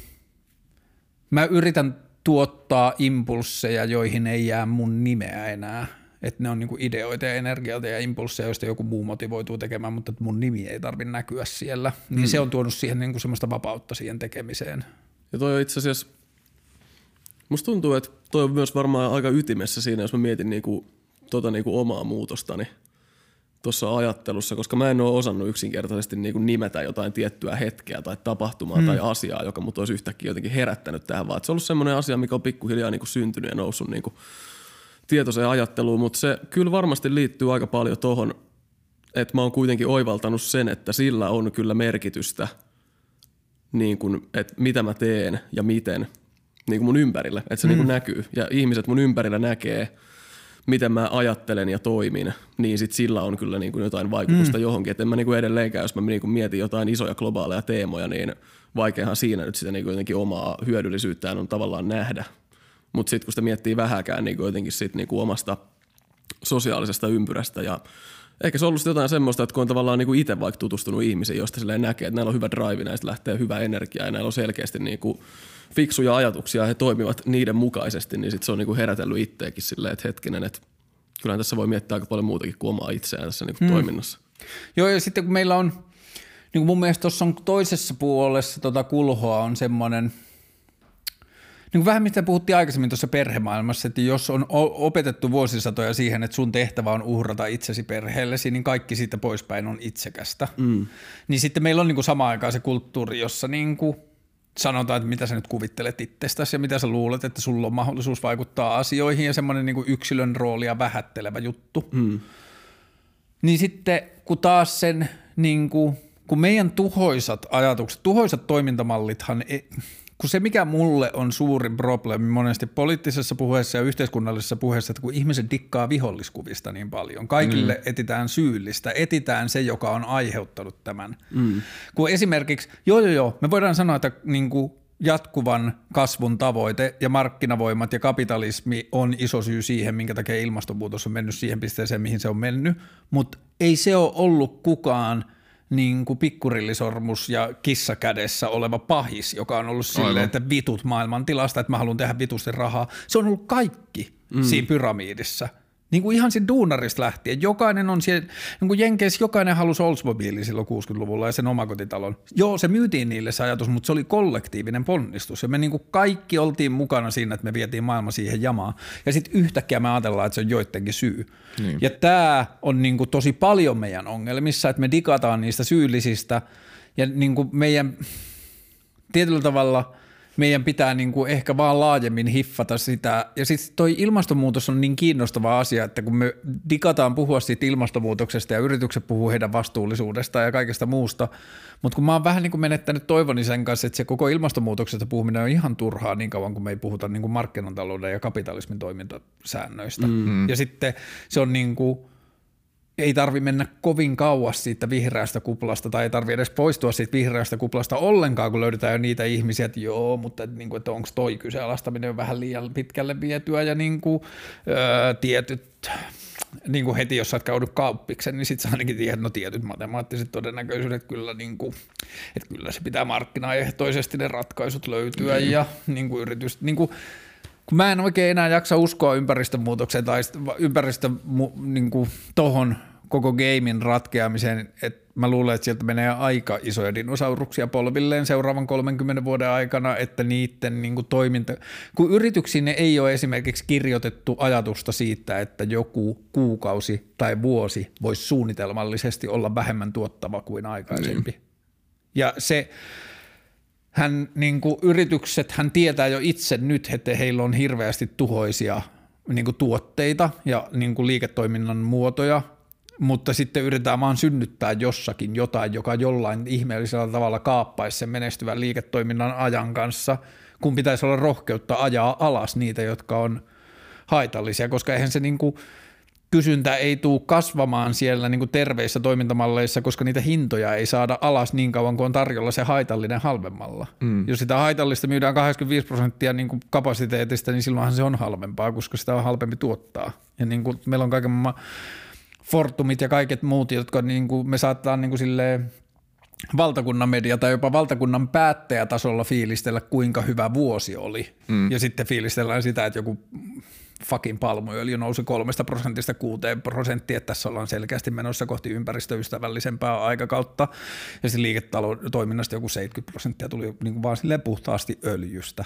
mä yritän tuottaa impulsseja, joihin ei jää mun nimeä enää. Että ne on niinku ideoita ja energialta ja impulsseja, joista joku muu motivoituu tekemään, mutta mun nimi ei tarvitse näkyä siellä. Niin mm. se on tuonut siihen niinku semmoista vapautta siihen tekemiseen. Ja toi on itse asiassa, musta tuntuu, että toi on myös varmaan aika ytimessä siinä, jos mä mietin niinku, tota niinku omaa muutostani tuossa ajattelussa, koska mä en ole osannut yksinkertaisesti niinku nimetä jotain tiettyä hetkeä tai tapahtumaa mm. tai asiaa, joka mut olisi yhtäkkiä jotenkin herättänyt tähän, vaan se on ollut semmoinen asia, mikä on pikkuhiljaa niinku syntynyt ja noussut niinku tietoiseen ajatteluun, mutta se kyllä varmasti liittyy aika paljon tohon, että mä oon kuitenkin oivaltanut sen, että sillä on kyllä merkitystä, niin kun, että mitä mä teen ja miten niin kun mun ympärillä, että se mm. niin kun näkyy. Ja ihmiset mun ympärillä näkee, miten mä ajattelen ja toimin, niin sit sillä on kyllä niin kun jotain vaikutusta mm. johonkin. Että en mä niin kun edelleenkään, jos mä niin kun mietin jotain isoja globaaleja teemoja, niin vaikeahan siinä nyt sitä niin kun jotenkin omaa hyödyllisyyttään on tavallaan nähdä. Mutta sitten kun sitä miettii vähäkään niin jotenkin sit niin omasta sosiaalisesta ympyrästä ja ehkä se on ollut jotain semmoista, että kun on tavallaan niin itse vaikka tutustunut ihmisiin, joista silleen näkee, että näillä on hyvä drive, näistä lähtee hyvä energia ja näillä on selkeästi niin fiksuja ajatuksia ja he toimivat niiden mukaisesti, niin sitten se on niin herätellyt itseäkin silleen, että hetkinen, että kyllähän tässä voi miettiä aika paljon muutakin kuin omaa itseään tässä niin hmm. toiminnassa. Joo ja sitten kun meillä on, niin kuin mun mielestä tuossa on toisessa puolessa tota kulhoa on semmoinen, niin vähän mistä puhuttiin aikaisemmin tuossa perhemaailmassa, että jos on opetettu vuosisatoja siihen, että sun tehtävä on uhrata itsesi perheellesi, niin kaikki siitä poispäin on itsekästä. Mm. Niin sitten meillä on niin kuin samaan aikaan se kulttuuri, jossa niin kuin sanotaan, että mitä sä nyt kuvittelet itsestäsi ja mitä sä luulet, että sulla on mahdollisuus vaikuttaa asioihin ja semmoinen niin kuin yksilön roolia vähättelevä juttu. Mm. Niin sitten kun taas sen niin kuin, kun meidän tuhoisat ajatukset, tuhoisat toimintamallithan ei, kun se, mikä mulle on suurin probleemi monesti poliittisessa puheessa ja yhteiskunnallisessa puheessa, että kun ihmiset dikkaa viholliskuvista niin paljon, kaikille mm. etitään syyllistä, etitään se, joka on aiheuttanut tämän. Mm. Kun esimerkiksi, joo joo joo, me voidaan sanoa, että niin kuin jatkuvan kasvun tavoite ja markkinavoimat ja kapitalismi on iso syy siihen, minkä takia ilmastonmuutos on mennyt siihen pisteeseen, mihin se on mennyt, mutta ei se ole ollut kukaan niin kuin pikkurillisormus ja kissa kädessä oleva pahis, joka on ollut silleen, että vitut maailman tilasta, että mä haluan tehdä vitusti rahaa. Se on ollut kaikki mm. siinä pyramiidissa. Niin kuin ihan siinä duunarista lähtien. Jokainen on siellä, niin kuin Jenkeissä jokainen halusi Oldsmobiilin silloin kuusikymmentäluvulla ja sen omakotitalon. Joo, se myytiin niille se ajatus, mutta se oli kollektiivinen ponnistus. Ja me niin kuin kaikki oltiin mukana siinä, että me vietiin maailma siihen jamaan. Ja sitten yhtäkkiä me ajatellaan, että se on joidenkin syy. Niin. Ja tämä on niin kuin tosi paljon meidän ongelmissa, että me digataan niistä syyllisistä. Ja niin kuin meidän tietyllä tavalla meidän pitää niin kuin ehkä vaan laajemmin hiffata sitä. Ja sitten toi ilmastonmuutos on niin kiinnostava asia, että kun me digataan puhua siitä ilmastonmuutoksesta ja yritykset puhuu heidän vastuullisuudesta ja kaikesta muusta, mutta kun mä oon vähän niin kuin menettänyt toivoni sen kanssa, että se koko ilmastonmuutoksesta puhuminen on ihan turhaa niin kauan, kun me ei puhuta niin kuin markkinatalouden ja kapitalismin toimintasäännöistä. Mm-hmm. Ja sitten se on niin kuin ei tarvi mennä kovin kauas siitä vihreästä kuplasta tai ei tarvi edes poistua siitä vihreästä kuplasta ollenkaan, kun löydetään jo niitä ihmisiä, että joo, mutta niin kuin, että onko toi kyseenalaistaminen vähän liian pitkälle vietyä ja niin kuin, öö, tietyt, niin kuin heti jos sä oot käynyt kauppiksen, niin sitten sä ainakin tiedät, no tietyt matemaattiset todennäköisyydet kyllä, niin kuin, että kyllä se pitää markkinaehtoisesti ne ratkaisut löytyä mm. ja niin kuin yritys, niin kuin, kun mä en oikein enää jaksa uskoa ympäristömuutokseen tai ympäristö niin kuin tohon koko gamein ratkeamiseen, että mä luulen, että sieltä menee aika isoja dinosauruksia polvilleen seuraavan kolmenkymmenen vuoden aikana, että niiden niin kuin toiminta, kun yrityksiin ei ole esimerkiksi kirjoitettu ajatusta siitä, että joku kuukausi tai vuosi voisi suunnitelmallisesti olla vähemmän tuottava kuin aikaisempi. Mm. Ja se hän, niin kuin yritykset, hän tietää jo itse nyt, että heillä on hirveästi tuhoisia niin kuin tuotteita ja niin kuin liiketoiminnan muotoja, mutta sitten yritetään vaan synnyttää jossakin jotain, joka jollain ihmeellisellä tavalla kaappaisi sen menestyvän liiketoiminnan ajan kanssa, kun pitäisi olla rohkeutta ajaa alas niitä, jotka on haitallisia, koska eihän se niin kuin kysyntä ei tule kasvamaan siellä niin kuin terveissä toimintamalleissa, koska niitä hintoja ei saada alas niin kauan kuin on tarjolla se haitallinen halvemmalla. Mm. Jos sitä haitallista myydään kahdeksankymmentäviisi prosenttia niin kuin kapasiteetista, niin silloinhan se on halvempaa, koska sitä on halvempi tuottaa. Ja niin kuin meillä on kaiken maailman Fortumit ja kaiket muut, jotka niin kuin me saattaa niin kuin silleen valtakunnan media tai jopa valtakunnan päättäjätasolla fiilistellä, kuinka hyvä vuosi oli. Mm. Ja sitten fiilistellään sitä, että joku fucking palmuöljy nousi kolmesta prosentista kuuteen prosenttia, että tässä ollaan selkeästi menossa kohti ympäristöystävällisempää aikakautta, ja sitten liiketoiminnasta joku seitsemänkymmentä prosenttia tuli niin kuin vaan silleen puhtaasti öljystä.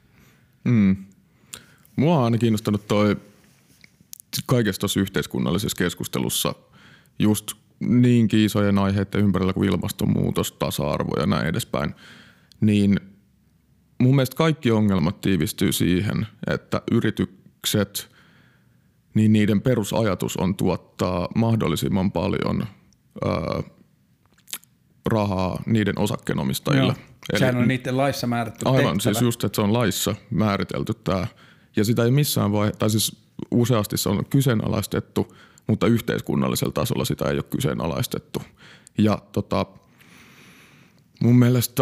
Mm. Mua on aina kiinnostanut toi kaikessa tuossa yhteiskunnallisessa keskustelussa just niinkin isojen aiheiden ympärillä kuin ilmastonmuutos, tasa-arvo ja näin edespäin, niin mun mielestä kaikki ongelmat tiivistyy siihen, että yritykset, niin niiden perusajatus on tuottaa mahdollisimman paljon ää, rahaa niiden osakkeenomistajille. Eli, sehän on niiden laissa määrätty aivan, tehtävä. siis just, että se on laissa määritelty tämä. Ja sitä ei missään vaiheessa, tai siis useasti se on kyseenalaistettu, mutta yhteiskunnallisella tasolla sitä ei ole kyseenalaistettu. Ja tota, mun mielestä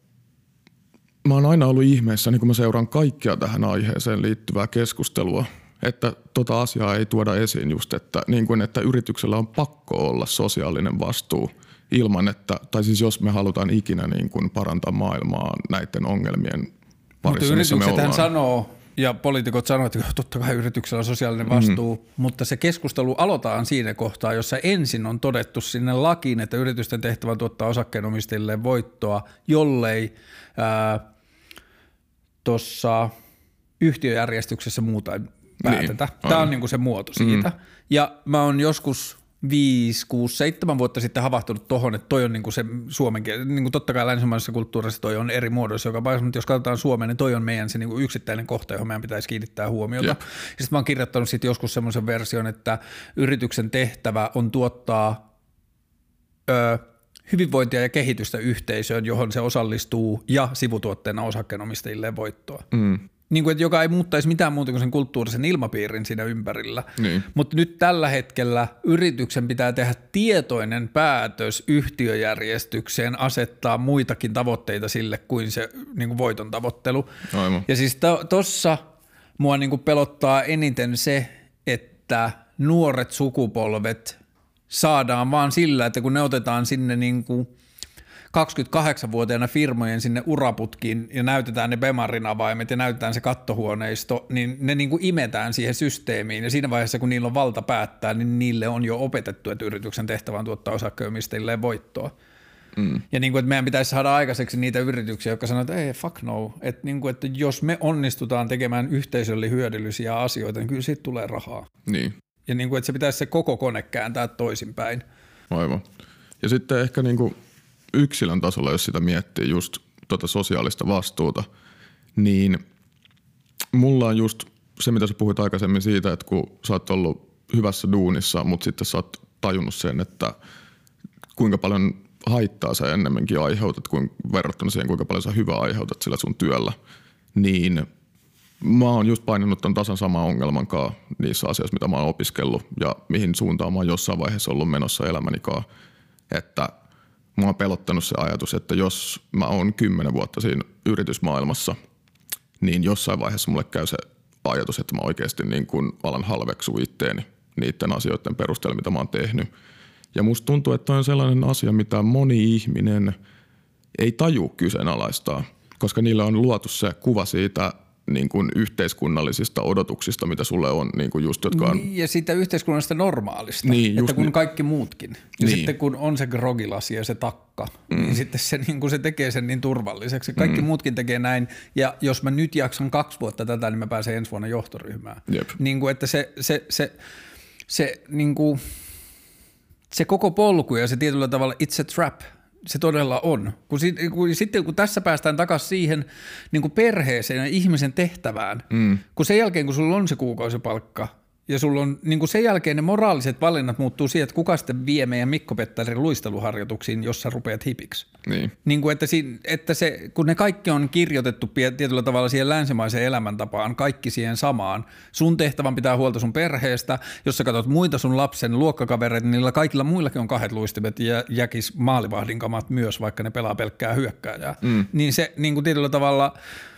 mä oon aina ollut ihmeessä, niin kun mä seuraan kaikkea tähän aiheeseen liittyvää keskustelua, että tota asiaa ei tuoda esiin just, että, niin kuin, että yrityksellä on pakko olla sosiaalinen vastuu ilman, että, tai siis jos me halutaan ikinä niin kuin parantaa maailmaa näiden ongelmien parissa, missä me ollaan. Mutta yrityksethän sanoo, ja poliitikot sanoo, että totta kai yrityksellä on sosiaalinen vastuu, mm-hmm. mutta se keskustelu aloitetaan siinä kohtaa, jossa ensin on todettu sinne lakiin, että yritysten tehtävä on tuottaa osakkeenomistajille voittoa, jollei tuossa yhtiöjärjestyksessä muuta päätetä. Niin, tämä on niin kuin se muoto siitä. Mm-hmm. Ja mä oon joskus viisi, kuusi, seitsemän vuotta sitten havahtunut tohon, että toi on niin kuin se suomen kieli. Niin kuin totta kai länsimaisessa kulttuurissa toi on eri muodoissa joka paikassa, mutta jos katsotaan Suomeen, niin toi on meidän se niin kuin yksittäinen kohta, johon meidän pitäisi kiinnittää huomiota. Yep. Ja sitten mä oon kirjoittanut sitten joskus semmoisen version, että yrityksen tehtävä on tuottaa ö, hyvinvointia ja kehitystä yhteisöön, johon se osallistuu ja sivutuotteena osakkeenomistajille voittoa. Mm. Niin kuin, että joka ei muuttaisi mitään muuta kuin sen kulttuurisen ilmapiirin siinä ympärillä. Niin. Mutta nyt tällä hetkellä yrityksen pitää tehdä tietoinen päätös yhtiöjärjestykseen asettaa muitakin tavoitteita sille kuin se niin kuin voiton tavoittelu. Aivan. Ja siis tuossa mua niin kuin pelottaa eniten se, että nuoret sukupolvet saadaan vaan sillä, että kun ne otetaan sinne niin kuin kaksikymmentäkahdeksanvuotiaana firmojen sinne uraputkiin ja näytetään ne Bemarin avaimet ja näytetään se kattohuoneisto, niin ne niin kuin imetään siihen systeemiin ja siinä vaiheessa, kun niillä on valta päättää, niin niille on jo opetettu, että yrityksen tehtävä on tuottaa osakkeenomistajille voittoa. Mm. Ja niin kuin, että meidän pitäisi saada aikaiseksi niitä yrityksiä, jotka sanoo, että ei fuck no, että, niin kuin, että jos me onnistutaan tekemään yhteisölle hyödyllisiä asioita, niin kyllä siitä tulee rahaa. Niin. Ja niin kuin, että se pitäisi se koko kone kääntää toisinpäin. Aivan. Ja sitten ehkä niin kuin yksilön tasolla, jos sitä miettii just tuota sosiaalista vastuuta, niin mulla on just se, mitä sä puhuit aikaisemmin siitä, että kun sä oot ollut hyvässä duunissa, mutta sitten sä oot tajunnut sen, että kuinka paljon haittaa sä ennemminkin aiheutat, kuin verrattuna siihen, kuinka paljon sä hyvää aiheutat sillä sun työllä, niin mä oon just painanut ton tasan saman ongelman kaa niissä asioissa, mitä mä oon opiskellut ja mihin suuntaan mä oon jossain vaiheessa ollut menossa elämänikaan, että mä oon pelottanut se ajatus, että jos mä oon kymmenen vuotta siinä yritysmaailmassa, niin jossain vaiheessa mulle käy se ajatus, että mä oikeasti niin kuin alan halveksua itteeni niiden asioiden perusteella, mitä mä oon tehnyt. Ja musta tuntuu, että toi on sellainen asia, mitä moni ihminen ei taju kyseenalaistaa, koska niillä on luotu se kuva siitä niin kuin yhteiskunnallisista odotuksista, mitä sulle on, niin kuin just, jotka on... Ja siitä yhteiskunnallisesta normaalista, niin, että kun niin. kaikki muutkin. Ja niin. sitten kun on se grogilasi ja se takka, mm. niin sitten se, niin kuin se tekee sen niin turvalliseksi. Kaikki mm. muutkin tekee näin, ja jos mä nyt jaksan kaksi vuotta tätä, niin mä pääsen ensi vuonna johtoryhmään. Jep. Niin kuin, että se, se, se, se, niin kuin, se koko polku ja se tietyllä tavalla it's a trap. Se todella on. Kun, sit, kun, sitten kun tässä päästään takaisin siihen niin kuin perheeseen ja ihmisen tehtävään, mm. kun sen jälkeen kun sulla on se kuukausipalkka ja sulla on niin kuin sen jälkeen ne moraaliset valinnat muuttuu siihen, että kuka sitten vie meidän Mikko Pettarin luisteluharjoituksiin, jos sä rupeat hipiksi. Niin. Niin kuin että, siinä, että se, kun ne kaikki on kirjoitettu tietyllä tavalla siihen länsimaiseen elämäntapaan, kaikki siihen samaan. Sun tehtävän pitää huolta sun perheestä, jos sä katsot muita sun lapsen luokkakavereita, niin niillä kaikilla muillakin on kahdet luistimet ja jäkis maalivahdin kamat myös, vaikka ne pelaa pelkkää hyökkääjää. Mm. Niin se niin kuin tietyllä tavalla...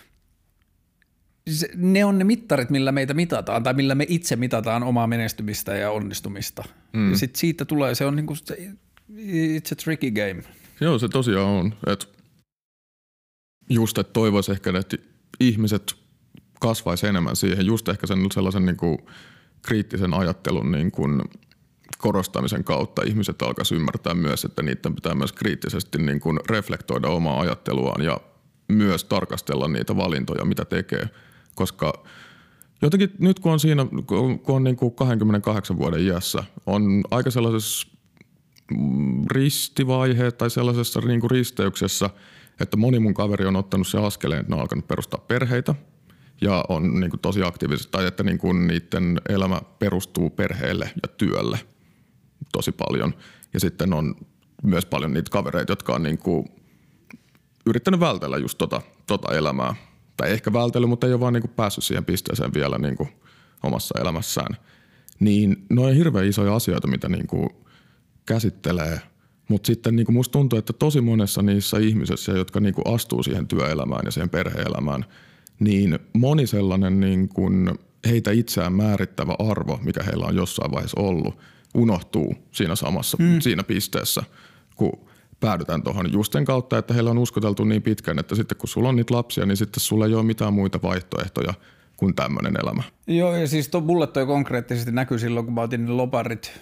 Ne on ne mittarit, millä meitä mitataan tai millä me itse mitataan omaa menestymistä ja onnistumista. Mm. Ja sitten siitä tulee, se on niinku se, it's a tricky game. Joo, se tosiaan on. Et just, että toivoisi ehkä, että ihmiset kasvaisi enemmän siihen, just ehkä sen sellaisen niinku kriittisen ajattelun niinku korostamisen kautta ihmiset alkaisi ymmärtää myös, että niiden pitää myös kriittisesti niinku reflektoida omaa ajatteluaan ja myös tarkastella niitä valintoja, mitä tekee. Koska jotenkin nyt kun on siinä, kun on niin kuin kaksikymmentäkahdeksan vuoden iässä, on aika sellaisessa ristivaihe tai sellaisessa niin kuin risteyksessä, että moni mun kaveri on ottanut se askeleen, että ne on alkanut perustaa perheitä ja on niin kuin tosi aktiivisesti, tai että niin kuin niiden elämä perustuu perheelle ja työlle tosi paljon. Ja sitten on myös paljon niitä kavereita, jotka on niin kuin yrittänyt vältellä just tota, tota elämää. Tai ehkä vältellyt, mutta ei ole vaan niinku päässyt siihen pisteeseen vielä niinku omassa elämässään. Niin ne on hirveän isoja asioita, mitä niinku käsittelee. Mutta sitten niinku musta tuntuu, että tosi monessa niissä ihmisissä, jotka niinku astuu siihen työelämään ja siihen perhe-elämään, niin moni sellainen niinku heitä itseään määrittävä arvo, mikä heillä on jossain vaiheessa ollut, unohtuu siinä samassa, hmm. siinä pisteessä, kun päädytään tuohon just sen kautta, että heillä on uskoteltu niin pitkään, että sitten kun sulla on niitä lapsia, niin sitten sulla ei ole mitään muita vaihtoehtoja kuin tämmöinen elämä. Joo, ja siis to, mulle toi konkreettisesti näkyy silloin, kun mä otin ne loparit.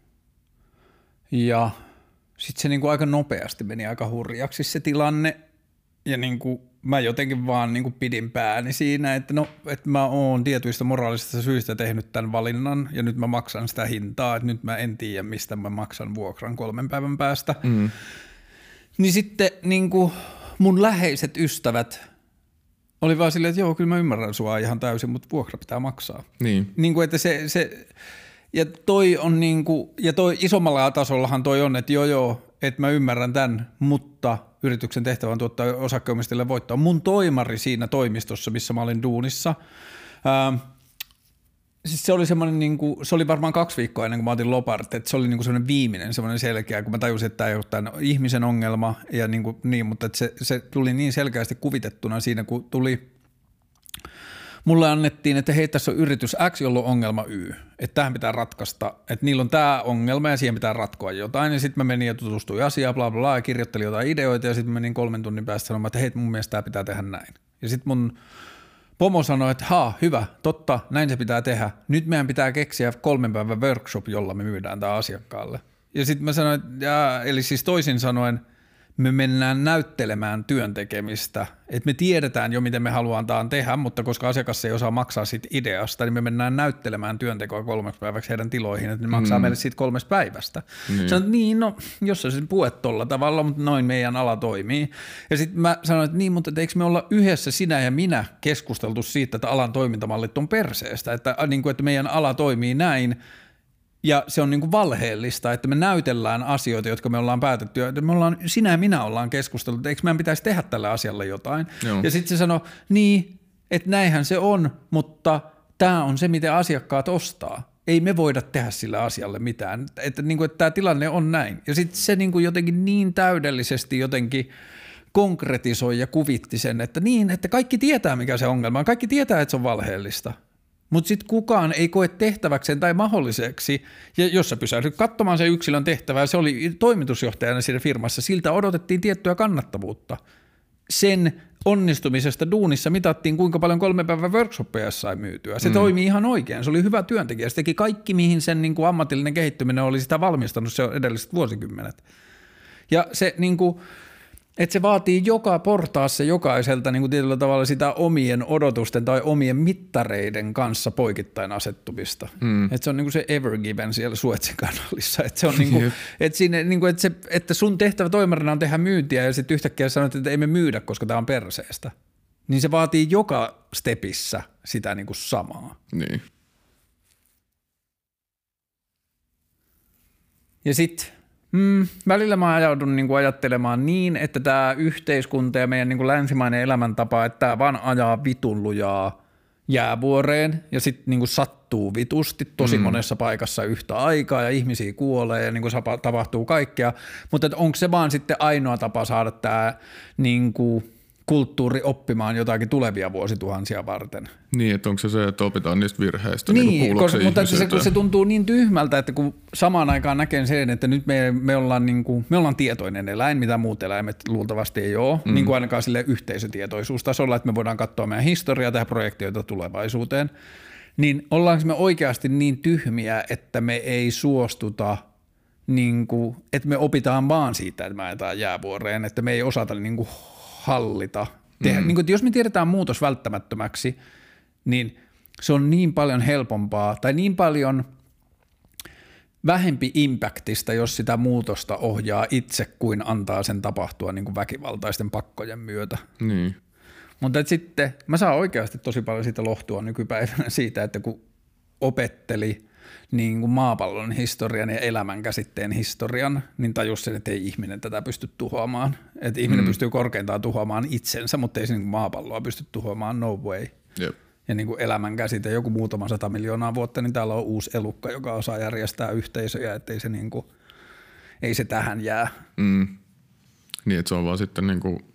Ja sitten se niinku aika nopeasti meni aika hurjaksi se tilanne. Ja niinku mä jotenkin vaan niinku pidin pääni siinä, että no, että mä oon tietyistä moraalisista syistä tehnyt tämän valinnan ja nyt mä maksan sitä hintaa, että nyt mä en tiedä, mistä mä maksan vuokran kolmen päivän päästä. Mm. Niin sitten niin kuin mun läheiset ystävät oli vaan silleen, että joo, kyllä mä ymmärrän sua ihan täysin, mutta vuokra pitää maksaa. Niin. Niin kuin, että se, se, ja toi on niin kuin, ja toi isommalla tasollahan toi on, että joo joo, että mä ymmärrän tämän, mutta yrityksen tehtävä on tuottaa osakkeenomistajille voittoa. Mun toimari siinä toimistossa, missä mä olin duunissa, ää, siis se oli semmoinen, niin kuin, se oli varmaan kaksi viikkoa ennen kuin mä otin loparit, että se oli niin kuin semmoinen viimeinen, semmoinen selkeä, kun mä tajusin, että tämä ei ole tämän ihmisen ongelma, ja niin, kuin, niin mutta että se, se tuli niin selkeästi kuvitettuna siinä, kun tuli, mulle annettiin, että hei, tässä on yritys X, jolla on ongelma Y, että tähän pitää ratkaista, että niillä on tämä ongelma ja siihen pitää ratkoa jotain, ja sitten mä menin ja tutustuin asiaan, bla bla bla, ja kirjoittelin jotain ideoita, ja sitten mä menin kolmen tunnin päästä sanomaan, että hei, mun mielestä tämä pitää tehdä näin. Ja sitten mun pomo sanoi, että haa, hyvä, totta, näin se pitää tehdä. Nyt meidän pitää keksiä kolmen päivän workshop, jolla me myydään tämä asiakkaalle. Ja sitten mä sanoin, että, ja, eli siis toisin sanoen, me mennään näyttelemään työntekemistä, että me tiedetään jo, miten me halutaan tehdä, mutta koska asiakas ei osaa maksaa siitä ideasta, niin me mennään näyttelemään työntekoa kolmeksi päiväksi heidän tiloihin, että ne maksaa mm. meille siitä kolmesta päivästä. Niin. Sanoin, että niin, no, jos sä sen puet tolla tavalla, mutta noin meidän ala toimii. Ja sitten mä sanoin, että niin, mutta eikö me olla yhdessä sinä ja minä keskusteltu siitä, että alan toimintamallit on perseestä, että, niin kuin, että meidän ala toimii näin, ja se on niin kuin valheellista, että me näytellään asioita, jotka me ollaan päätetty. Me ollaan, sinä ja minä ollaan keskustellut, että eikö meidän pitäisi tehdä tälle asialle jotain. Joo. Ja sitten se sanoi, niin, että näinhän se on, mutta tämä on se, miten asiakkaat ostaa. Ei me voida tehdä sille asialle mitään. Että, niin kuin, että tämä tilanne on näin. Ja sitten se niin kuin jotenkin niin täydellisesti jotenkin konkretisoi ja kuvitti sen, että niin, että kaikki tietää, mikä se ongelma on. Kaikki tietää, että se on valheellista. Mutta sitten kukaan ei koe tehtäväkseen tai mahdolliseksi, ja jos sä pysähdyt katsomaan sen yksilön tehtävää, se oli toimitusjohtajana siinä firmassa, siltä odotettiin tiettyä kannattavuutta. Sen onnistumisesta duunissa mitattiin, kuinka paljon kolme päivän workshoppeja sai myytyä. Se mm. toimi ihan oikein, se oli hyvä työntekijä, se teki kaikki, mihin sen niin kuin ammatillinen kehittyminen oli sitä valmistanut se edelliset vuosikymmenet. Ja se niin kuin että se vaatii joka portaassa jokaiselta niin kuin tietyllä tavalla sitä omien odotusten tai omien mittareiden kanssa poikittain asettumista. Mm. Että se on niin kuin se Ever Given siellä Suezin kanalissa. Että se on niin kuin, että siinä, niin kuin, että, se, että sun tehtävä toimarina on tehdä myyntiä ja sitten yhtäkkiä sanot, että ei me myydä, koska tämä on perseestä. Niin se vaatii joka stepissä sitä niin kuin samaa. Niin. Ja sitten Mm, välillä mä ajaudun niin kuin ajattelemaan niin, että tämä yhteiskunta ja meidän niin kuin länsimainen elämäntapa, että tämä vaan ajaa vitun lujaa jäävuoreen ja sitten niin kuin sattuu vitusti tosi mm. monessa paikassa yhtä aikaa ja ihmisiä kuolee ja niin kuin tapahtuu kaikkea, mutta onko se vaan sitten ainoa tapa saada tämä niin kuin kulttuuri oppimaan jotakin tulevia vuosituhansia varten. Niin, että onko se se, että opitaan niistä virheistä? Niin, niin koska, mutta se, se tuntuu niin tyhmältä, että kun samaan aikaan näkee sen, että nyt me, me, ollaan, niin kuin, me ollaan tietoinen eläin, mitä muut eläimet luultavasti ei ole, mm. niin kuin ainakaan sille yhteisötietoisuustasolla, että me voidaan katsoa meidän historiaa, tehdä projektioita tulevaisuuteen, niin ollaanko me oikeasti niin tyhmiä, että me ei suostuta, niin kuin, että me opitaan vaan siitä, että me ajetaan jäävuoreen, että me ei osata niin kuin hallita. Tehdä. Mm. Niin kuin, että jos me tiedetään muutos välttämättömäksi, niin se on niin paljon helpompaa tai niin paljon vähempi impactista, jos sitä muutosta ohjaa itse kuin antaa sen tapahtua niin kuin väkivaltaisten pakkojen myötä. Niin. Mutta sitten mä saan oikeasti tosi paljon siitä lohtua nykypäivänä siitä, että kun opetteli niin kuin maapallon historian ja elämän käsitteen historian, niin tajus sen, että ei ihminen tätä pysty tuhoamaan. Että ihminen mm. pystyy korkeintaan tuhoamaan itsensä, mutta ei se niin kuin maapalloa pysty tuhoamaan, no way. Yep. Ja niin kuin elämän käsite, joku muutama sata miljoonaa vuotta, niin täällä on uusi elukka, joka osaa järjestää yhteisöjä, ettei se, niin kuin, ei se tähän jää. Mm. Niin, että se on vaan sitten niin kuin,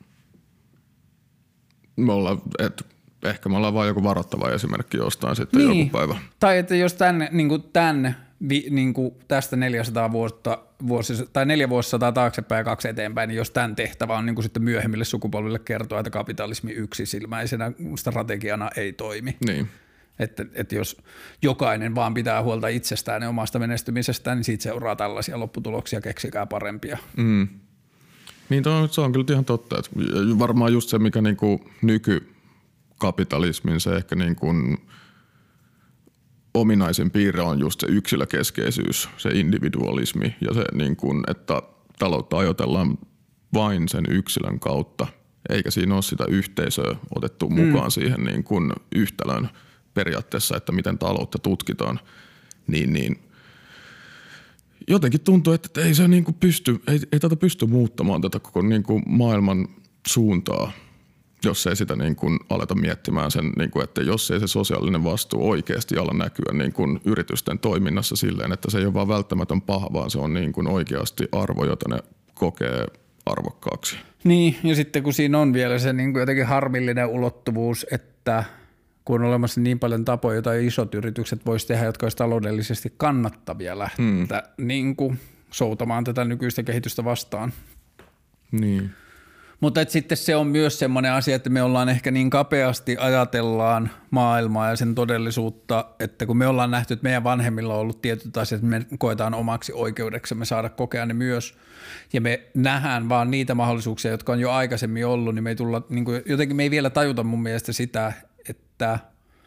me ollaan, että ehkä me ollaan vaan joku varoittava esimerkki jostain sitten niin. joku päivä. Tai että jos tämän, niin kuin tämän vi, niin kuin tästä neljäsataa vuotta, vuosi, tai neljä vuosisataa taaksepäin ja kaksi eteenpäin, niin jos tämän tehtävä on niin kuin sitten myöhemmille sukupolville kertoa, että kapitalismi yksisilmäisenä strategiana ei toimi. Niin. Että, että jos jokainen vaan pitää huolta itsestään ja omasta menestymisestään, niin siitä seuraa tällaisia lopputuloksia, keksikää parempia. Mm. Niin to, se on kyllä ihan totta. Että varmaan just se, mikä niin kuin nykykapitalismin se ehkä niin kuin ominaisin piirre on just se yksilökeskeisyys, se individualismi ja se, niin kuin, että taloutta ajoitellaan vain sen yksilön kautta, eikä siinä ole sitä yhteisöä otettu mukaan mm. siihen niin kuin yhtälön periaatteessa, että miten taloutta tutkitaan, niin, niin jotenkin tuntuu, että ei se niin kuin pysty, ei, ei tätä pysty muuttamaan tätä koko niin kuin maailman suuntaa, jos ei sitä niin kuin aleta miettimään sen, niin kuin, että jos ei se sosiaalinen vastuu oikeasti ala näkyä niin kuin yritysten toiminnassa silleen, että se ei ole vaan välttämätön paha, vaan se on niin kuin oikeasti arvo, jota ne kokee arvokkaaksi. Niin, ja sitten kun siinä on vielä se niin kuin jotenkin harmillinen ulottuvuus, että kun on olemassa niin paljon tapoja, joita isot yritykset voisi tehdä, jotka olisi taloudellisesti kannattavia lähteä hmm. niin kuin soutamaan tätä nykyistä kehitystä vastaan. Niin. Mutta sitten se on myös semmoinen asia, että me ollaan ehkä niin kapeasti ajatellaan maailmaa ja sen todellisuutta, että kun me ollaan nähty, että meidän vanhemmilla on ollut tietyt asiat, me koetaan omaksi oikeudeksemme saada kokea ne myös, ja me nähdään vaan niitä mahdollisuuksia, jotka on jo aikaisemmin ollut, niin me ei tulla, niin kuin, jotenkin me ei vielä tajuta mun mielestä sitä, että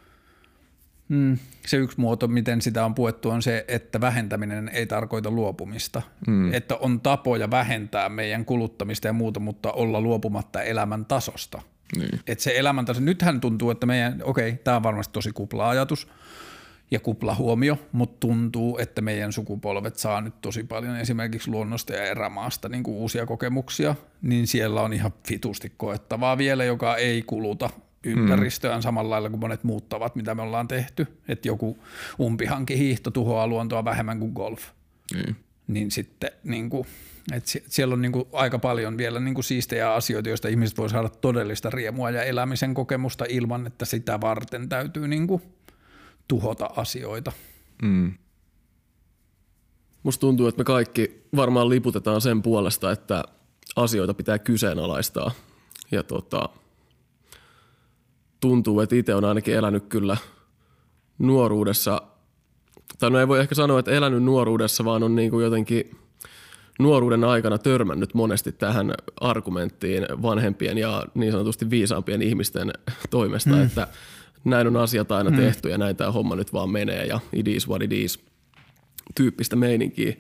mm, se yksi muoto, miten sitä on puettu, on se, että vähentäminen ei tarkoita luopumista. Mm. Että on tapoja vähentää meidän kuluttamista ja muuta, mutta olla luopumatta elämän tasosta. Niin. Että se elämäntaso, nythän tuntuu, että meidän, okei, tämä on varmasti tosi kupla-ajatus ja kuplahuomio, mutta tuntuu, että meidän sukupolvet saa nyt tosi paljon esimerkiksi luonnosta ja erämaasta niin kuin uusia kokemuksia, niin siellä on ihan vitusti koettavaa vielä, joka ei kuluta ympäristöään mm. samalla lailla kuin monet muut tavat, mitä me ollaan tehty. Että joku umpihankihiihto tuhoaa luontoa vähemmän kuin golf. Mm. Niin sitten niin kuin, että siellä on niin kuin aika paljon vielä niin kuin siistejä asioita, joista ihmiset voi saada todellista riemua ja elämisen kokemusta ilman, että sitä varten täytyy niin kuin tuhota asioita. Mm. Musta tuntuu, että me kaikki varmaan liputetaan sen puolesta, että asioita pitää kyseenalaistaa. Ja tota, tuntuu, että itse on ainakin elänyt kyllä nuoruudessa, tai no ei voi ehkä sanoa, että elänyt nuoruudessa, vaan on niin kuin jotenkin nuoruuden aikana törmännyt monesti tähän argumenttiin vanhempien ja niin sanotusti viisaampien ihmisten toimesta, mm. että näin on asiat aina mm. tehty ja näin tämä homma nyt vaan menee ja it is what it is tyyppistä meininkiä.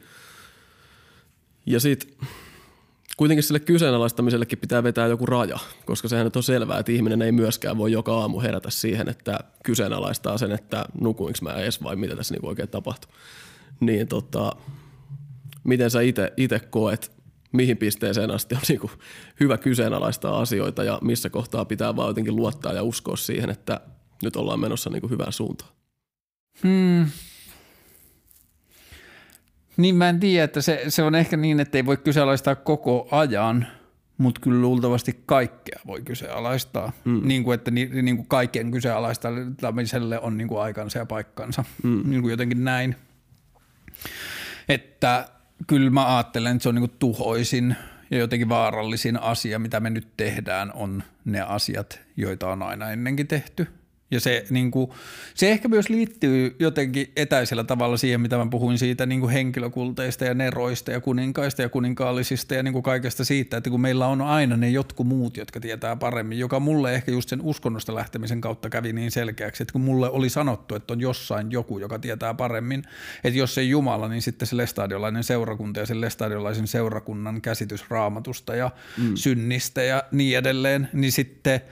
Ja sitten kuitenkin sille kyseenalaistamisellekin pitää vetää joku raja, koska sehän nyt on selvää, että ihminen ei myöskään voi joka aamu herätä siihen, että kyseenalaistaa sen, että nukuinko mä edes vai mitä tässä niinku oikein tapahtuu. Niin tota, miten sä itse koet, mihin pisteeseen asti on niinku hyvä kyseenalaistaa asioita ja missä kohtaa pitää vaan jotenkin luottaa ja uskoa siihen, että nyt ollaan menossa niinku hyvään suuntaan? Hmm. Niin mä en tiedä, että se, se on ehkä niin, että ei voi kyseenalaistaa koko ajan, mutta kyllä luultavasti kaikkea voi kyseenalaistaa. Mm. Niin kuin, että ni, niin kuin kaiken kyseenalaistamiselle on niin kuin aikansa ja paikkansa. Mm. Niin kuin jotenkin näin. Että kyllä mä ajattelen, että se on niin kuin tuhoisin ja jotenkin vaarallisin asia, mitä me nyt tehdään, on ne asiat, joita on aina ennenkin tehty. Ja se, niin kuin, se ehkä myös liittyy jotenkin etäisellä tavalla siihen, mitä mä puhuin siitä niin kuin henkilökulteista ja neroista ja kuninkaista ja kuninkaallisista ja niin kuin kaikesta siitä, että kun meillä on aina ne jotkut muut, jotka tietää paremmin, joka mulle ehkä just sen uskonnosta lähtemisen kautta kävi niin selkeäksi, että kun mulle oli sanottu, että on jossain joku, joka tietää paremmin, että jos ei Jumala, niin sitten se lestadiolainen seurakunta ja sen lestadiolaisen seurakunnan käsitys raamatusta ja mm. synnistä ja niin edelleen, niin sitten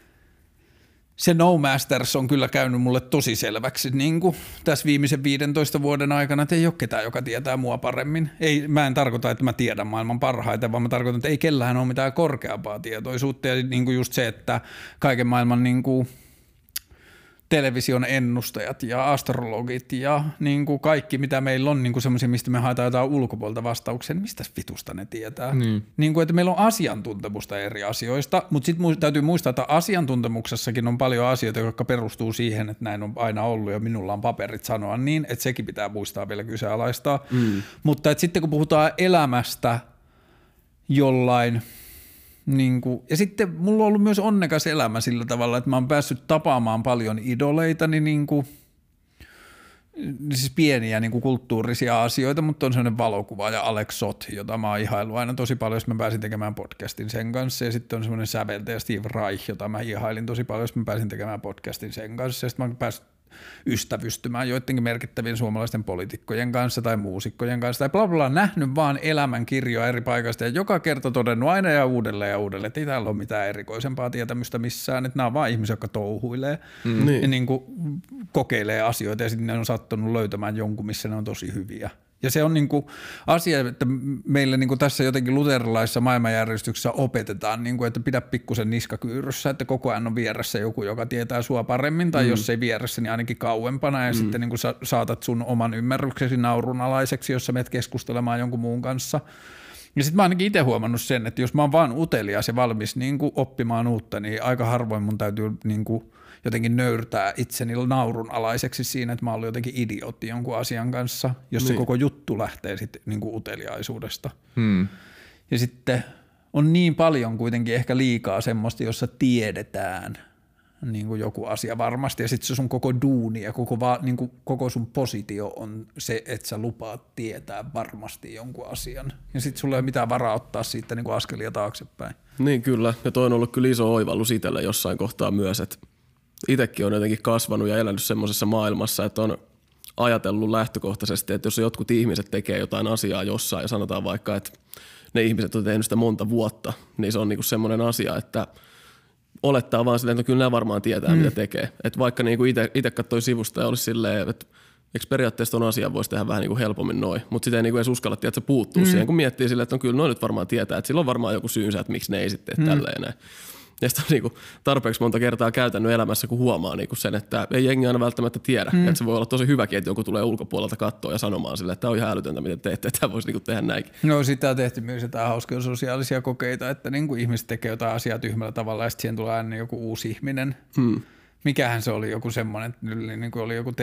se No Masters on kyllä käynyt mulle tosi selväksi niin kuin tässä viimeisen viidentoista vuoden aikana, että ei ole ketään, joka tietää mua paremmin. Ei, mä en tarkoita, että mä tiedän maailman parhaiten, vaan mä tarkoitan, että ei kellään ole mitään korkeampaa tietoisuutta. Ja niin kuin just se, että kaiken maailman niin kuin television ennustajat ja astrologit ja niin kuin kaikki, mitä meillä on, niin kuin semmoisia, mistä me haetaan jotain ulkopuolelta vastauksia, niin mistä vitusta ne tietää? Mm. Niin kuin, että meillä on asiantuntemusta eri asioista, mutta sitten täytyy muistaa, että asiantuntemuksessakin on paljon asioita, jotka perustuu siihen, että näin on aina ollut ja minulla on paperit sanoa niin, että sekin pitää muistaa vielä kyseenalaistaa. Mm. Mutta että sitten kun puhutaan elämästä jollain niin kuin, ja sitten mulla on ollut myös onnekas elämä sillä tavalla, että mä oon päässyt tapaamaan paljon idoleitani, niin kuin, siis pieniä niin kuin kulttuurisia asioita, mutta on sellainen valokuvaaja Alex Sot, jota mä oon ihaillut aina tosi paljon, jos mä pääsin tekemään podcastin sen kanssa, ja sitten on semmoinen säveltäjä Steve Reich, jota mä ihailin tosi paljon, jos mä pääsin tekemään podcastin sen kanssa, ja sitten mä oon päässyt ystävystymään joidenkin merkittävien suomalaisten poliitikkojen kanssa tai muusikkojen kanssa tai bla bla, nähnyt vaan elämän kirjoa eri paikasta ja joka kerta todennut aina ja uudelleen ja uudelleen, että ei täällä ole mitään erikoisempaa tietämystä missään, että nämä on vaan ihmisiä, jotka touhuilee mm. ja niin kuin kokeilee asioita ja sitten ne on sattunut löytämään jonkun, missä ne on tosi hyviä. Ja se on niin kuin asia, että meillä niin kuin tässä jotenkin luterilaisessa maailmanjärjestyksessä opetetaan, niin kuin, että pidä pikkusen niskakyyryssä, että koko ajan on vieressä joku, joka tietää sua paremmin, tai mm. jos ei vieressä, niin ainakin kauempana, ja mm. sitten niin kuin sä saatat sun oman ymmärryksesi naurunalaiseksi, jos sä menet keskustelemaan jonkun muun kanssa. Ja sitten mä ainakin itse huomannut sen, että jos mä oon vaan utelias ja valmis niin kuin oppimaan uutta, niin aika harvoin mun täytyy niin kuin jotenkin nöyrtää itseni naurunalaiseksi siinä, että mä oon jotenkin idiootti jonkun asian kanssa, jos niin. se koko juttu lähtee sitten niin kuin uteliaisuudesta. Hmm. Ja sitten on niin paljon kuitenkin ehkä liikaa semmoista, jossa tiedetään niin kuin joku asia varmasti ja sitten se sun koko duuni ja koko, va, niin kuin koko sun positio on se, että sä lupaat tietää varmasti jonkun asian ja sitten sulla ei ole mitään varaa ottaa siitä niin kuin askelia taaksepäin. Niin kyllä, ja toi on ollut kyllä iso oivallus itselle jossain kohtaa myös, että itsekin on jotenkin kasvanut ja elänyt semmoisessa maailmassa, että on ajatellut lähtökohtaisesti, että jos jotkut ihmiset tekee jotain asiaa jossain ja sanotaan vaikka, että ne ihmiset on tehnyt sitä monta vuotta, niin se on niinku semmoinen asia, että olettaa vaan silleen, että kyllä nämä varmaan tietää, mm. mitä tekee. Että vaikka niinku itse katsoi sivusta ja olisi silleen, että eikö periaatteessa ton asian voisi tehdä vähän niinku helpommin noin, mutta sitä ei niinku edes uskalla, että se puuttuu mm. siihen, kun miettii silleen, että on kyllä noin nyt varmaan tietää, että sillä on varmaan joku syynsä, että miksi ne ei sitten tee mm. tälleen näin. Ja sitä on niinku tarpeeksi monta kertaa käytännön elämässä, kun huomaa niinku sen, että ei jengi aina välttämättä tiedä. Mm. Että se voi olla tosi hyväkin, että joku tulee ulkopuolelta katsoa ja sanomaan sille, että tämä on ihan älytöntä, miten teette, että tämä voisi niinku tehdä näinkin. No sitä on tehty myös jotain hauskoja sosiaalisia kokeita, että niinku ihmiset tekee jotain asiaa tyhmällä tavalla ja sitten siihen tulee aina joku uusi ihminen. Mm. Mikähän se oli joku semmoinen, että niinku oli joku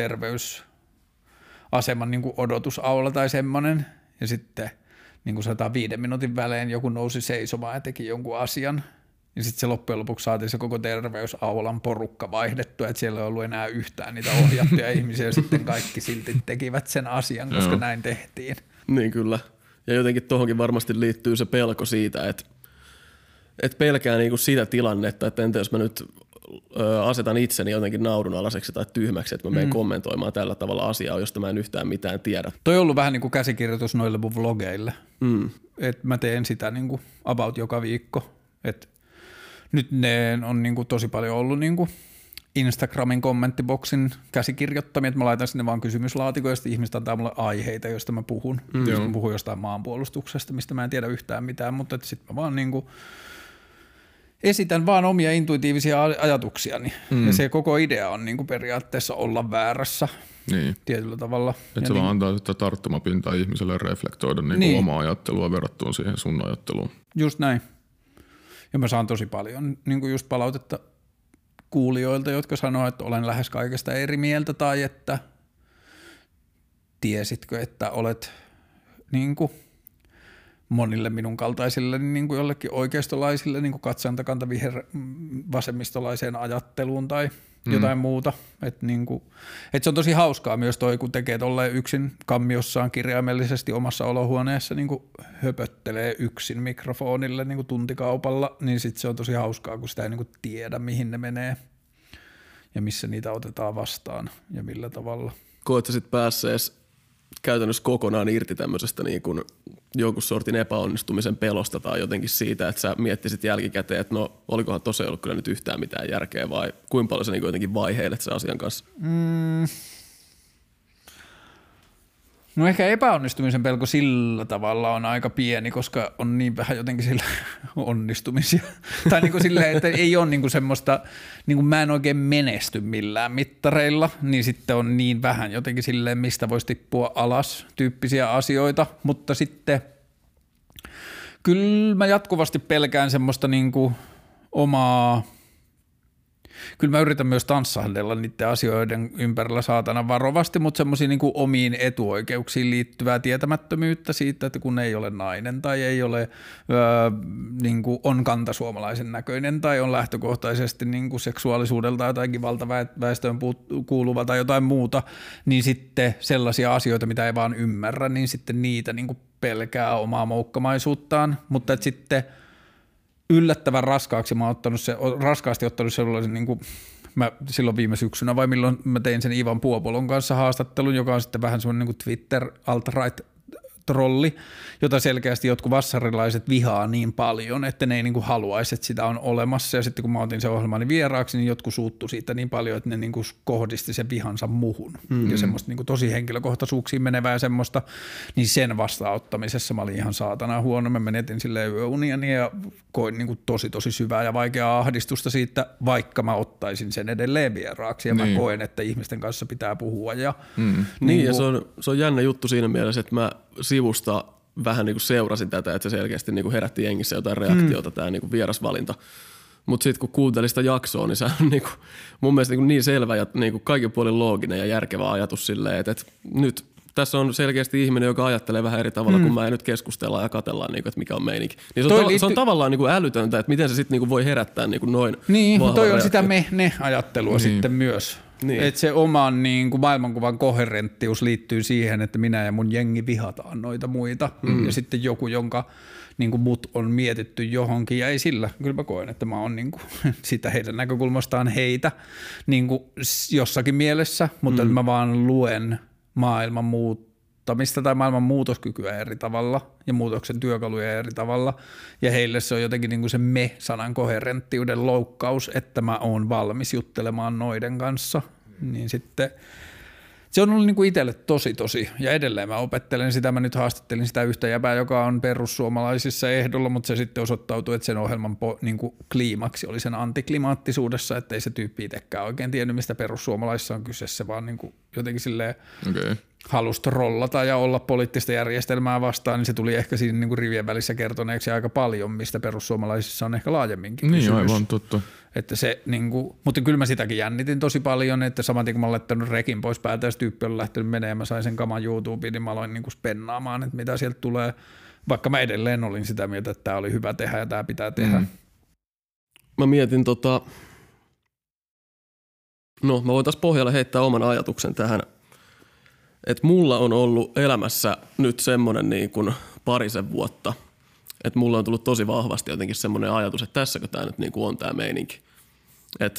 terveysaseman niinku odotusaula tai semmoinen ja sitten niinku sata viiden minuutin välein joku nousi seisomaan ja teki jonkun asian. Ja sitten se loppujen lopuksi saatiin se koko terveysaulan porukka vaihdettua, että siellä ei ollut enää yhtään niitä ohjattuja ihmisiä, ja sitten kaikki silti tekivät sen asian, koska Joo. näin tehtiin. Niin kyllä. Ja jotenkin tuohonkin varmasti liittyy se pelko siitä, että, että pelkää niinku sitä tilannetta, että entä jos mä nyt ö, asetan itseni jotenkin naurunalaiseksi tai tyhmäksi, että mä menen mm. kommentoimaan tällä tavalla asiaa, josta mä en yhtään mitään tiedä. Toi on ollut vähän niin kuin käsikirjoitus noille mun vlogeille. Mm. Että mä teen sitä niin kuin about joka viikko, että nyt ne on niinku tosi paljon ollut niinku Instagramin kommenttiboksin käsikirjoittamia, että mä laitan sinne vaan kysymyslaatikoja, ja ihmiset antaa mulle aiheita, joista mä puhun. Mm. Jos mä puhun jostain maanpuolustuksesta, mistä mä en tiedä yhtään mitään, mutta sitten mä vaan niinku esitän vaan omia intuitiivisia ajatuksiani. Mm. Ja se koko idea on niinku periaatteessa olla väärässä niin. tietyllä tavalla. Että se niin, vaan antaa sitä tarttumapintaa ihmiselle reflektoida niinku niin. omaa ajattelua verrattuna siihen sun ajatteluun. Just näin. Ja mä saan tosi paljon niin kuin just palautetta kuulijoilta, jotka sanoo, että olen lähes kaikesta eri mieltä tai että tiesitkö, että olet niin kuin monille minun kaltaisille niin kuin jollekin oikeistolaisille niin kuin katsantakanta viher vasemmistolaiseen ajatteluun tai jotain mm. muuta. Että niin kuin, et se on tosi hauskaa myös toi, kun tekee tolleen yksin kammiossaan kirjaimellisesti omassa olohuoneessa niin kuin höpöttelee yksin mikrofonille niin kuin tuntikaupalla, niin sitten se on tosi hauskaa, kun sitä ei niin kuin tiedä, mihin ne menee ja missä niitä otetaan vastaan ja millä tavalla. Koetko sitten päässees käytännössä kokonaan irti tämmöisestä niin kuin jonkun sortin epäonnistumisen pelosta tai jotenkin siitä, että sä miettisit jälkikäteen, että no olikohan tosiaan ollut kyllä nyt yhtään mitään järkeä vai kuinka paljon sä niin jotenkin vaiheilet sen asian kanssa? Mm. No ehkä epäonnistumisen pelko sillä tavalla on aika pieni, koska on niin vähän jotenkin sillä onnistumisia. tai niin kuin silleen, että ei ole niin kuin semmoista, niin kuin mä en oikein menesty millään mittareilla, niin sitten on niin vähän jotenkin silleen, mistä voisi tippua alas tyyppisiä asioita. Mutta sitten kyllä mä jatkuvasti pelkään semmoista niin kuin omaa, kyllä mä yritän myös tanssahdella niiden asioiden ympärillä saatana varovasti, mutta semmoisia niin kuin omiin etuoikeuksiin liittyvää tietämättömyyttä siitä, että kun ei ole nainen tai ei ole, öö, niin kuin on kantasuomalaisen näköinen tai on lähtökohtaisesti niin kuin seksuaalisuudelta jotakin valtaväestöön kuuluva tai jotain muuta, niin sitten sellaisia asioita, mitä ei vaan ymmärrä, niin sitten niitä niin kuin pelkää omaa moukkamaisuuttaan, mutta että sitten yllättävän raskaaksi mä oon ottanut se, raskaasti ottanut sellaisen, niin kuin mä silloin viime syksynä vai milloin mä tein sen Ivan Puopolon kanssa haastattelun, joka on sitten vähän semmoinen niin kuin Twitter alt-right trolli, jota selkeästi jotkut vassarilaiset vihaa niin paljon, että ne ei niin kuin haluaisi, että sitä on olemassa. Ja sitten kun mä otin sen ohjelmani vieraaksi, niin jotkut suuttu siitä niin paljon, että ne niin kuin kohdisti sen vihansa muhun. Mm-hmm. Ja semmoista niin kuin tosi henkilökohtaisuuksiin menevää semmoista, niin sen vastaanottamisessa mä olin ihan saatana huono. Mä menetin silleen yöuniani ja koin niin kuin tosi tosi syvää ja vaikeaa ahdistusta siitä, vaikka mä ottaisin sen edelleen vieraaksi. Ja niin. mä koen, että ihmisten kanssa pitää puhua. Ja, mm. niin, niin ja se on, se on jännä juttu siinä mielessä, että mä sivusta vähän niin kuin seurasin tätä, että se selkeästi niin kuin herätti jengissä jotain reaktiota, mm. tämä niin kuin vierasvalinta. Mutta sitten kun kuuntelin sitä jaksoa, niin se on niin kuin, mun mielestä niin, niin selvä ja niin kuin kaikin puolin looginen ja järkevä ajatus silleen, että, että nyt tässä on selkeästi ihminen, joka ajattelee vähän eri tavalla, mm. kun mä en nyt keskustellaan ja katsellaan, niin kuin, että mikä on meininki. Niin se, on ta- liitty... se on tavallaan niin kuin älytöntä, että miten se sitten niin kuin voi herättää niin kuin noin Niin, vahva toi on reaktio. sitä me-ne-ajattelua niin. sitten myös. Niin. Että se oman niin kuin maailmankuvan koherenttius liittyy siihen, että minä ja mun jengi vihataan noita muita. Mm. Ja sitten joku, jonka niin kuin mut on mietitty johonkin, ja ei sillä. Kyllä mä koen, että mä oon niin kuin, sitä heidän näkökulmastaan heitä niin kuin jossakin mielessä, mutta mm. mä vaan luen maailman muuttamista tai maailman muutoskykyä eri tavalla ja muutoksen työkaluja eri tavalla. Ja heille se on jotenkin niin kuin se me-sanan koherenttiuden loukkaus, että mä oon valmis juttelemaan noiden kanssa. Niin sitten se on ollut niin kuin itselle tosi tosi, ja edelleen mä opettelen sitä, mä nyt haastattelin sitä yhtä jäbää, joka on perussuomalaisissa ehdolla, mutta se sitten osoittautui, että sen ohjelman po, niin kuin kliimaksi oli sen antiklimaattisuudessa, että ei se tyyppi itsekään oikein tiennyt, mistä perussuomalaisissa on kyse, se vaan niin kuin jotenkin silleen okay. halusi trollata ja olla poliittista järjestelmää vastaan, niin se tuli ehkä siinä niin kuin rivien välissä kertoneeksi aika paljon, mistä perussuomalaisissa on ehkä laajemminkin niin, kysymys. Aivan totta. Että se, niin kuin, mutta kyllä mä sitäkin jännitin tosi paljon, että saman tien kun mä oon laittanut rekin pois päältä ja se tyyppi on lähtenyt menemään ja mä sain sen kaman YouTubeen, niin mä aloin niin kuin spennaamaan, että mitä sieltä tulee, vaikka mä edelleen olin sitä mieltä, että tämä oli hyvä tehdä ja tämä pitää tehdä. Mm. Mä mietin tota, no mä voin taas pohjalle heittää oman ajatuksen tähän, että mulla on ollut elämässä nyt semmoinen niin kuin parisen vuotta, että mulla on tullut tosi vahvasti jotenkin semmoinen ajatus, että tässäkö tämä nyt niin kuin on tämä meininki. Että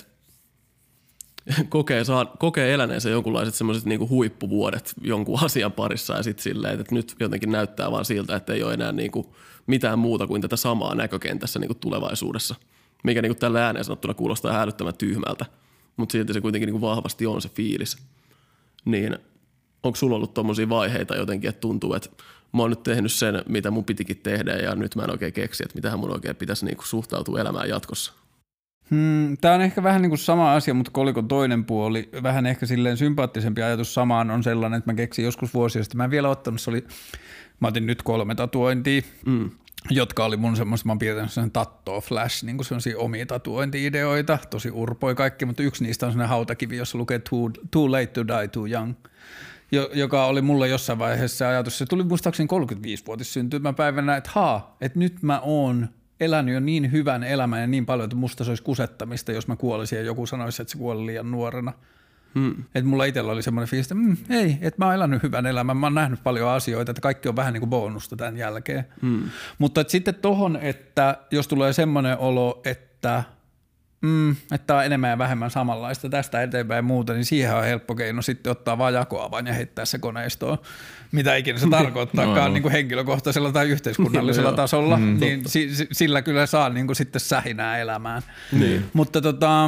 kokee, saa, kokee eläneensä jonkunlaiset semmoiset niin kuin huippuvuodet jonkun asian parissa ja sitten silleen, että nyt jotenkin näyttää vaan siltä, että ei ole enää niin kuin mitään muuta kuin tätä samaa näkökentässä niin kuin tulevaisuudessa, mikä niin kuin tällä ääneen sanottuna kuulostaa älyttömän tyhmältä, mutta silti se kuitenkin niin kuin vahvasti on se fiilis. Niin onko sulla ollut tommosia vaiheita jotenkin, että tuntuu, että mä oon nyt tehnyt sen, mitä mun pitikin tehdä ja nyt mä en oikein keksi, että mitähän mun oikein pitäisi niinku suhtautua elämään jatkossa. Hmm, Tämä on ehkä vähän niin kuin sama asia, mutta kolikon toinen puoli, vähän ehkä silleen sympaattisempi ajatus samaan on sellainen, että mä keksin joskus vuosia sitten. Mä en vielä ottanut, se oli, mä otin nyt kolme tatuointia, mm. jotka oli mun semmoista, mä oon piirtänyt sellainen tattoo flash, niin kuin sellaisia omia tatuointi-ideoita, tosi urpoi kaikki, mutta yksi niistä on sellainen hautakivi, jossa lukee too, too late to die too young. Joka oli mulle jossain vaiheessa se ajatus. Se tuli muistaakseni kolmekymmentäviisivuotis syntymäpäivänä, että haa, että nyt mä oon elänyt jo niin hyvän elämän ja niin paljon, että musta se olisi kusettamista, jos mä kuolisin ja joku sanoisi, että se kuoli liian nuorena. Hmm. Että mulla itsellä oli semmoinen fiilis, että mm, ei, että mä oon elänyt hyvän elämän, mä oon nähnyt paljon asioita, että kaikki on vähän niin kuin bonusta tämän jälkeen. Hmm. Mutta et sitten tohon, että jos tulee semmoinen olo, että Mm, että on enemmän ja vähemmän samanlaista tästä eteenpäin ja muuta, niin siihen on helppo keino sitten ottaa vaan jakoavain ja heittää se koneistoon, mitä ikinä se tarkoittaakaan no, niin kuin henkilökohtaisella tai yhteiskunnallisella tasolla, mm, niin si- sillä kyllä saa niin kuin sitten sähinää elämään. Niin. Mutta tota,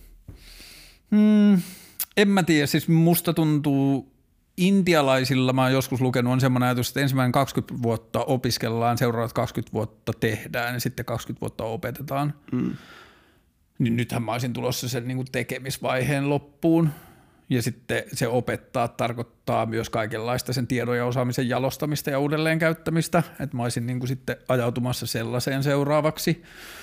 mm, en mä tiedä, siis musta tuntuu intialaisilla, mä oon joskus lukenut, on semmoinen ajatus, että ensimmäinen kaksikymmentä vuotta opiskellaan, seuraavat kaksikymmentä vuotta tehdään ja sitten kaksikymmentä vuotta opetetaan. Mm. Niin nythän mä olisin tulossa sen niin kuin tekemisvaiheen loppuun ja sitten se opettaa tarkoittaa myös kaikenlaista sen tiedon ja osaamisen jalostamista ja uudelleen käyttämistä, että mä olisin niin kuin sitten ajautumassa sellaiseen seuraavaksi,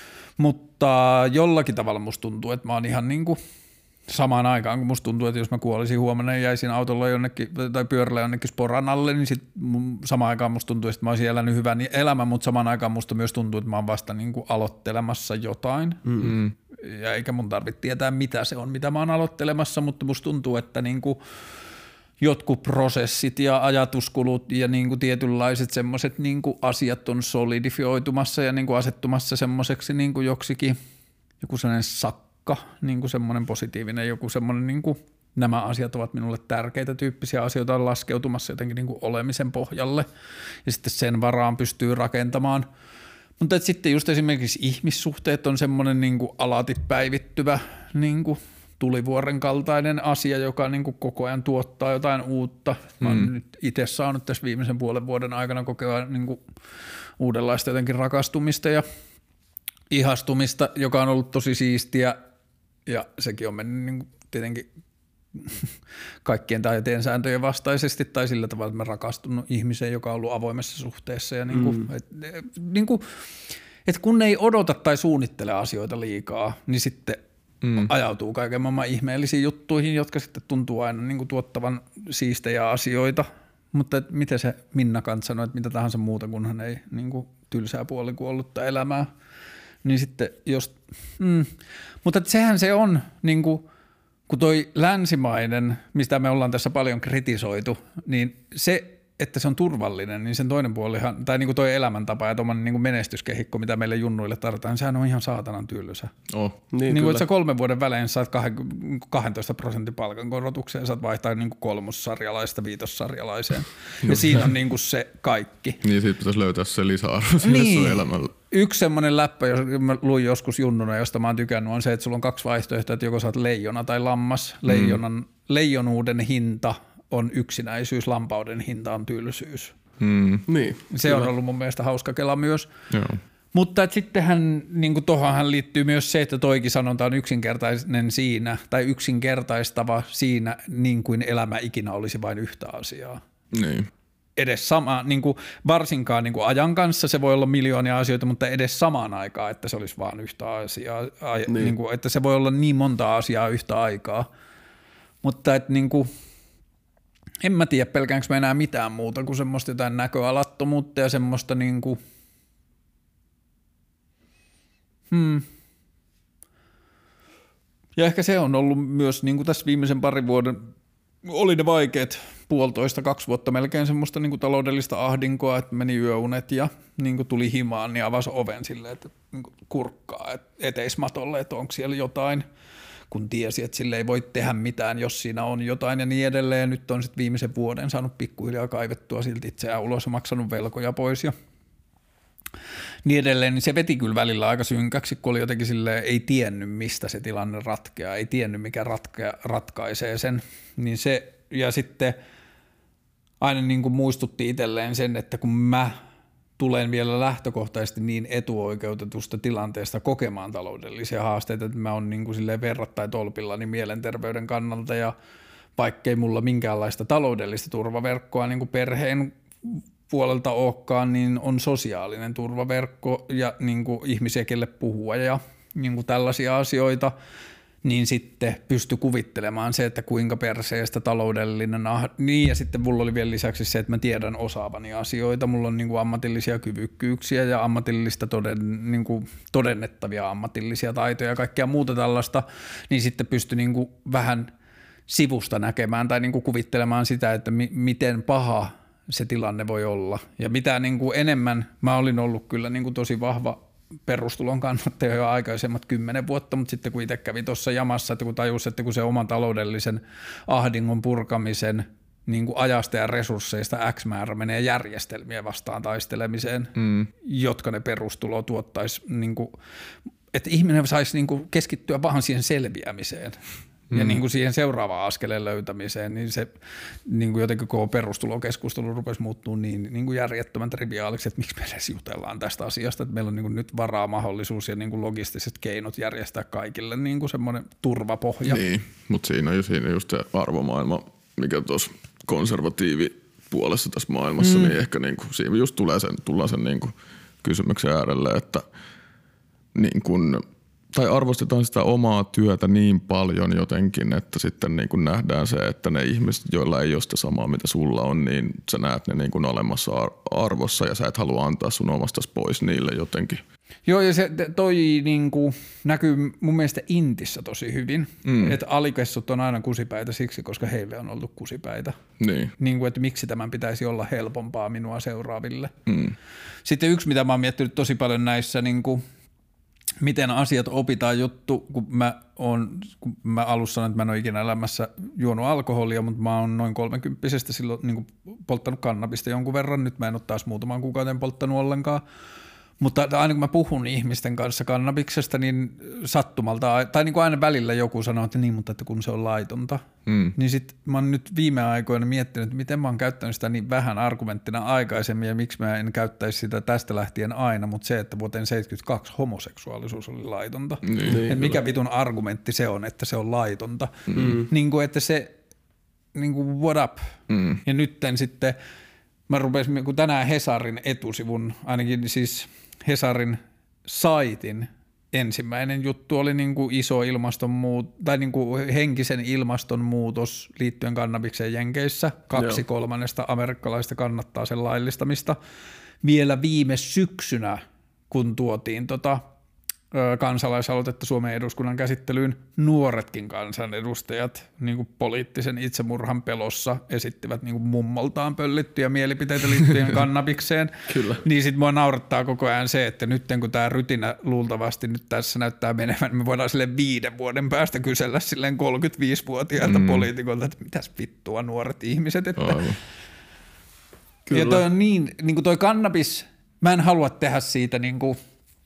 mutta jollakin tavalla musta tuntuu, että mä oon ihan niin kuin samaan aikaan, kun musta tuntuu, että jos mä kuolisin huomenna ja jäisin autolla jonnekin tai pyörällä jonnekin sporan alle, niin sit samaan aikaan musta tuntuu, että mä olisin elänyt hyvän elämän, mutta samaan aikaan musta myös tuntuu, että mä oon vasta niin kuin aloittelemassa jotain. Mm-hmm. Ja eikä mun tarvitse tietää, mitä se on, mitä mä oon aloittelemassa, mutta musta tuntuu, että niin kuin jotkut prosessit ja ajatuskulut ja niin kuin tietynlaiset semmoiset niin kuin asiat on solidifioitumassa ja niin kuin asettumassa semmoiseksi niin kuin joksikin, joku sellainen sakka, niin kuin semmoinen positiivinen, joku semmoinen niin kuin nämä asiat ovat minulle tärkeitä tyyppisiä asioita on laskeutumassa jotenkin niin kuin olemisen pohjalle ja sitten sen varaan pystyy rakentamaan. Mutta sitten just esimerkiksi ihmissuhteet on semmoinen niin kuin alati päivittyvä niin kuin tulivuoren kaltainen asia, joka niin kuin koko ajan tuottaa jotain uutta. Mä oon mm. nyt itse saanut tässä viimeisen puolen vuoden aikana kokea niin kuin uudenlaista jotenkin rakastumista ja ihastumista, joka on ollut tosi siistiä ja sekin on mennyt niin kuin tietenkin kaikkien taiteen sääntöjen vastaisesti tai sillä tavalla, että mä rakastunut ihmiseen, joka on ollut avoimessa suhteessa ja niin kuin, mm. et, niin kuin, et kun ei odota tai suunnittele asioita liikaa, niin sitten mm. ajautuu kaiken maailman ihmeellisiin juttuihin, jotka sitten tuntuu aina niin kuin tuottavan siistejä asioita, Mutta et miten se Minna Kant sanoi, että mitä tahansa muuta, kunhan ei niin kuin tylsää puolikuollutta elämää. Niin sitten jos, mm, mutta sehän se on, niin kuin, kun toi länsimainen, mistä me ollaan tässä paljon kritisoitu, niin se, että se on turvallinen, niin sen toinen puolihan, tai niin kuin toi elämäntapa ja tuommoinen niin kuin menestyskehikko, mitä meille junnuille tarvitaan, sehän on ihan saatanan tylsä. Oh. Niin, niin kuin, että sä kolmen vuoden välein saat kahdentoista prosentin palkankorotuksen ja saat vaihtaa niin kuin kolmossarjalaista viitossarjalaiseen. Ja siinä on niin kuin se kaikki. Niin siitä pitäisi löytää se lisäarvo siihen niin. sun elämällä. Yksi semmoinen läppä, jos mä luin joskus junnuna, josta mä oon tykännyt, on se, että sulla on kaksi vaihtoehtoa, että joko sä oot leijona tai lammas. Leijonan, mm. Leijonuuden hinta on yksinäisyys, lampauden hinta on tylsyys. Mm. Niin, se kyllä. on ollut mun mielestä hauska kela myös. Joo. Mutta sittenhän niin tuohonhan liittyy myös se, että toikin sanonta on yksinkertainen siinä, tai yksinkertaistava siinä, niin kuin elämä ikinä olisi vain yhtä asiaa. Niin. Edes sama, niin kuin varsinkaan niin kuin ajan kanssa se voi olla miljoonia asioita, mutta edes samaan aikaan, että se olisi vain yhtä asiaa, niin. Niin kuin, että se voi olla niin monta asiaa yhtä aikaa. Mutta että niin kuin, en mä tiedä, pelkäänkö mä enää mitään muuta kuin semmoista jotain näköalattomuutta ja semmoista niin kuin, hmm. Ja ehkä se on ollut myös niin kuin tässä viimeisen parin vuoden, oli ne vaikeat puolitoista, kaksi vuotta melkein semmoista niin kuin taloudellista ahdinkoa, että meni yöunet ja niin kuin tuli himaan, niin avasi oven silleen, että niin kuin kurkkaa eteismatolle, että onko siellä jotain, kun tiesi, että sille ei voi tehdä mitään, jos siinä on jotain ja niin edelleen. Nyt on sitten viimeisen vuoden saanut pikkuhiljaa kaivettua silti itseään ulos ja maksanut velkoja pois ja niin edelleen, niin se veti kyllä välillä aika synkäksi, kun oli jotenkin silleen, ei tiennyt, mistä se tilanne ratkeaa, ei tiennyt, mikä ratkea, ratkaisee sen, niin se, ja sitten aina niin kuin muistutti itselleen sen, että kun mä tulen vielä lähtökohtaisesti niin etuoikeutetusta tilanteesta kokemaan taloudellisia haasteita, että mä oon niin kuin silleen verrattain tolpillani mielenterveyden kannalta, ja vaikkei mulla minkäänlaista taloudellista turvaverkkoa niin kuin perheen puolelta olekaan, niin on sosiaalinen turvaverkko ja niin kuin ihmisiä, kelle puhua ja niin kuin tällaisia asioita, niin sitten pysty kuvittelemaan se, että kuinka perseestä taloudellinen, ah- niin ja sitten mulla oli vielä lisäksi se, että mä tiedän osaavani asioita, mulla on niin kuin ammatillisia kyvykkyyksiä ja ammatillista toden, niin kuin todennettavia ammatillisia taitoja ja kaikkea muuta tällaista, niin sitten pysty niin kuin vähän sivusta näkemään tai niin kuin kuvittelemaan sitä, että mi- miten paha se tilanne voi olla. Ja mitä niin kuin enemmän, mä olin ollut kyllä niin kuin tosi vahva perustulon kannattaja jo aikaisemmat kymmenen vuotta, mutta sitten kun itse kävi tuossa jamassa, että kun tajusi, että kun se oman taloudellisen ahdingon purkamisen niin kuin ajasta ja resursseista X määrä menee järjestelmiä vastaan taistelemiseen, mm. jotka ne perustulo tuottaisi, niin kuin, että ihminen saisi niin kuin keskittyä vaan siihen selviämiseen. Ja mm. niin kuin siihen seuraavaan askeleen löytämiseen, niin se niin kuin jotenkin koko perustulokeskustelu rupesi muuttua niin, niin kuin järjettömän triviaaliksi, että miksi me edes jutellaan tästä asiasta, että meillä on niin kuin nyt varaa, mahdollisuus ja niin kuin logistiset keinot järjestää kaikille niin kuin semmoinen turvapohja. Niin, mutta siinä on siinä just se arvomaailma, mikä tuossa konservatiivipuolessa tässä maailmassa, mm. niin ehkä niin kuin, siinä just tulee sen, tullaan sen niin kuin kysymyksen äärelle, että niin kuin tai arvostetaan sitä omaa työtä niin paljon jotenkin, että sitten niin kuin nähdään se, että ne ihmiset, joilla ei ole sitä samaa, mitä sulla on, niin sä näet ne niin kuin olemassa arvossa ja sä et halua antaa sun omastasi pois niille jotenkin. Joo, ja se toi niin kuin näkyy mun mielestä Intissä tosi hyvin, mm. että alikessut on aina kusipäitä siksi, koska heille on ollut kusipäitä. Niin. Niin kuin, että miksi tämän pitäisi olla helpompaa minua seuraaville. Mm. Sitten yksi, mitä mä oon miettinyt tosi paljon näissä niin kuin miten asiat opitaan juttu, kun mä oon, kun mä alussa sanoin, että mä en ole ikinä elämässä juonut alkoholia, mutta mä oon noin kolmekymppisestä silloin niin kuin polttanut kannabista jonkun verran, nyt mä en ole taas muutaman kuukauden polttanut ollenkaan. Mutta aina kun mä puhun ihmisten kanssa kannabiksesta, niin sattumalta, tai niin kuin aina välillä joku sanoo, että niin, mutta että kun se on laitonta, mm. niin sit mä oon nyt viime aikoina miettinyt, että miten mä oon käyttänyt sitä niin vähän argumenttina aikaisemmin ja miksi mä en käyttäisi sitä tästä lähtien aina, mutta se, että vuoteen seitsemänkymmentäkaksi homoseksuaalisuus oli laitonta. Niin, että mikä vitun argumentti se on, että se on laitonta. Mm. Niin kuin, että se, niin kuin what up? Mm. Ja nytten sitten mä rupesin, kun tänään Hesarin etusivun, ainakin siis Hesarin saitin ensimmäinen juttu oli niin kuin iso ilmastonmuutos, tai niin kuin henkisen ilmastonmuutos liittyen kannabikseen Jenkeissä. Kaksi Joo. kolmannesta amerikkalaista kannattaa sen laillistamista. Vielä viime syksynä, kun tuotiin tota kansalaisaloitetta Suomen eduskunnan käsittelyyn, nuoretkin kansanedustajat niin kuin poliittisen itsemurhan pelossa esittivät niin kuin mummoltaan pöllittyjä mielipiteitä liittyen kannabikseen. Kyllä. Niin sit mua naurattaa koko ajan se, että nyt kun tämä rytinä luultavasti nyt tässä näyttää menevän, niin me voidaan sille viiden vuoden päästä kysellä silleen kolmekymmentäviisivuotiailta mm. poliitikolta, että mitäs vittua nuoret ihmiset. Että... Kyllä. Ja toi on niin, niin kuin toi kannabis, mä en halua tehdä siitä niin kuin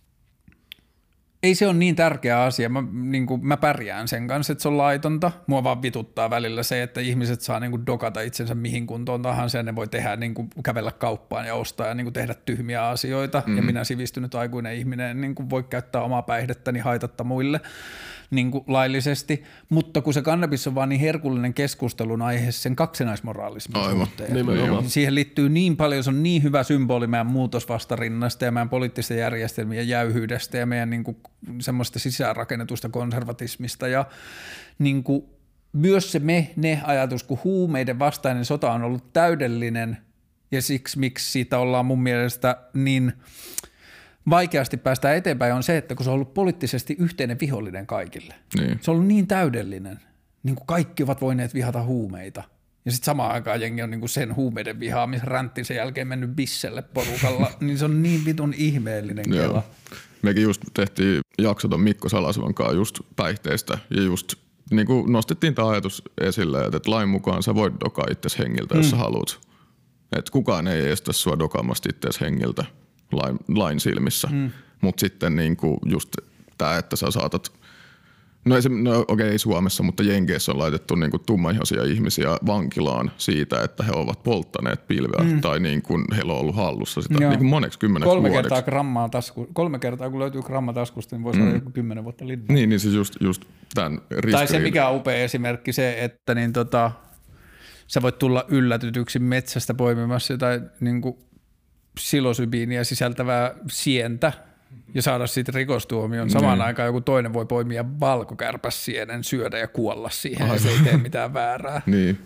ei se ole niin tärkeä asia. Mä, niin kuin, mä pärjään sen kanssa, että se on laitonta. Mua vaan vituttaa välillä se, että ihmiset saa niin kuin dokata itsensä mihin kuntoon tahansa ja ne voi tehdä, niin kuin, kävellä kauppaan ja ostaa ja niin kuin, tehdä tyhmiä asioita. Mm-hmm. Ja minä sivistynyt aikuinen ihminen niin kuin, voi käyttää omaa päihdettäni haitatta muille niin kuin, laillisesti. Mutta kun se kannabis on vaan niin herkullinen keskustelun aihe sen kaksinaismoraalismin suhteen. Niin siihen liittyy niin paljon, se on niin hyvä symboli meidän muutosvastarinnasta ja meidän poliittisten järjestelmien jäyhyydestä ja meidän niin kuin, semmoista sisäänrakennetusta konservatismista ja niin kuin, myös se me-ne-ajatus, kun huumeiden vastainen sota on ollut täydellinen ja siksi miksi siitä ollaan mun mielestä niin vaikeasti päästä eteenpäin on se, että kun se on ollut poliittisesti yhteinen vihollinen kaikille. Niin. Se on ollut niin täydellinen, niin kuin kaikki ovat voineet vihata huumeita. Ja sitten samaan aikaan jengi on niinku sen huumeiden vihaamisen räntti sen jälkeen mennyt bisselle porukalla, niin se on niin vitun ihmeellinen kela. Mekin just tehtiin jakso ton Mikko Salasivan kanssa just päihteistä ja just niin kuin nostettiin tämä ajatus esille, että lain mukaan sä voit dokaa itsesi hengiltä, jos mm. sä haluat. Että kukaan ei estä sua dokaamasta itsesi hengiltä lain, lain silmissä. Mm. Mutta sitten niin kuin just tämä, että sä saatat No, no okei, okay, ei Suomessa, mutta Jenkeissä on laitettu niin kuin tummaihoisia ihmisiä vankilaan siitä, että he ovat polttaneet pilveä mm. tai niin kuin heillä on ollut hallussa sitä niin kuin moneksi kymmeneksi kolme vuodeksi. Kertaa grammaa tasku, kolme kertaa, kun löytyy gramma taskusta, niin voi saada mm. joku kymmenen vuotta linnaa. Niin, niin siis just, just tämän ristiriin. Tai se mikä on upea esimerkki se, että niin tota, sä voit tulla yllätytyksi metsästä poimimassa jotain niin kuin psilosybiiniä sisältävää sientä, ja saada siitä rikostuomion. Samaan mm. aikaan joku toinen voi poimia valkokärpäsienen, syödä ja kuolla siihen, Aivan. ja se ei tee mitään väärää. Niin.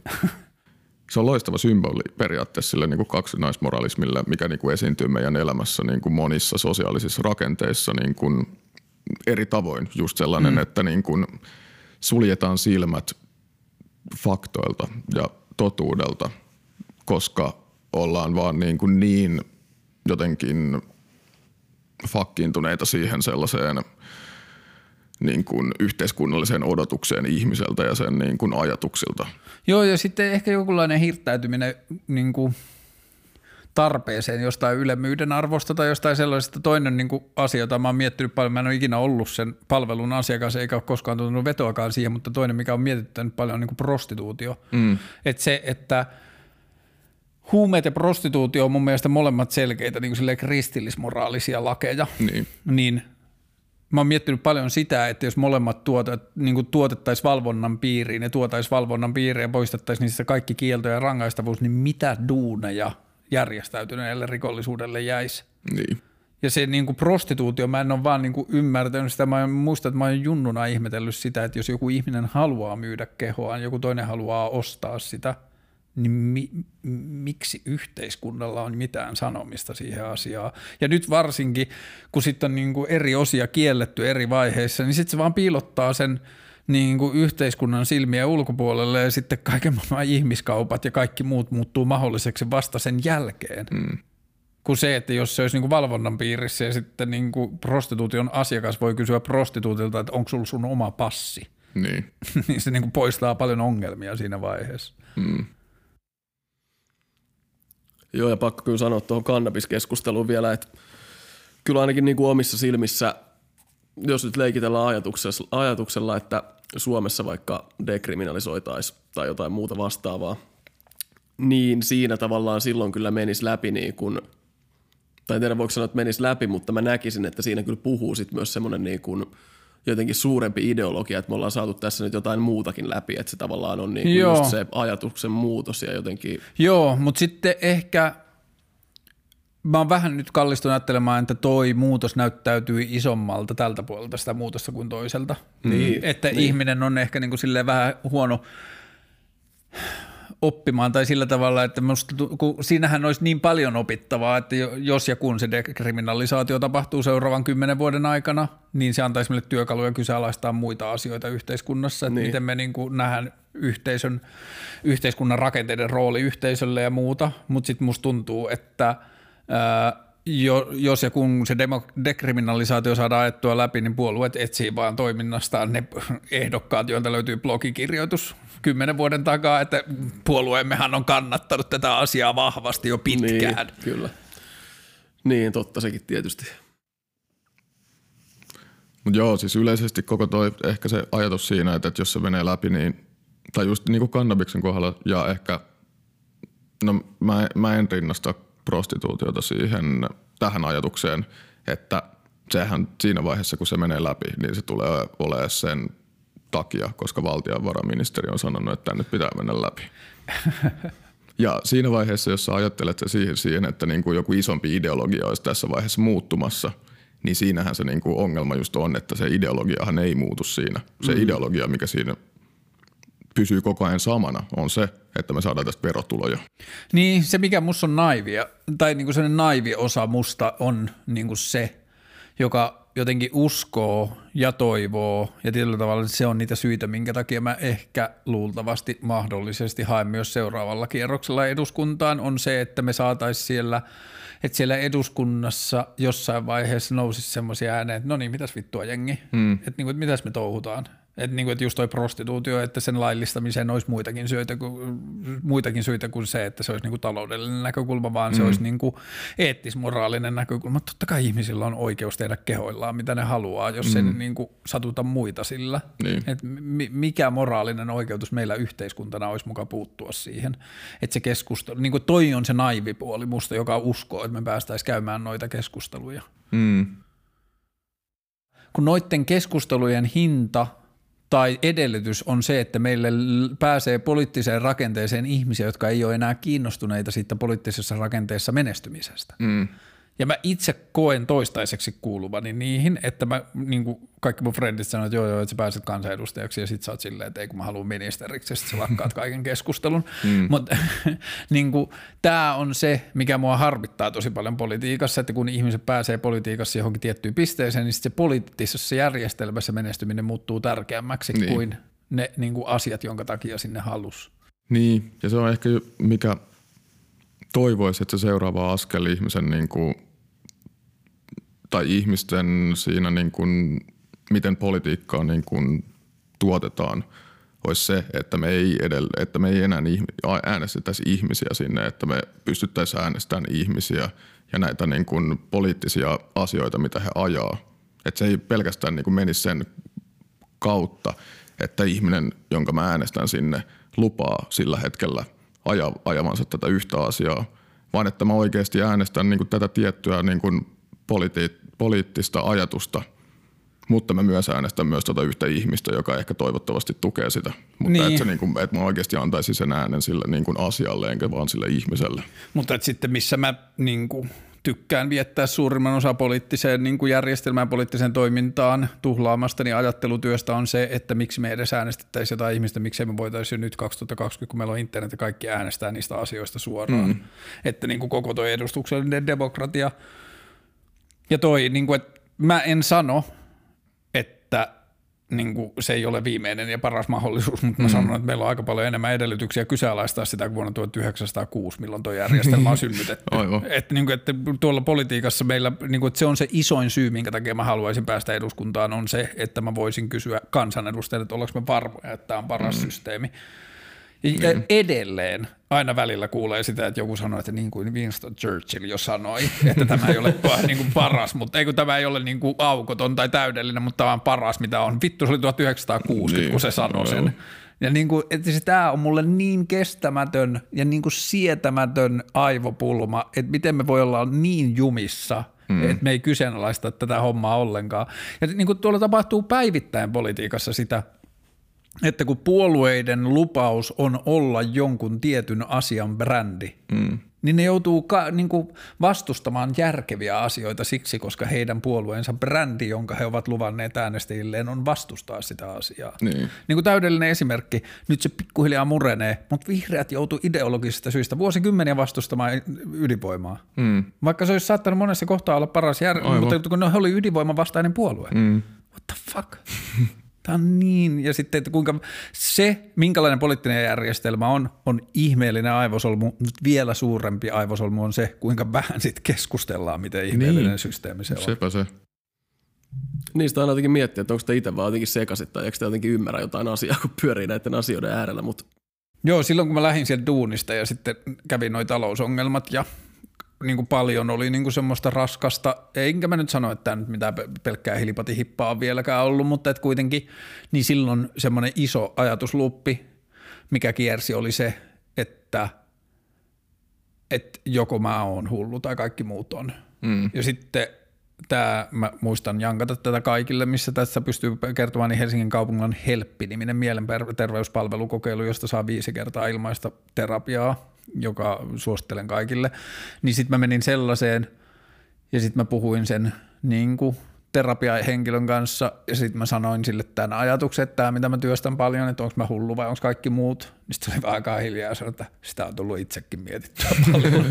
Se on loistava symboli periaatteessa sille niin kuin kaksinaismoralismille, mikä niin kuin esiintyy meidän elämässä niin kuin monissa sosiaalisissa rakenteissa niin kuin eri tavoin. Just sellainen, mm. että niin kuin suljetaan silmät faktoilta ja totuudelta, koska ollaan vaan niin, kuin niin jotenkin fakkiintuneita siihen sellaiseen niin kuin yhteiskunnalliseen odotukseen ihmiseltä ja sen niin kuin ajatuksilta. Joo, ja sitten ehkä jokinlainen hirttäytyminen niin kuin tarpeeseen jostain ylemmyyden arvosta tai jostain sellaisesta. Toinen niin kuin asia, jota mä oon miettinyt paljon, mä en ole ikinä ollut sen palvelun asiakas, eikä ole koskaan tuntunut vetoakaan siihen, mutta toinen, mikä on mietittänyt paljon, on niin kuin prostituutio. Mm. Että se, että huumeet ja prostituutio on mun mielestä molemmat selkeitä niin kuin kristillismoraalisia lakeja, niin. niin mä oon miettinyt paljon sitä, että jos molemmat tuotet, niin kuin tuotettaisiin valvonnan piiriin ja tuotaisiin valvonnan piiriin ja poistettaisiin niissä kaikki kielto ja rangaistavuus, niin mitä duuneja järjestäytyneelle rikollisuudelle jäisi? Niin. Ja se niin kuin prostituutio, mä en ole vaan niin kuin ymmärtänyt sitä, mä muistan, että mä oon junnuna ihmetellyt sitä, että jos joku ihminen haluaa myydä kehoaan, joku toinen haluaa ostaa sitä, niin mi, miksi yhteiskunnalla on mitään sanomista siihen asiaan. Ja nyt varsinkin, kun sitten on niin kuin eri osia kielletty eri vaiheissa, niin sitten se vaan piilottaa sen niin kuin yhteiskunnan silmiä ulkopuolelle ja sitten kaiken maailman ihmiskaupat ja kaikki muut muuttuu mahdolliseksi vasta sen jälkeen. Mm. Kuin se, että jos se olisi niin kuin valvonnan piirissä ja sitten niin kuin prostituution asiakas voi kysyä prostituutilta, että onko sulla sun oma passi. Niin. niin se niin kuin poistaa paljon ongelmia siinä vaiheessa. Mm. Joo, ja pakko kyllä sanoa tuohon kannabiskeskusteluun vielä, että kyllä ainakin niin kuin omissa silmissä, jos nyt leikitellään ajatuksella, ajatuksella, että Suomessa vaikka dekriminalisoitaisiin tai jotain muuta vastaavaa, niin siinä tavallaan silloin kyllä menisi läpi niin kuin, tai en tiedä voiko sanoa, että menisi läpi, mutta mä näkisin, että siinä kyllä puhuu sitten myös semmoinen niin kuin jotenkin suurempi ideologia, että me ollaan saatu tässä nyt jotain muutakin läpi, että se tavallaan on niin kuin just se ajatuksen muutos ja jotenkin. Joo, mutta sitten ehkä mä oon vähän nyt kallistunut ajattelemaan, että toi muutos näyttäytyy isommalta tältä puolelta sitä muutosta kuin toiselta. Niin, että niin. ihminen on ehkä niin kuin silleen vähän huono oppimaan tai sillä tavalla, että musta, kun siinähän olisi niin paljon opittavaa, että jos ja kun se dekriminalisaatio tapahtuu seuraavan kymmenen vuoden aikana, niin se antaisi meille työkaluja kyseenalaistaa muita asioita yhteiskunnassa, että niin. miten me niin kuin nähdään yhteisön, yhteiskunnan rakenteiden rooli yhteisölle ja muuta, mutta sitten musta tuntuu, että ää, jo, jos ja kun se demo, dekriminalisaatio saadaan ajettua läpi, niin puolueet etsii vaan toiminnastaan ne ehdokkaat, joilta löytyy blogikirjoitus kymmenen vuoden takaa, että puolueemmehan on kannattanut tätä asiaa vahvasti jo pitkään. Niin, kyllä. Niin, totta sekin tietysti. Mutta joo, siis yleisesti koko toi ehkä se ajatus siinä, että, että jos se menee läpi, niin, tai just niin kuin kannabiksen kohdalla, ja ehkä, no mä, mä en rinnasta prostituutiota siihen, tähän ajatukseen, että sehän siinä vaiheessa, kun se menee läpi, niin se tulee olemaan sen takia, koska valtiovarainministeri on sanonut, että tänne pitää mennä läpi. Ja siinä vaiheessa, jos sä ajattelet se siihen, siihen että niin kuin joku isompi ideologia olisi tässä vaiheessa muuttumassa, niin siinähän se niin kuin ongelma just on, että se ideologiahan ei muutu siinä. Se mm. ideologia, mikä siinä pysyy koko ajan samana, on se, että me saadaan tästä verotuloja. Niin, se mikä musta on naivia, tai niinku sellainen naivi osa musta on niinku se, joka jotenkin uskoo ja toivoo, ja tietyllä tavalla se on niitä syitä, minkä takia mä ehkä luultavasti mahdollisesti haen myös seuraavalla kierroksella eduskuntaan, on se, että me saataisiin siellä, että siellä eduskunnassa jossain vaiheessa nousisi semmoisia ääneen, että no niin, mitäs vittua jengi, hmm. että, niinku, että mitäs me touhutaan. Että niinku, et just toi prostituutio, että sen laillistamiseen olisi muitakin syitä kuin, muitakin syitä kuin se, että se olisi niinku taloudellinen näkökulma, vaan mm. se olisi niinku eettis-moraalinen näkökulma. Totta kai ihmisillä on oikeus tehdä kehoillaan, mitä ne haluaa, jos mm. se niinku satuta muita sillä. Niin. Et mikä moraalinen oikeutus meillä yhteiskuntana olisi muka puuttua siihen. Että se keskustelu, niinku toi on se naivi puoli musta, joka uskoo, että me päästäisiin käymään noita keskusteluja. Mm. Kun noiden keskustelujen hinta tai edellytys on se, että meille pääsee poliittiseen rakenteeseen ihmisiä, jotka ei ole enää kiinnostuneita siitä poliittisessa rakenteessa menestymisestä. Mm. Ja mä itse koen toistaiseksi kuuluvani niihin, että mä, niin kuin kaikki mun frendit sanoo, että joo joo, että sä pääset kansanedustajaksi ja sit sä oot silleen, että ei kun mä haluan ministeriksi ja sit sä lakkaat kaiken keskustelun. Mm. Mutta niin tää on se, mikä mua harmittaa tosi paljon politiikassa, että kun ihmiset pääsee politiikassa johonkin tiettyyn pisteeseen, niin sit se poliittisessa järjestelmässä menestyminen muuttuu tärkeämmäksi niin. kuin ne niin kuin asiat, jonka takia sinne halus. Niin, ja se on ehkä mikä toivoisi, että se seuraava askel ihmisen niin kuin, tai ihmisten siinä, niin kuin, miten politiikkaa niin kuin, tuotetaan, olisi se, että me ei, edellä, että me ei enää äänestettäisi ihmisiä sinne, että me pystyttäisiin äänestämään ihmisiä ja näitä niin kuin, poliittisia asioita, mitä he ajaa. Että se ei pelkästään niin kuin, menisi sen kautta, että ihminen, jonka mä äänestän sinne, lupaa sillä hetkellä aja, ajamansa tätä yhtä asiaa, vaan että mä oikeasti äänestän niin kuin tätä tiettyä niin kuin politi- poliittista ajatusta, mutta mä myös äänestän myös tuota yhtä ihmistä, joka ehkä toivottavasti tukee sitä. Mutta niin. että, se, niin kuin, että mä oikeasti antaisin sen äänen sille niin kuin asialle, enkä vaan sille ihmiselle. Mutta että sitten missä mä niin kuin tykkään viettää suurimman osa poliittiseen niin kuin järjestelmään, poliittiseen toimintaan tuhlaamastani ajattelutyöstä on se, että miksi me edes äänestettäisiin jotain ihmistä, miksi me voitaisiin jo nyt kaksituhattakaksikymmentä, kun meillä on internet ja kaikki äänestää niistä asioista suoraan. Mm. Että niin kuin koko toi edustuksellinen demokratia ja toi, niin kuin, että mä en sano, että niin kuin se ei ole viimeinen ja paras mahdollisuus, mutta mä mm. sanon, että meillä on aika paljon enemmän edellytyksiä kyseenalaistaa sitä kuin vuonna tuhatyhdeksänsataakuusi, milloin tuo järjestelmä on synnytetty. että, niin kuin, että tuolla politiikassa meillä, niin kuin, että se on se isoin syy, minkä takia mä haluaisin päästä eduskuntaan, on se, että mä voisin kysyä kansanedustajille, että ollaanko me varmoja, että tämä on paras mm. systeemi. Ja mm. edelleen aina välillä kuulee sitä, että joku sanoo, että niin kuin Winston Churchill jo sanoi, että tämä ei ole niin kuin paras, mutta ei kun tämä ei ole niin kuin aukoton tai täydellinen, mutta tämä on paras, mitä on. Vittu, se oli tuhatyhdeksänsataakuusikymmentä, niin, kun se sanoi sen. No, ja niin kuin, että se, tämä on mulle niin kestämätön ja niin kuin sietämätön aivopulma, että miten me voi olla niin jumissa, mm. että me ei kyseenalaista tätä hommaa ollenkaan. Ja niin kuin tuolla tapahtuu päivittäin politiikassa sitä, että kun puolueiden lupaus on olla jonkun tietyn asian brändi, mm. niin ne joutuu ka, niin kuin vastustamaan järkeviä asioita siksi, koska heidän puolueensa brändi, jonka he ovat luvanneet äänestäjilleen, on vastustaa sitä asiaa. Niin. Niin kuin täydellinen esimerkki, nyt se pikkuhiljaa murenee, mutta vihreät joutuu ideologisista syistä vuosikymmeniä vastustamaan ydinvoimaa. Mm. Vaikka se olisi saattanut monessa kohtaa olla paras järjestelmä, mutta kun ne oli ydinvoiman vastainen puolue. Mm. What the fuck? Tämä on niin, ja sitten, että kuinka se, minkälainen poliittinen järjestelmä on, on ihmeellinen aivosolmu, mutta vielä suurempi aivosolmu on se, kuinka vähän sitten keskustellaan, miten ihmeellinen niin. systeemi se on. Sepä se. Niistä aina jotenkin miettiä, että onko sitä itse vaan jotenkin sekaisin tai eikö sitä jotenkin ymmärrä jotain asiaa, kun pyörii näiden asioiden äärellä. Mutta... Joo, silloin kun mä lähdin sieltä duunista ja sitten kävin noi talousongelmat ja niin kuin paljon oli niin kuin semmoista raskasta, enkä mä nyt sano, että tämä nyt mitään pelkkää hilipatihippaa on vieläkään ollut, mutta että kuitenkin, niin silloin semmoinen iso ajatusluppi, mikä kiersi oli se, että, että joko mä oon hullu tai kaikki muut on. Mm. Ja sitten tämä, mä muistan jankata tätä kaikille, missä tässä pystyy kertomaan, niin Helsingin kaupungilla on Helppi-niminen mielenterveyspalvelukokeilu, josta saa viisi kertaa ilmaista terapiaa, joka suosittelen kaikille, niin sitten mä menin sellaiseen ja sitten mä puhuin sen niin kuin terapiahenkilön kanssa ja sitten mä sanoin sille tämän ajatuksen, että tämä mitä mä työstän paljon, että onko mä hullu vai onko kaikki muut, niin sitten oli vähän aikaa hiljaa ja sanoin, että sitä on tullut itsekin mietittyä paljon.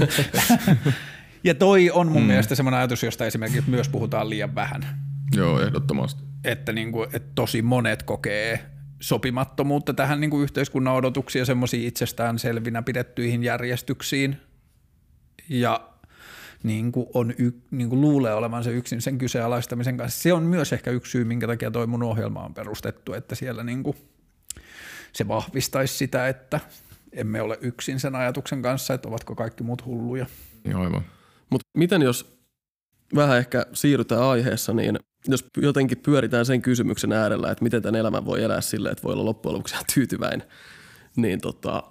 Ja toi on mun mm. mielestä semmoinen ajatus, josta esimerkiksi myös puhutaan liian vähän. Joo, ehdottomasti. Että, niin kuin, että tosi monet kokee sopimattomuutta tähän niin kuin yhteiskunnan odotuksia semmoisiin itsestään selvinä pidettyihin järjestyksiin ja niin kuin on y, niin kuin luulee olevansa yksin sen kyseenalaistamisen kanssa. Se on myös ehkä yksi syy, minkä takia toi mun ohjelma on perustettu, että siellä niin kuin se vahvistaisi sitä, että emme ole yksin sen ajatuksen kanssa, että ovatko kaikki muut hulluja. Aivan. Mutta miten jos vähän ehkä siirrytään aiheessa, niin jos jotenkin pyöritään sen kysymyksen äärellä, että miten tämän elämän voi elää silleen, että voi olla loppujen lopuksi ihan tyytyväinen, niin tota,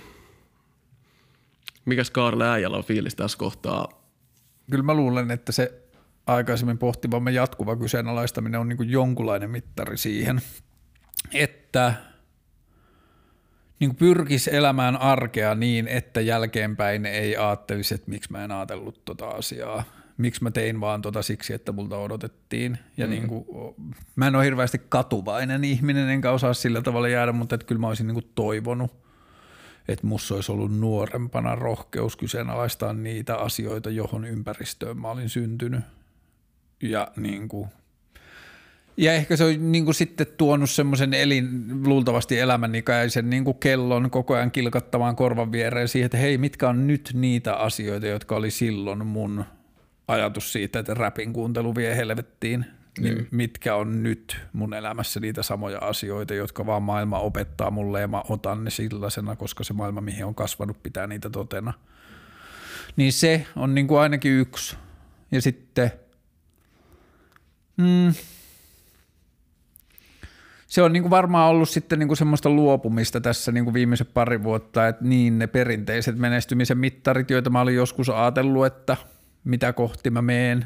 mikäs Kaarle äijällä on fiilis tässä kohtaa? Kyllä mä luulen, että se aikaisemmin pohtivamme jatkuva kyseenalaistaminen on niin kuin jonkunlainen mittari siihen, että niin kuin pyrkisi elämään arkea niin, että jälkeenpäin ei ajattelisi, että miksi mä en ajatellut tota asiaa. Miksi mä tein vaan tota siksi, että multa odotettiin. Ja mm. niin kuin, mä en ole hirveästi katuvainen ihminen, enkä osaa sillä tavalla jäädä, mutta että kyllä mä olisin niin kuin toivonut, että musta olisi ollut nuorempana rohkeus kyseenalaistaa niitä asioita, johon ympäristöön mä olin syntynyt. Ja, niin kuin, ja ehkä se on niin kuin sitten tuonut semmoisen elin, luultavasti elämänikäisen niin kuin kellon koko ajan kilkattamaan korvan viereen siihen, että hei, mitkä on nyt niitä asioita, jotka oli silloin mun ajatus siitä, että räpin kuuntelu vie helvettiin, niin mm. mitkä on nyt mun elämässä niitä samoja asioita, jotka vaan maailma opettaa mulle ja mä otan ne sellaisena, koska se maailma, mihin on kasvanut, pitää niitä totena. Niin se on niin kuin ainakin yksi. Ja sitten mm, se on niin kuin varmaan ollut sitten niin kuin semmoista luopumista tässä niin kuin viimeiset pari vuotta, että niin ne perinteiset menestymisen mittarit, joita mä olin joskus ajatellut, että mitä kohti mä meen,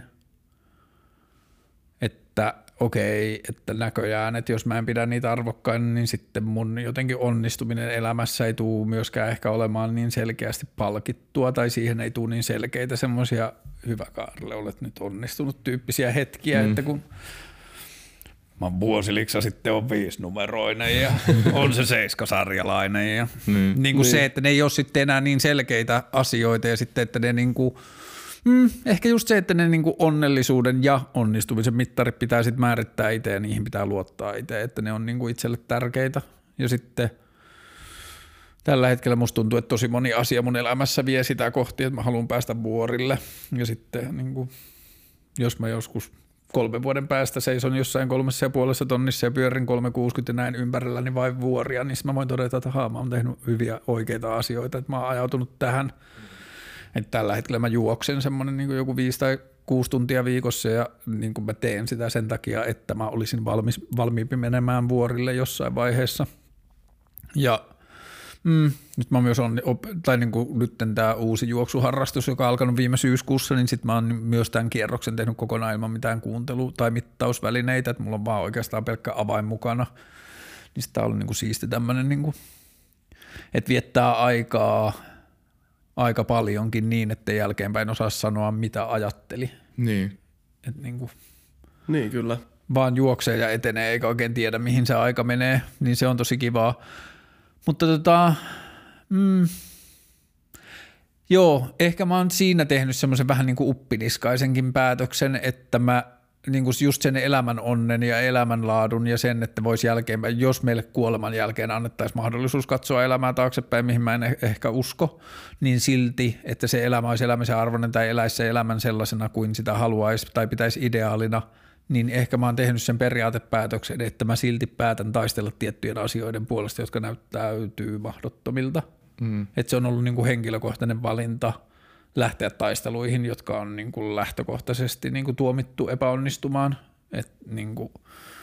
että okei, että näköjään, että jos mä en pidä niitä arvokkaina, niin sitten mun jotenkin onnistuminen elämässä ei tule myöskään ehkä olemaan niin selkeästi palkittua tai siihen ei tule niin selkeitä semmoisia hyvä Kaarle, olet nyt onnistunut tyyppisiä hetkiä, mm. että kun mä oon vuosiliksa sitten on viisinumeroinen ja on se seiskasarjalainen ja mm. niin kuin mm. se, että ne ei ole sitten enää niin selkeitä asioita ja sitten, että ne niin kuin Mm, ehkä just se, että ne niinku onnellisuuden ja onnistumisen mittarit pitää sitten määrittää itse ja niihin pitää luottaa itse, että ne on niinku itselle tärkeitä. Ja sitten tällä hetkellä musta tuntuu, että tosi moni asia mun elämässä vie sitä kohti, että mä haluan päästä vuorille. Ja sitten niinku, jos mä joskus kolmen vuoden päästä seison jossain kolmessa ja puolessa tonnissa ja pyörin kolme kuusikymmentä näin ympärilläni vain vuoria, niin mä voin todeta, että haa, mä oon tehnyt hyviä oikeita asioita, että mä oon ajautunut tähän. Että tällä hetkellä mä juoksen semmoinen niin kuin joku viisi tai kuusi tuntia viikossa ja niin kuin mä teen sitä sen takia, että mä olisin valmis, valmiimpi menemään vuorille jossain vaiheessa. Ja mm, nyt mä myös on, tai niin kuin nyt tämä uusi juoksuharrastus, joka on alkanut viime syyskuussa, niin sit mä oon myös tämän kierroksen tehnyt kokonaan ilman mitään kuuntelu- tai mittausvälineitä, että mulla on vaan oikeastaan pelkkä avain mukana. Niin sitä on ollut niin kuin siisti tämmöinen, niin kuin, että viettää aikaa aika paljonkin niin, että jälkeenpäin osaa sanoa, mitä ajatteli. Niin. Et niin kuin Niin, kyllä. vaan juoksee ja etenee eikä oikein tiedä, mihin se aika menee, niin se on tosi kivaa. Mutta tota, mm, joo, ehkä mä oon siinä tehnyt semmoisen vähän niin kuin uppiniskaisenkin päätöksen, että mä niin kuin just sen elämän onnen ja elämänlaadun ja sen, että voisi jälkeenpäin, jos meille kuoleman jälkeen annettaisiin mahdollisuus katsoa elämää taaksepäin, mihin mä en ehkä usko, niin silti, että se elämä olisi elämisen arvoinen tai eläisi se elämän sellaisena kuin sitä haluaisi tai pitäisi ideaalina, niin ehkä mä oon tehnyt sen periaatepäätöksen, että mä silti päätän taistella tiettyjen asioiden puolesta, jotka näyttäytyy mahdottomilta. Mm. Että se on ollut niin kuin henkilökohtainen valinta lähteä taisteluihin, jotka on niin kuin lähtökohtaisesti niin kuin tuomittu epäonnistumaan. Että niin kuin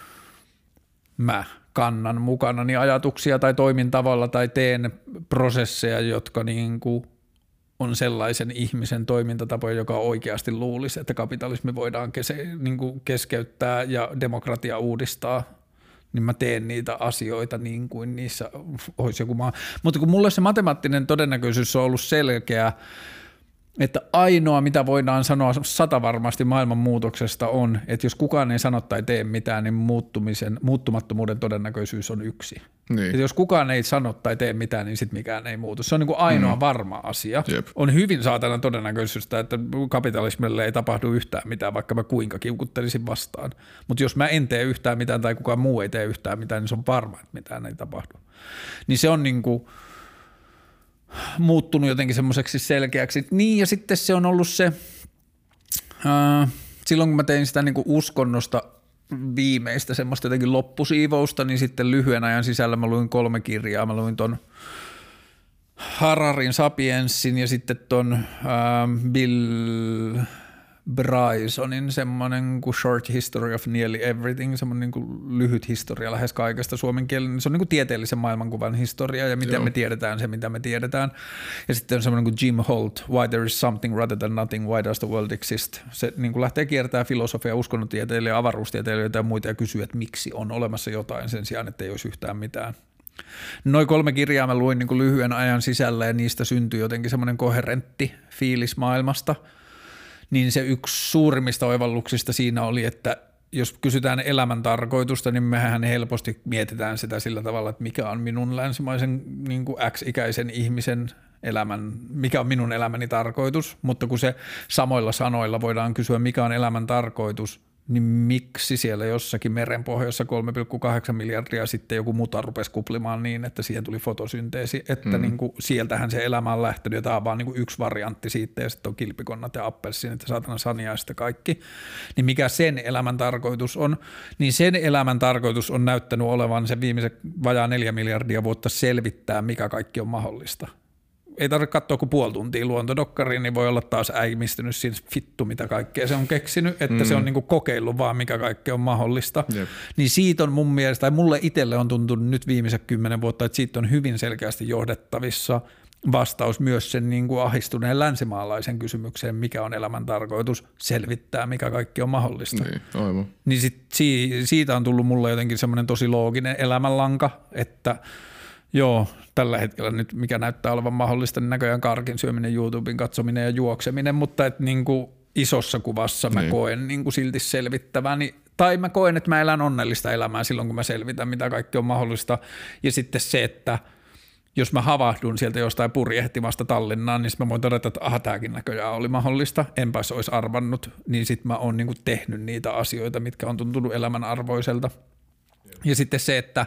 mä kannan mukanani ajatuksia tai toimin tavalla tai teen prosesseja, jotka niin kuin on sellaisen ihmisen toimintatapoja, joka oikeasti luulisi, että kapitalismi voidaan kes- niin kuin keskeyttää ja demokratia uudistaa, niin mä teen niitä asioita niin kuin niissä olisi joku maa. Mutta kun mulle se matemaattinen todennäköisyys on ollut selkeä, että ainoa, mitä voidaan sanoa sata varmasti maailman muutoksesta on, että jos kukaan ei sano tai tee mitään, niin muuttumisen, muuttumattomuuden todennäköisyys on yksi. Niin. Että jos kukaan ei sano tai tee mitään, niin sitten mikään ei muutu. Se on niin kuin ainoa mm. varma asia. Jep. On hyvin saatana todennäköisyystä, että kapitalismille ei tapahdu yhtään mitään, vaikka mä kuinka kiukuttelisin vastaan. Mutta jos mä en tee yhtään mitään tai kukaan muu ei tee yhtään mitään, niin se on varma, että mitään ei tapahdu. Niin se on niin kuin muuttunut jotenkin semmoiseksi selkeäksi. Niin ja sitten se on ollut se, ää, silloin kun mä tein sitä niin kuin uskonnosta viimeistä semmoista jotenkin loppusiivousta, niin sitten lyhyen ajan sisällä mä luin kolme kirjaa. Mä luin ton Hararin Sapiensin ja sitten ton ää, Bill Brysonin semmoinen kuin Short History of Nearly Everything, semmoinen niin kuin lyhyt historia lähes kaikesta suomen kielen. Se on niin kuin tieteellisen maailmankuvan historia ja miten Joo. me tiedetään se, mitä me tiedetään. Ja sitten on semmoinen kuin Jim Holt, Why There is Something Rather Than Nothing, Why Does the World Exist? Se niin kuin lähtee kiertämään filosofia, uskonnotieteilijöitä, avaruustieteilijöitä ja muita ja kysyy, että miksi on olemassa jotain sen sijaan, että ei olisi yhtään mitään. Noin kolme kirjaa mä luin niin kuin lyhyen ajan sisällä ja niistä syntyi jotenkin semmoinen koherentti fiilis maailmasta. Niin se yksi suurimmista oivalluksista siinä oli, että jos kysytään elämän tarkoitusta, niin mehän helposti mietitään sitä sillä tavalla, että mikä on minun länsimaisen niin kuin X-ikäisen ihmisen elämän, mikä on minun elämäni tarkoitus, mutta kun se samoilla sanoilla voidaan kysyä, mikä on elämän tarkoitus, niin miksi siellä jossakin merenpohjassa kolme pilkku kahdeksan miljardia sitten joku muta rupesi kuplimaan niin, että siihen tuli fotosynteesi, että mm. niin kuin sieltähän se elämä on lähtenyt ja tämä on vaan niin kuin yksi variantti siitä ja sitten on kilpikonnat ja appelsiinit ja saatana sania ja sitten kaikki. Niin mikä sen elämän tarkoitus on, niin sen elämän tarkoitus on näyttänyt olevan se viimeiset vajaa neljä miljardia vuotta selvittää, mikä kaikki on mahdollista. Ei tarvitse katsoa kuin puoli tuntia luontodokkariin, niin voi olla taas äimistynyt siinä vittu, mitä kaikkea se on keksinyt, että mm. se on niinku kokeillut vaan, mikä kaikkea on mahdollista. Jep. Niin siitä on mun mielestä, tai mulle itselle on tuntunut nyt viimeiset kymmenen vuotta, että siitä on hyvin selkeästi johdettavissa vastaus myös sen niinku ahistuneen länsimaalaisen kysymykseen, mikä on elämän tarkoitus, selvittää, mikä kaikki on mahdollista. Niin, aivan. Niin sit siitä on tullut mulle jotenkin semmoinen tosi looginen elämänlanka, että joo, tällä hetkellä nyt mikä näyttää olevan mahdollista, niin näköjään karkin syöminen, YouTuben katsominen ja juokseminen, mutta et niin kuin isossa kuvassa mä niin. koen niin kuin silti selvittäväni, tai mä koen, että mä elän onnellista elämää silloin, kun mä selvitän, mitä kaikki on mahdollista, ja sitten se, että jos mä havahdun sieltä jostain purjehtimasta Tallinnaan, niin mä voin todeta, että aha, tämäkin näköjään oli mahdollista, enpäs olisi arvannut, niin sitten mä oon niin kuin tehnyt niitä asioita, mitkä on tuntunut elämän arvoiselta. Ja sitten se, että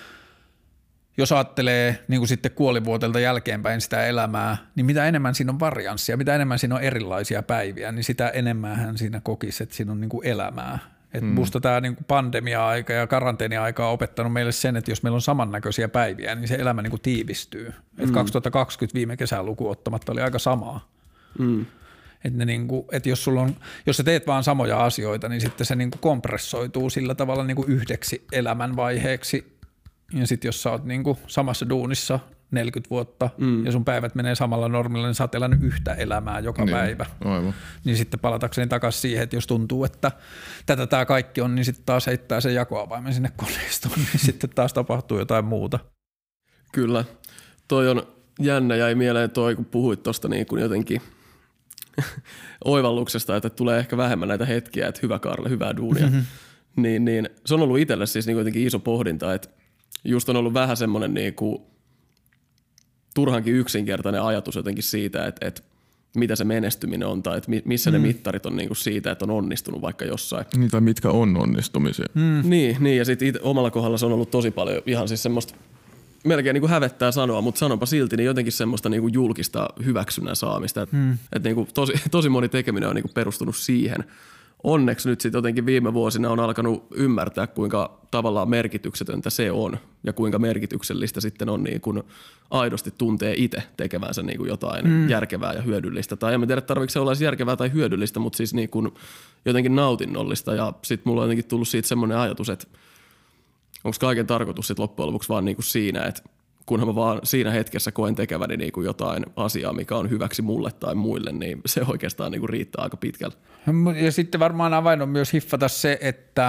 jos ajattelee niin kuin sitten kuolivuotelta jälkeenpäin sitä elämää, niin mitä enemmän siinä on varianssia, mitä enemmän siinä on erilaisia päiviä, niin sitä enemmän siinä kokisi, että siinä on niin kuin elämää. Et hmm. musta tämä niin kuin pandemia-aika ja karanteenia-aika on opettanut meille sen, että jos meillä on samannäköisiä päiviä, niin se elämä niin kuin tiivistyy. Hmm. Et kaksituhattakaksikymmentä viime kesän lukuun ottamatta oli aika samaa. Hmm. Että niin et jos, sulla on, jos sä teet vaan samoja asioita, niin sitten se niin kuin kompressoituu sillä tavalla niin kuin yhdeksi elämänvaiheeksi. Ja sitten jos sä oot niinku samassa duunissa neljäkymmentä vuotta mm. ja sun päivät menee samalla normilla, niin sä oot elänyt yhtä elämää joka niin, päivä. Aivan. Niin sitten palatakseni takaisin siihen, että jos tuntuu, että tätä tämä kaikki on, niin sitten taas heittää sen jakoavaimen sinne koneistoon, niin sitten taas tapahtuu jotain muuta. Kyllä. Toi on jännä, jäi mieleen toi, kun puhuit tuosta niin kuin jotenkin oivalluksesta, että tulee ehkä vähemmän näitä hetkiä, että hyvä Karle, hyvää duunia. Mm-hmm. Niin, niin se on ollut itselle siis niin jotenkin iso pohdinta, että just on ollut vähän semmoinen niin kuin turhankin yksinkertainen ajatus jotenkin siitä, että, että mitä se menestyminen on tai että missä mm. ne mittarit on niin kuin siitä, että on onnistunut vaikka jossain. Niin, tai mitkä on onnistumisia. Mm. Niin, niin, ja sitten omalla kohdalla se on ollut tosi paljon ihan siis semmoista, melkein niin kuin hävettää sanoa, mutta sanonpa silti, niin jotenkin semmoista niin kuin julkista hyväksynnän saamista. Että mm. et niin kuin tosi, tosi moni tekeminen on niin kuin perustunut siihen. Onneksi nyt sitten jotenkin viime vuosina on alkanut ymmärtää, kuinka tavallaan merkityksetöntä se on ja kuinka merkityksellistä sitten on niin kuin aidosti tuntee itse tekevänsä niin kuin jotain mm. järkevää ja hyödyllistä. Tai en mä tiedä, tarvitse se olla järkevää tai hyödyllistä, mutta siis niin kuin jotenkin nautinnollista. Ja sitten mulla on jotenkin tullut siitä semmoinen ajatus, että onko kaiken tarkoitus sitten loppujen lopuksi vaan niin kuin siinä, että kunhan mä vaan siinä hetkessä koen tekeväni niin kuin jotain asiaa, mikä on hyväksi mulle tai muille, niin se oikeastaan niin kuin riittää aika pitkälle. Ja sitten varmaan avain on myös hiffata se, että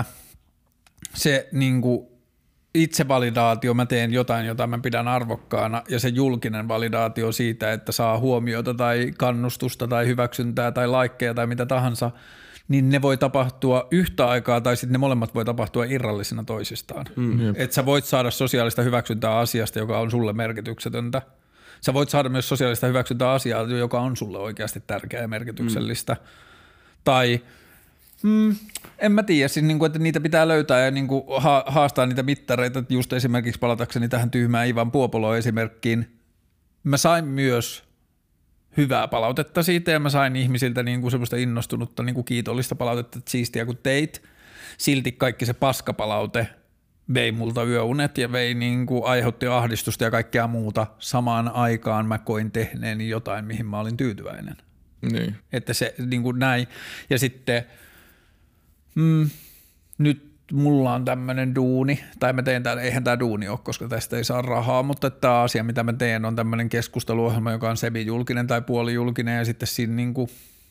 se niin kuin itsevalidaatio, mä teen jotain, jota mä pidän arvokkaana, ja se julkinen validaatio siitä, että saa huomiota tai kannustusta tai hyväksyntää tai laikkeja tai mitä tahansa, niin ne voi tapahtua yhtä aikaa tai sitten ne molemmat voi tapahtua irrallisena toisistaan. Mm. Että sä voit saada sosiaalista hyväksyntää asiasta, joka on sulle merkityksetöntä. Sä voit saada myös sosiaalista hyväksyntää asiaa, joka on sulle oikeasti tärkeää ja merkityksellistä. Mm. Tai mm, en mä tiedä, siis niinku, että niitä pitää löytää ja niinku haastaa niitä mittareita. Just esimerkiksi palatakseni tähän tyhmään Ivan Puopoloon esimerkkiin. Mä sain myös hyvää palautetta siitä ja mä sain ihmisiltä niinku semmoista innostunutta niinku kiitollista palautetta, että siistiä kun teit. Silti kaikki se paskapalaute vei multa yöunet ja vei niinku, aiheutti ahdistusta ja kaikkea muuta. Samaan aikaan mä koin tehneeni jotain, mihin mä olin tyytyväinen. Niin. Että se niinku näin. Ja sitten mm, nyt mulla on tämmöinen duuni, tai mä teen täällä, eihän tää duuni ole, koska tästä ei saa rahaa, mutta tämä asia, mitä mä teen, on tämmöinen keskusteluohjelma, joka on semi-julkinen tai puolijulkinen, ja sitten siinä niinku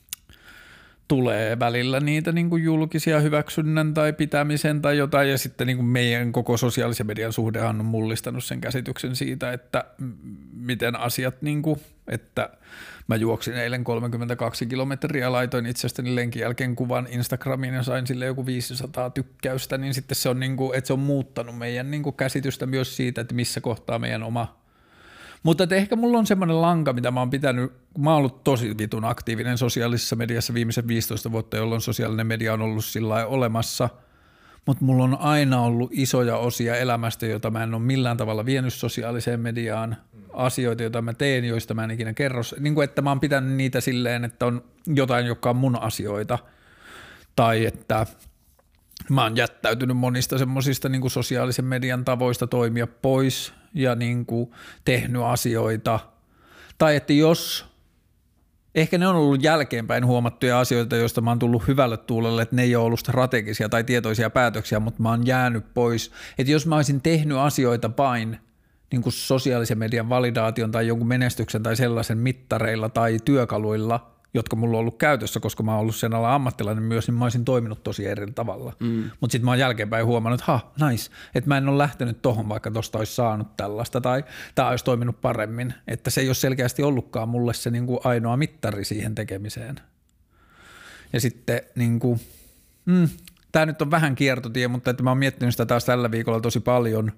tulee välillä niitä niinku julkisia hyväksynnän tai pitämisen tai jotain, ja sitten niinku meidän koko sosiaalisen median suhdehan on mullistanut sen käsityksen siitä, että miten asiat, niinku, että mä juoksin eilen kolmekymmentäkaksi kilometriä, laitoin itsestäni lenkin jälkeen kuvan Instagramiin ja sain sille joku viisisataa tykkäystä, niin sitten se on, niinku, että se on muuttanut meidän niinku käsitystä myös siitä, että missä kohtaa meidän oma. Mutta että ehkä mulla on semmoinen lanka, mitä mä oon pitänyt, mä oon ollut tosi vitun aktiivinen sosiaalisessa mediassa viimeisen viisitoista vuotta, jolloin sosiaalinen media on ollut sillä lailla olemassa, mutta mulla on aina ollut isoja osia elämästä, joita mä en ole millään tavalla vienyt sosiaaliseen mediaan, asioita, joita mä teen, joista mä en ikinä kerro, niin kuin että mä oon pitänyt niitä silleen, että on jotain, joka on mun asioita, tai että mä oon jättäytynyt monista semmoisista niin kuin sosiaalisen median tavoista toimia pois ja niin kuin tehnyt asioita, tai että jos, ehkä ne on ollut jälkeenpäin huomattuja asioita, joista mä oon tullut hyvälle tuulelle, että ne ei ole ollut strategisia tai tietoisia päätöksiä, mutta mä oon jäänyt pois, että jos mä olisin tehnyt asioita vain niin kuin sosiaalisen median validaation tai jonkun menestyksen tai sellaisen mittareilla tai työkaluilla, jotka mulla on ollut käytössä, koska mä oon ollut sen alan ammattilainen myös, niin mä olisin toiminut tosi eri tavalla. Mm. Mutta sitten mä oon jälkeenpäin huomannut, että ha, nice, että mä en ole lähtenyt tohon, vaikka tosta olisi saanut tällaista tai tämä olisi toiminut paremmin. Että se ei ole selkeästi ollutkaan mulle se niin kuin ainoa mittari siihen tekemiseen. Ja sitten niin kuin, mm, tämä nyt on vähän kiertotie, mutta että mä oon miettinyt sitä taas tällä viikolla tosi paljon.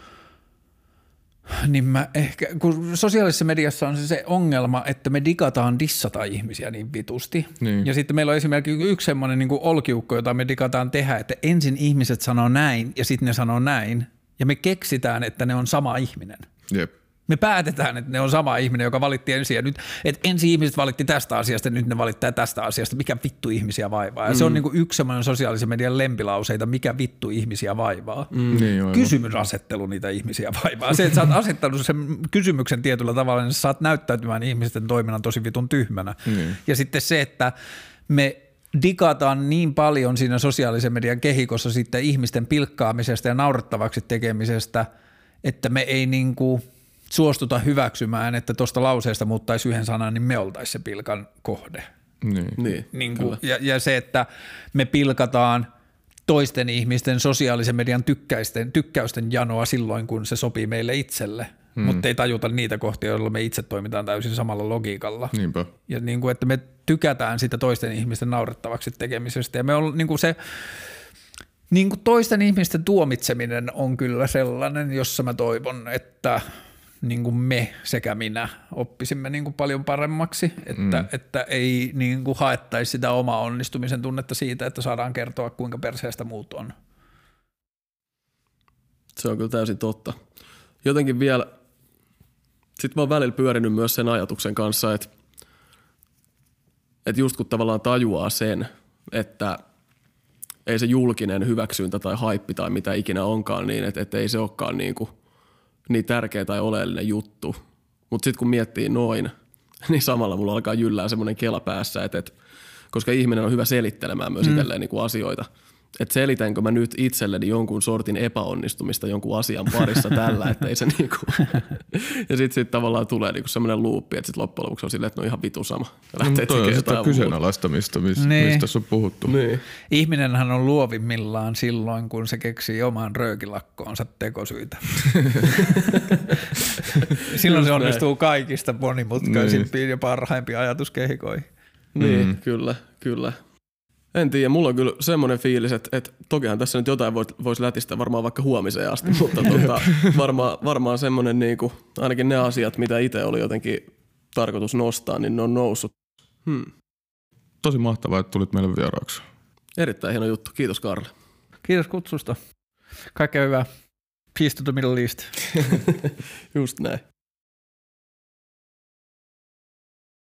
Niin mä ehkä, kun sosiaalisessa mediassa on se, se ongelma, että me digataan dissata ihmisiä niin vitusti. Niin. Ja sitten meillä on esimerkiksi yksi semmoinen niin kuin olkiukko, jota me digataan tehdä, että ensin ihmiset sanoo näin ja sitten ne sanoo näin. Ja me keksitään, että ne on sama ihminen. Jep. Me päätetään, että ne on sama ihminen, joka valitti ensin ja nyt, että ensin ihmiset valitti tästä asiasta ja nyt ne valittaa tästä asiasta, mikä vittu ihmisiä vaivaa. Ja mm. se on niin kuin yksi semmoinen sosiaalisen median lempilauseita, mikä vittu ihmisiä vaivaa. Mm. Niin, kysymysasettelu niitä ihmisiä vaivaa. Se, että sä oot asettanut sen kysymyksen tietyllä tavalla, niin sä saat näyttäytymään ihmisten toiminnan tosi vitun tyhmänä. Mm. Ja sitten se, että me digataan niin paljon siinä sosiaalisen median kehikossa sitten ihmisten pilkkaamisesta ja naurettavaksi tekemisestä, että me ei niinku suostuta hyväksymään, että tuosta lauseesta muuttaisi yhden sanan, niin me oltaisiin se pilkan kohde. Niin. Niin, niin kuin, ja, ja se, että me pilkataan toisten ihmisten sosiaalisen median tykkäysten, tykkäysten janoa silloin, kun se sopii meille itselle, hmm. mutta ei tajuta niitä kohtia, joilla me itse toimitaan täysin samalla logiikalla. Niinpä. Ja niin kuin, että me tykätään sitä toisten ihmisten naurettavaksi tekemisestä. Ja me on niin kuin se niin kuin toisten ihmisten tuomitseminen on kyllä sellainen, jossa mä toivon, että niin kuin me sekä minä oppisimme niin kuin paljon paremmaksi, että, mm. että ei niin kuin haettaisi sitä omaa onnistumisen tunnetta siitä, että saadaan kertoa, kuinka perseestä muut on. Se on kyllä täysin totta. Jotenkin vielä, sit mä oon välillä pyörinyt myös sen ajatuksen kanssa, että, että just kun tavallaan tajuaa sen, että ei se julkinen hyväksyntä tai haippi tai mitä ikinä onkaan niin, että, että ei se olekaan niin kuin niin tärkeä tai oleellinen juttu. Mutta sitten kun miettii noin, niin samalla mulla alkaa jyllää semmoinen kela päässä, että, että koska ihminen on hyvä selittelemään myös mm. itselleen niin kuin asioita. Että selitänkö mä nyt itselleni jonkun sortin epäonnistumista jonkun asian parissa tällä, että ei se niinku. Ja sitten sit tavallaan tulee niinku semmoinen luuppi, että sitten loppujen lopuksi on silleen, että no ihan vitu sama. Ja lähtee no, toi on sitä kyseenalaistamista, mis, niin. mistä tässä on puhuttu. Niin. Ihminenhän on luovimmillaan silloin, kun se keksii omaan röökilakkoonsa tekosyitä. Silloin se onnistuu kaikista monimutkaisimpiin niin. ja parhaimpiin ajatuskehikoihin. Niin, mm. kyllä, kyllä. En tiedä, mulla on kyllä semmoinen fiilis, että, että tokihan tässä nyt jotain voisi lätistä varmaan vaikka huomiseen asti, mutta tuota, varmaan, varmaan semmoinen niin kuin, ainakin ne asiat, mitä itse oli jotenkin tarkoitus nostaa, niin ne on noussut. Hmm. Tosi mahtavaa, että tulit meille vieraaksi. Erittäin hieno juttu. Kiitos Karle. Kiitos kutsusta. Kaikkea hyvää. Peace to the Middle East. Just näin.